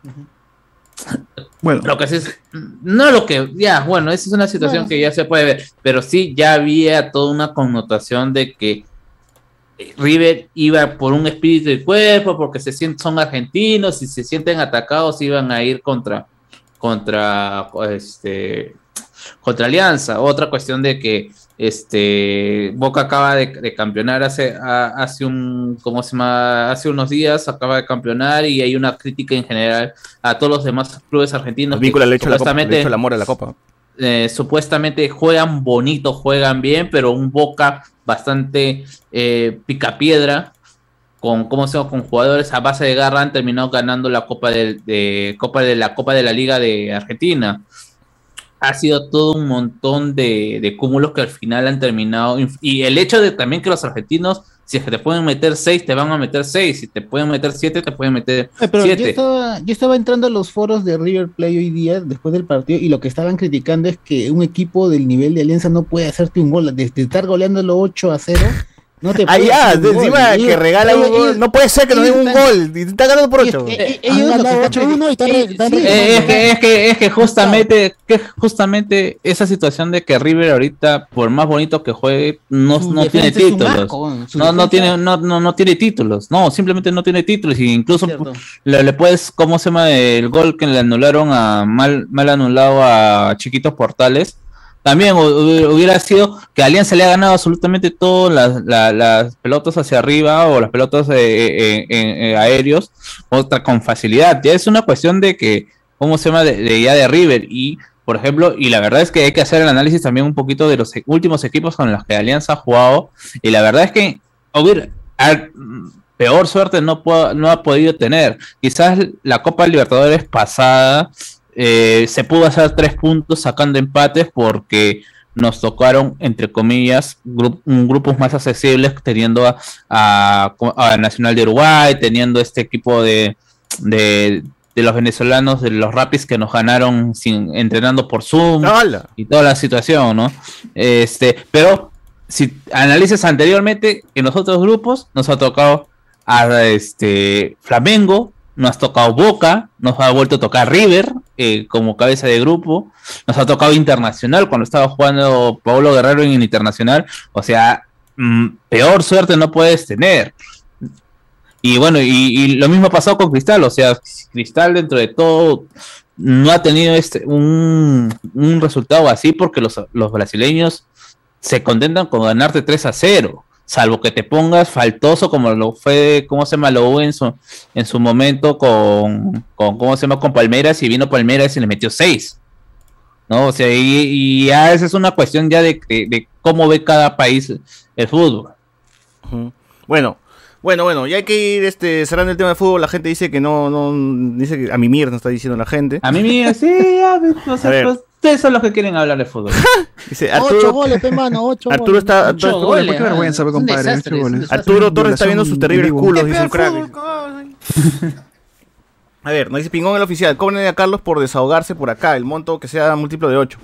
Bueno, Lo que sí es, no lo que, ya, bueno, esa es una situación Bueno. que ya se puede ver, pero sí ya había toda una connotación de que River iba por un espíritu de cuerpo, porque se sienten, son argentinos y se sienten atacados, iban a ir contra, contra, este, contra Alianza. Otra cuestión de que este Boca acaba de, de campeonar hace, a- hace un, ¿cómo se llama? Hace unos días acaba de campeonar y hay una crítica en general a todos los demás clubes argentinos. El vínculo que le ha hecho la copa, le ha supuestamente- hecho el amor a la copa. eh, supuestamente juegan bonito, juegan bien, pero un Boca bastante eh, picapiedra, con, ¿cómo se llama? Con jugadores a base de garra han terminado ganando la Copa del- de, Copa de la Copa de la Liga de Argentina. Ha sido todo un montón de, de cúmulos que al final han terminado. inf- Y el hecho de también que los argentinos, si es que te pueden meter seis, te van a meter seis. Si te pueden meter siete, te pueden meter Eh, pero yo siete. estaba, yo estaba entrando a los foros de River Plate hoy día, después del partido, y lo que estaban criticando es que un equipo del nivel de Alianza no puede hacerte un gol, desde estar goleándolo ocho a cero, No te Ah, ya, puedes hacer un encima gol. que regala un Ellos- gol. No puede ser que nos den un ellos están- gol. Y está ganando por ocho. Eh, eh, Han ellos lo que ganado están ocho uno y están re- eh, están sí, re- Eh, es, que, es, que, es que justamente que justamente esa situación de que River ahorita, por más bonito que juegue, no, Su no tiene defensa es un títulos. asco, su No, no defensa- tiene, no, no, no tiene títulos. No, simplemente no tiene títulos. Y incluso Cierto. le, le puedes, ¿cómo se llama? El gol que le anularon a mal, mal anulado a Chiquitos Portales. También hu- hubiera sido que Alianza le ha ganado absolutamente todas las, la- las pelotas hacia arriba o las pelotas eh, eh, eh, eh, aéreos, otra con facilidad. Ya es una cuestión de que, ¿cómo se llama? De, de ya de River. Y, por ejemplo, y la verdad es que hay que hacer el análisis también un poquito de los e- últimos equipos con los que Alianza ha jugado. Y la verdad es que hubiera, a- peor suerte no, puedo- no ha podido tener. Quizás la Copa Libertadores pasada. Eh, se pudo hacer tres puntos sacando empates porque nos tocaron, entre comillas, gru- un grupos más accesibles, teniendo a, a- a Nacional de Uruguay, teniendo este equipo de, de, de los venezolanos, de los Rapids que nos ganaron sin, entrenando por Zoom y toda la situación, ¿no? Este, pero si analices anteriormente, en los otros grupos nos ha tocado a este Flamengo, nos ha tocado Boca, nos ha vuelto a tocar River eh, como cabeza de grupo, nos ha tocado Internacional cuando estaba jugando Paulo Guerrero en el Internacional, o sea, mm, peor suerte no puedes tener. Y bueno, y, y lo mismo ha pasado con Cristal, o sea, Cristal dentro de todo no ha tenido este un, un resultado así porque los, los brasileños se contentan con ganarte tres a cero. Salvo que te pongas faltoso como lo fue, ¿cómo se llama? Lo hubo en su, en su momento con, con, ¿cómo se llama? Con Palmeiras, y vino Palmeiras y le metió seis. ¿No? O sea, y, y ya esa es una cuestión ya de, de, de cómo ve cada país el fútbol. Ujú. Bueno, bueno, bueno, ya hay que ir este, cerrando el tema de fútbol. La gente dice que no, no, dice que a mi mierda está diciendo la gente. A mí mira, sí, ya, o sea, A ver. pues, ustedes son los que quieren hablar de fútbol. Dice Ocho Arturo, goles, pe mano, ocho Arturo goles. está, Ocho Arturo, goles, qué vergüenza, ah, pe, es un compadre, desastre, ocho es un goles. desastre. Arturo Torres está viendo sus terribles vivo. culos, dice un crack. A ver, nos dice Pingón el oficial, cobren a Carlos por desahogarse por acá, el monto que sea múltiplo de ocho.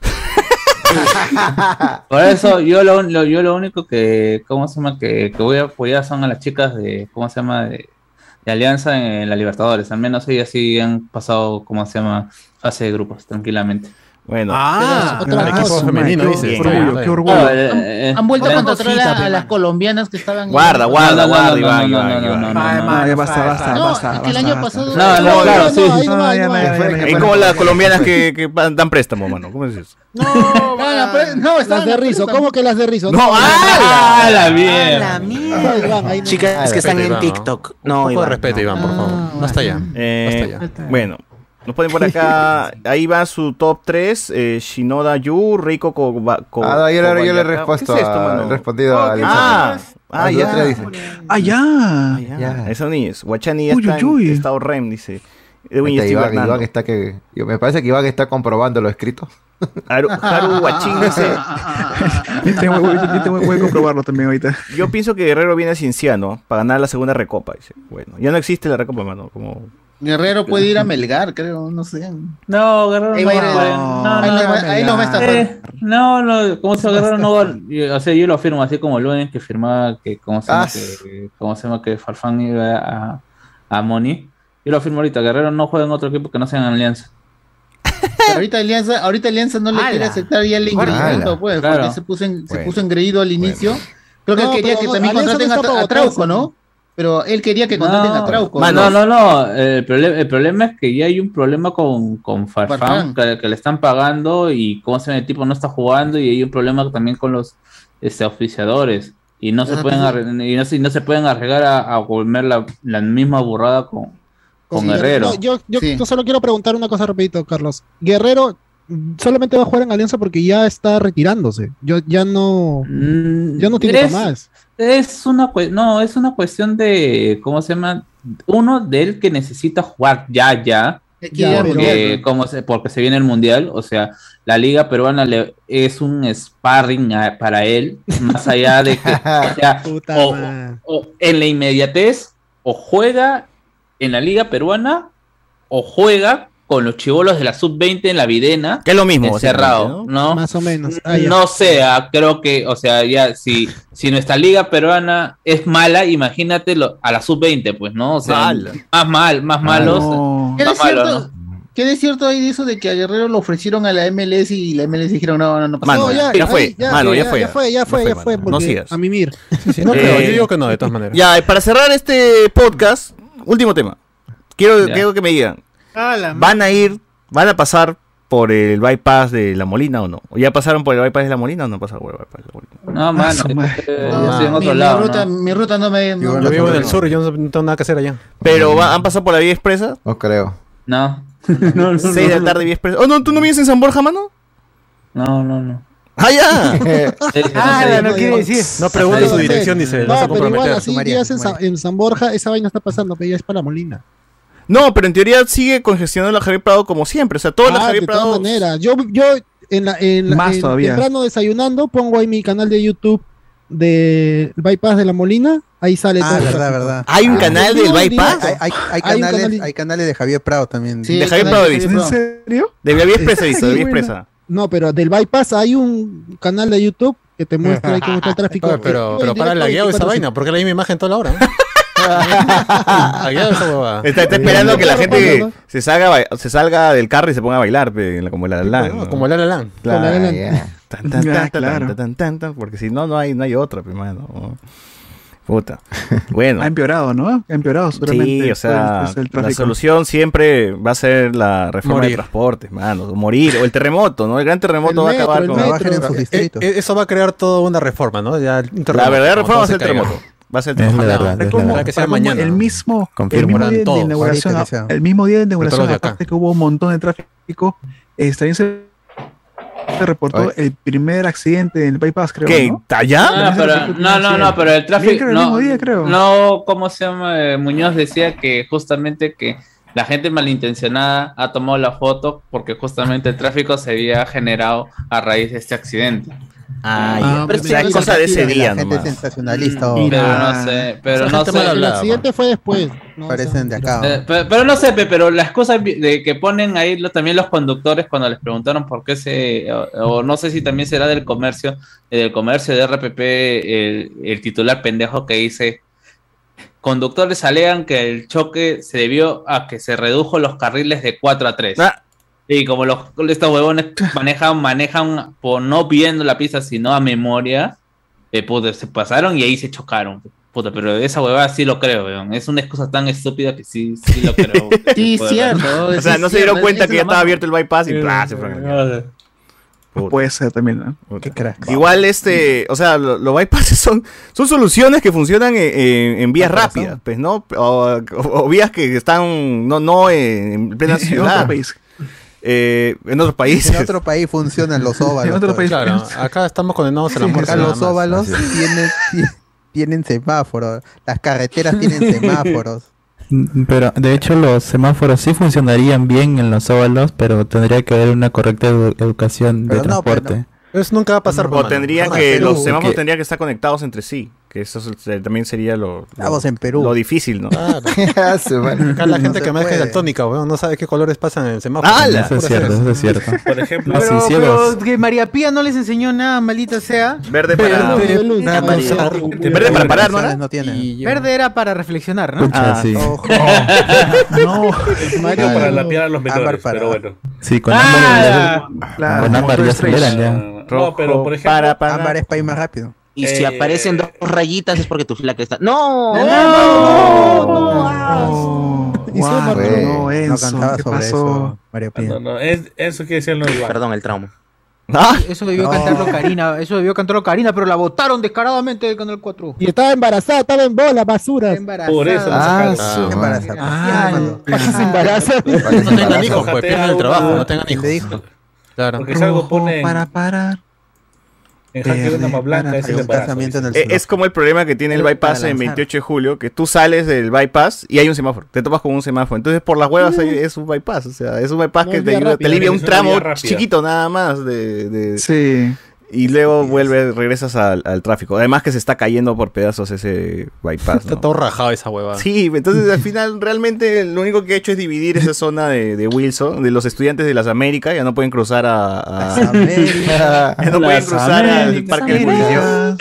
Por eso yo lo, lo- yo lo único que, ¿cómo se llama? Que, que voy a apoyar son a las chicas de, ¿cómo se llama? De, de Alianza en la Libertadores. Al menos ellas sí han pasado, ¿cómo se llama? Fase de grupos, tranquilamente. Bueno. Ah, Pero es otra equipo cosa. femenino, Qué dices. orgullo, Ah, qué orgullo. No, eh, eh, Han vuelto a eh, contratar cosita, a, pe, a las mano. colombianas que estaban. Guarda, guarda, no, no, guarda, no, Iván, no, Iván, no, no, Iván. no, no, Ay, no. No, ya basta, Fae, basta, fae. No, basta, es que el basta, año basta. pasado. No, no, claro, sí. ahí no va, ahí ya no va. me- ya me- Es como las colombianas que, que dan préstamo, mano. ¿Cómo es eso? No, pero- no, Las estaban de a Rizo, préstamo. ¿cómo que las de Rizo? No, ¡Ah, la Ah, mierda! la mierda. Ay, Iván, ahí no. Chicas que están Respeto, en Iván, ¿no? TikTok. Un No, poco de Iván, respeto, no. Iván, por favor. Ah, No está ya. Eh, Basta ya. bueno, nos ponen por acá. Ahí va su top tres: eh, Shinoda Yu, Reiko Koba- Ko- Ah, no, yo, le- yo le he Kobayaka. respuesto, ¿Qué es esto, a- mano? he respondido Oh, al ¿qué- mensaje. Ah, ah, Al ya. otro dice. Ah, ya. Ah, ya. Ya. Esos niños. Guachani ya Uy, está uy, uy. en estado R E M, dice. Edwin Este, Steve Iván, Hernando. Iván está que, yo- me parece que Iván está comprobando lo escrito. Haru, Haru Guachín dice. Yo tengo, yo tengo- voy a comprobarlo también ahorita. Yo pienso que Guerrero viene a Cienciano para ganar la segunda recopa. Dice. Bueno, ya no existe la recopa, mano. Como... Guerrero puede ir a Melgar, creo, no sé. No, Guerrero Ahí no va a ir va. el- No, no, ahí no, lo va- ahí lo va a estafar. Eh, no, no, como se Guerrero no va, yo- o sea, yo lo afirmo así como Lunes que firmaba que, ¿cómo se llama? Ah. Que, ¿cómo se llama? Que Farfán iba a, a Moni. Yo lo afirmo ahorita, Guerrero no juega en otro equipo que no sea en Alianza. Pero ahorita Alianza, ahorita Alianza no le ¡Hala! quiere aceptar ya el ingreimiento, ¡Hala! pues, Claro. porque se puso, en, se Bueno. puso engreído al inicio. Creo que No, él quería pero que también Alianza contraten no a, está a para Trauco, votarse. ¿no? Pero él quería que contraten a Trauco. no, no, no, el, problema, el problema es que ya hay un problema con, con Farfán, Farfán. que, que le están pagando y cómo se llama, el tipo no está jugando y hay un problema también con los este, auspiciadores y no se Ah, pueden pues, arre- y no, se- y no se pueden arriesgar a, a volver la, la misma burrada con, con Sí, Guerrero. no, yo, yo, Sí. yo solo quiero preguntar una cosa rapidito, Carlos. Guerrero mm, solamente va a jugar en Alianza porque ya está retirándose. Yo ya no, Mm, ya no tiene es- para más. Es una cue- no, es una cuestión de, ¿cómo se llama? Uno de él que necesita jugar ya, ya, Ya, pero- porque, como se, porque se viene el mundial, o sea, la liga peruana le, es un sparring a- para él, más allá de que, o sea, Puta o, madre. o en la inmediatez, o juega en la liga peruana, o juega con los chibolos de la sub veinte en la Videna. Que es lo mismo. Encerrado, ¿no? ¿no? Más o menos. Ah, no sea, creo que, o sea, ya, si, si nuestra liga peruana es mala, imagínatelo a la sub veinte, pues, ¿no? O sea, Mala. más mal, más malos. No. Más malos, ¿no? ¿Qué de cierto hay de eso de que a Guerrero lo ofrecieron a la M L S y la M L S dijeron no, no, no pasa Mano, nada? ya, ya fue, ya, mano, ya, ya, fue. ya fue, ya fue, ya fue, mano. porque No sigas. a mimir. Sí, sí, no creo, yo digo que no, de todas maneras. Ya, para cerrar este podcast, último tema. Quiero, Ya. quiero que me digan, Ah, la ¿van a ir, van a pasar por el bypass de La Molina o no? ¿O ya pasaron por el bypass de La Molina o no pasaron por el bypass de La Molina? No, mano, su yo madre. estoy No, yo estoy en mi, otro mi lado, ruta, ¿no? mi ruta no me... no- Yo no- vivo en el no- sur y yo no tengo nada que hacer allá. Pero va- han pasado por la vía expresa. No creo. No, no, no, seis de la no. tarde vía expresa. Oh, no, ¿tú no vives en San Borja, mano? no, no, no. ¡Ah, ya! Sí, sí, Ah, sí. no, no quiere decir. No pregunte su Sí, dirección, sí. dice, No, vas a pero igual comprometer. así María, días en, Sa- María. en San Borja, esa vaina está pasando, pero ya es para la Molina. No, pero en teoría sigue congestionando la Javier Prado como siempre. O sea, toda la Ah, Javier de todas Prado. maneras. Yo, yo en la, en la- Más en todavía. temprano desayunando, pongo ahí mi canal de YouTube del bypass de la Molina, ahí sale Ah, todo el verdad, tráfico. verdad. ¿Hay un Ah, canal yo del diría- bypass? Hay, hay, hay Hay un canales, canal- hay canales de Javier Prado también. Sí, De el Javier canal Prado de he visto. Javier ¿En Prado. serio? De la vía expresa he visto, de Qué vía buena. expresa. No, pero del bypass hay un canal de YouTube que te muestra ahí cómo está el tráfico. Oye, pero, Eh, pero para directo la guiado esa veinticuatro vaina, porque la misma imagen toda la hora. Lagueado esa huevada. Está, está esperando que la Claro, gente claro. se salga, ba- se salga del carro y se ponga a bailar, pe, en la- como la la No, como la la la. Claro. La La Ah, Land. ya. Tan, tan, Ya, tan, tan, claro. tan, tan, tan, tan, porque si no, no hay, no hay otra, pe, mano. Puta. Bueno. Ha empeorado, ¿no? Ha empeorado seguramente. Sí, o sea, después del la tráfico. solución siempre va a ser la reforma Morir. de transportes, mano. O morir, o el terremoto, ¿no? El gran terremoto El va a metro, acabar el con... metro. Trabajen en sus Eh, distritos. eh, eso va a crear toda una reforma, ¿no? Ya, un La terremoto, verdadera como reforma va todo a ser el se caiga. terremoto. Va a ser el Es la terremoto. verdad, Es es como, la Ojalá que sea como mañana. el mismo, el Confirmo. mismo día de Todos. inauguración, Ahorita que sea. el mismo día de inauguración, todos de acá. aparte que hubo un montón de tráfico, eh, también se se reportó Ay. el primer accidente en el bypass, creo, ¿Qué? ¿no? ¿Allá? Ah, pero, no, no, no, pero el tráfico. Bien, creo, el no, mismo día, creo. no, ¿cómo se llama? Eh, Muñoz decía que justamente que la gente malintencionada ha tomado la foto porque justamente el tráfico se había generado a raíz de este accidente. Ah, Ah, ya. pero O sea, sí, es cosa de ese La día gente nomás. sensacionalista. Mm, o- Pero Ah. no sé, pero Esa no gente sé. mal El hablada, accidente fue después. ¿no? Parecen de acá. Eh, pe- pero, no sé, pe, pero las cosas vi- de que ponen ahí lo- también los conductores cuando les preguntaron por qué se, o, o no sé si también será del comercio, eh, del comercio de R P P, el, el titular pendejo que dice, conductores alegan que el choque se debió a que se redujo los carriles de cuatro a tres. Ah, Y como los, estos huevones manejan, manejan por no viendo la pista, sino a memoria, eh, puta, se pasaron y ahí se chocaron. Puta, pero esa huevada sí lo creo, weón. Es una excusa tan estúpida que sí, sí lo creo. Sí, Puede cierto. o sea, no se dieron cuenta que ya estaba abierto el bypass y ¡plá! Se fueron. ver. Puta. Puede ser también, ¿no? Puta. Qué crack. Igual este, o sea, lo- los bypasses son, son soluciones que funcionan en, en- en vías Con rápidas, razón. pues, ¿no? O, o- o vías que están no, no en, en plena En ciudad. otro país. Eh, en otros países. En otro país funcionan los óvalos. En otro pues. país. Claro, acá estamos condenados a la Sí, muerte. Acá nada los más. óvalos tienen, ti- tienen semáforos. Las carreteras tienen semáforos. Mm, Pero de hecho los semáforos sí funcionarían bien en los óvalos, pero tendría que haber una correcta edu- educación de Pero no, pero transporte. Eso nunca va a pasar. O por tendría Estamos que en Perú, los semáforos que- tendrían que estar conectados entre sí, que eso es- eh, también sería lo, lo, Estamos en Perú. lo difícil, ¿no? Claro. Ah, su madre. Acá la gente No que se maneja puede. daltónica, weón, no sabe qué colores pasan en el semáforo. ¡Hala! Eso es cierto, eso es cierto. Por ejemplo, Ah, Pero, sí, pero ciegos. que María Pía no les enseñó nada, maldita sea. Verde para, Verde, luz, Nada, amarillo. pasar. verde para parar, ¿no? Opciones era? no tienen. Y yo- Verde era para reflexionar, ¿no? Pucha, Ah, sí. Ojo. No, Mario, para pero- lapiar a los Ámbar menores, para- pero bueno. Sí, con Ah, ámbar, claro. con ámbar ya Doctor Strange. aceleran ya. No, pero por ejemplo, para, para. Ámbar es para ir más rápido. Y si Eh, aparecen dos rayitas es porque tu flaca está. ¡No! Oh, Y guau, Sumar, güey. no, No Enzo, cantaba ¿qué sobre pasó? eso, María Pía. no, no, es, eso quiere decir no igual. Perdón, el trauma. Ah, Eso debió No. cantarlo Karina, eso debió cantarlo Karina, pero la votaron descaradamente del Canal cuatro. Y estaba embarazada, estaba en bola, basura. Embarazada. Por eso la Ah, sacaron. su Qué madre. embarazada. Ah, Mano. ¿Para qué se embaraza? No tengan hijos, pues pierden el trabajo, no tengan ¿Quién le hijos. dijo? Claro. Porque si algo Rojo pone para parar. en jaque de una más blanca, es Hay el un embarazo. casamiento en el Eh, es como el problema que tiene el Para bypass en lanzar. veintiocho de julio, que tú sales del bypass y hay un semáforo, te topas con un semáforo. Entonces por las huevas ahí es un bypass, o sea, es un bypass No que es te, vía ayuda- te rápida, alivia es un una tramo vía rápida. chiquito nada más de... de- Sí. Y luego vuelve, regresas al, al tráfico. Además que se está cayendo por pedazos ese bypass, Está ¿no? todo rajado esa hueva. Sí, entonces al final realmente lo único que he hecho es dividir esa zona de, de Wilson, de los estudiantes de las Américas, ya no pueden cruzar a... a ya no pueden Las cruzar al Américas, Parque del Policía.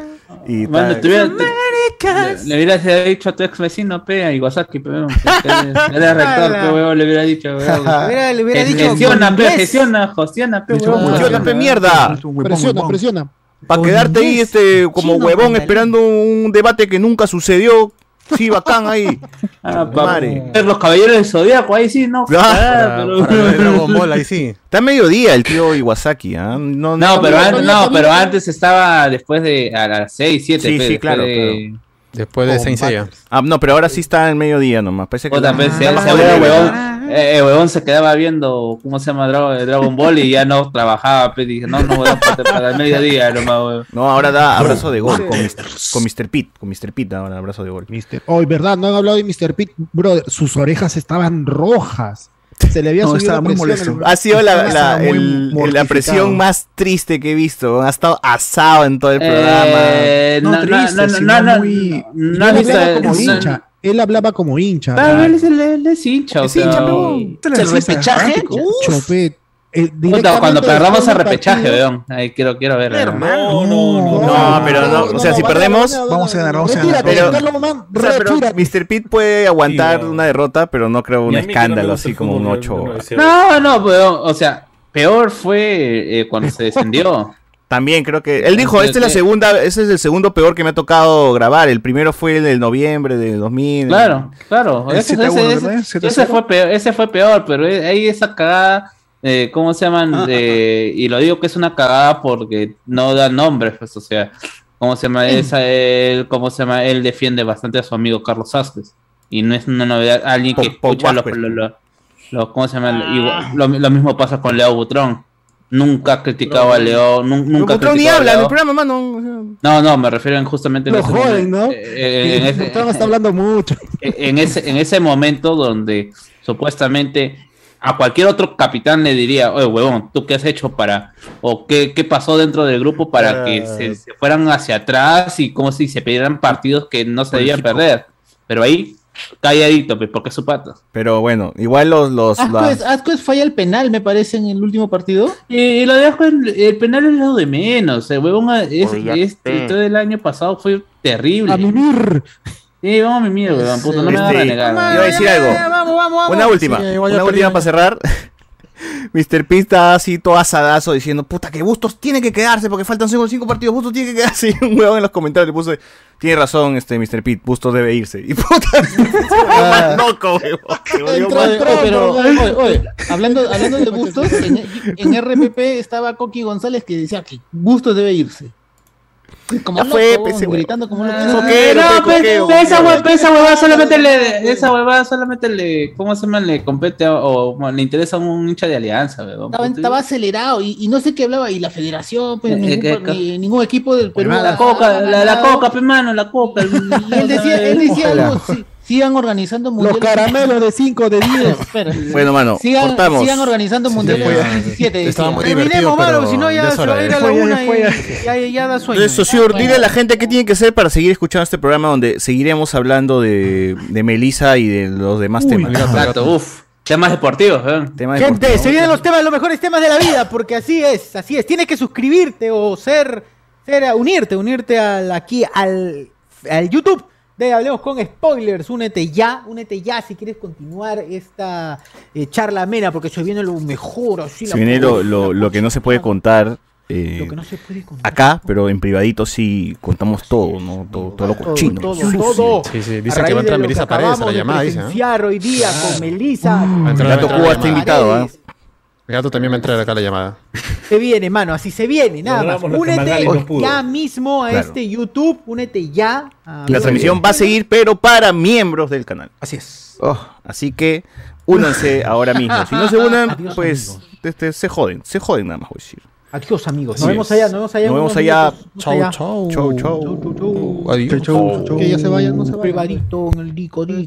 Y Mano, tal. te hubiera- te- le, le hubieras dicho a tu ex vecino, pe, a Iwasaki, pe, weón, que era rector, pe, weón, le hubiera dicho, weón. Hubiera- le hubiera Eh, dicho Gestiona, con pe, inglés. gestiona, gestiona, pe, weón. Funciona, pe, mierda. Presiona, presiona. Para quedarte ahí este como Chino, huevón mandalín. esperando un debate que nunca sucedió. Sí, bacán ahí. Ah, pa- Madre. ver los caballeros del Zodíaco, ahí sí, no. Ah, pero- para lo de Dragon Ball, ahí sí. Está a mediodía el tío Iwasaki, ¿ah? No, No, pero antes, no, pero antes estaba después de a las seis, siete. Sí, pe, sí, después claro, de- claro. Después de Saint Seiya. Ah, no, pero ahora sí está en mediodía nomás. Parece que Puta, la- pe, se- la más se- buena, huevón, ¿verdad? eh, el huevón se quedaba viendo, ¿cómo se llama? Dragon, Dragon Ball y ya no trabajaba, pe, dije, no, no, huevón, para, para el mediodía nomás, huevón. No, ahora da abrazo de gol con mister con mister Pete, con mister Pete ahora abrazo de gol. Oh, verdad, no han hablado de mister Pete, bro, sus orejas estaban rojas. Se le había No, subido estaba la muy presión molesto. al- Ha sido la, la, Estaba muy el- el- la mortificado. presión más triste que he visto. Ha estado asado en todo el Eh, programa. no, no, no, no, no, no, muy- no, Él no has visto- hablaba como no- hincha. Él hablaba como hincha. Ah, él es, él es- él es hincha, o Es sea, hincha, pero- y- ¿El repechaje? Chope. Eh, Puta, directamente cuando perdamos después a del repechaje, partido- weón. Ahí quiero, quiero ver. weón. No, no, no, pero no, o sea, si perdemos, Vamos a ganar, vamos a ganar. Retírate, Pero- Carlos Momán, o sea, pero retírate. mister Pete puede aguantar Sí, no. una derrota, pero no creo un Y a mí que no me escándalo gusta así el como un fútbol, ocho. yo no deseo. No, no, weón. O sea, peor fue eh, cuando se descendió. También creo que él dijo, esta es la segunda, ese es el segundo peor que me ha tocado grabar. El primero fue el del noviembre de dos mil. Claro, claro. El Ese, siete a uno, ese- ¿verdad? ese- siete a ese cero. fue peor, ese fue peor, pero eh, ahí esa cagada, eh, ¿cómo se llaman? Eh, y lo digo que es una cagada porque no da nombres, pues, o sea, ¿cómo se llama? Esa, él, ¿cómo se llama? Él defiende bastante a su amigo Carlos Vázquez. Y no es una novedad, alguien que Pop- Pop escucha lo, Vázquez. lo- lo- lo- ¿cómo se llama? Igual- lo, lo mismo pasa con Leo Butrón. Nunca ha criticado a Leo, nun- nunca ha Butrón ni criticado a habla en Leo. el programa, mano. No, no, me refiero en justamente en Lo ese joden, momento, ¿no? eh, eh, en ese- Butrón está hablando mucho. en ese, en ese momento donde supuestamente a cualquier otro capitán le diría, oye, huevón, ¿tú qué has hecho para, o qué, qué pasó dentro del grupo para que se, se fueran hacia atrás y como si se pidieran partidos que no se debían perder? Pero ahí, calladito, pues, porque es su pata. Pero bueno, igual los... los Ascuez, las- Ascuez falla el penal, me parece, en el último partido. Y, y lo dejo, el, el penal es lo de menos, el huevón es, Oye, ya este, sé. todo el año pasado fue terrible. A mimir. Sí, vamos a mimir, huevón, puto, no me Este, van a negar. iba a decir algo. Vamos, vamos, vamos. Una última, Sí, igual ya una perdí. última para cerrar. mister P está así todo asadazo diciendo, puta, que Bustos tiene que quedarse porque faltan cinco, cinco partidos, Bustos tiene que quedarse. Y un huevón en los comentarios le puso, tiene razón este mister P, Bustos debe irse. Y puta, más loco, huevón. Se volvió Oye, más- oye, pero, oye, oye, hablando, hablando de Bustos, en, en R P P estaba Coqui González que decía que Bustos debe irse. Como Ya loco, fue, weón, pe, ese gritando como loco. Coquero, No, pe, pues, coquero, pe, esa coquero. hue- pe, esa huevada solamente le, esa huevada solamente le, ¿cómo se llama? Le compete a- o bueno, le interesa a un hincha de Alianza, weón. Estaba, estaba acelerado y, y no sé qué hablaba. Y la federación, pues, Eh, ningún, eh, par- ni- ningún equipo del Perú. La ha- coca, ha la, la ganado. coca, pe mano, la coca. Y él decía, él decía algo, sí, sigan organizando Los mundiales. caramelos de cinco de diez. Espera. Bueno, mano, sigan, cortamos. sigan organizando mundiales ya. dos mil diecisiete. Estaba decía. muy divertido, Terminemos, mano, pero si no ya ya es se va hora a de- ir a la Fue, ya una y fue, ya. ya, ya da sueño. Entonces, socio, dile a la gente qué tiene que hacer para seguir escuchando este programa donde seguiremos hablando de, de Melissa y de los demás temas. Exacto, uff. Temas deportivos, weón. Temas Gente, deportivos. se vienen los temas, los mejores temas de la vida, porque así es, así es. Tienes que suscribirte o ser, ser unirte, unirte al, aquí al, al YouTube de Hablemos con Spoilers. Únete ya, únete ya si quieres continuar esta eh, charla amena, porque se viene lo mejor. Así, Se la viene lo, cosa, lo, lo que no se puede contar. eh, lo que no se puede contar. acá, pero en privadito sí contamos todo, ¿no? Todo, todo lo Todo, cochino. todo, sucio. todo. Sí, sí, A dicen que raíz va a entrar de lo Melissa que Paredes a la acabamos de llamada, dice. ¿eh? presenciar hoy día con Melissa. Va a entrar- El va a gato entrar Cuba la está llamada. invitado, ¿ah? Paredes. El gato también va a entrar acá a la llamada. Se viene, mano, así se viene, nada más. Logramos lo que Únete Magali no pudo. ya mismo a Claro. este YouTube, únete ya. a- La transmisión va a seguir, pero para miembros del canal. Así es. Oh, así que únanse ahora mismo. Si no se unan, Adiós, pues amigos. este, se joden, se joden nada más voy a decir. Adiós, amigos. Así Nos vemos es. allá, nos vemos allá. Nos en vemos unos allá. minutos. Nos vemos allá. Chau, chau. Chau, chau. Chau, chau, chau. Adiós. Que ya se vayan, no se vayan. Privadito en el dico, dico.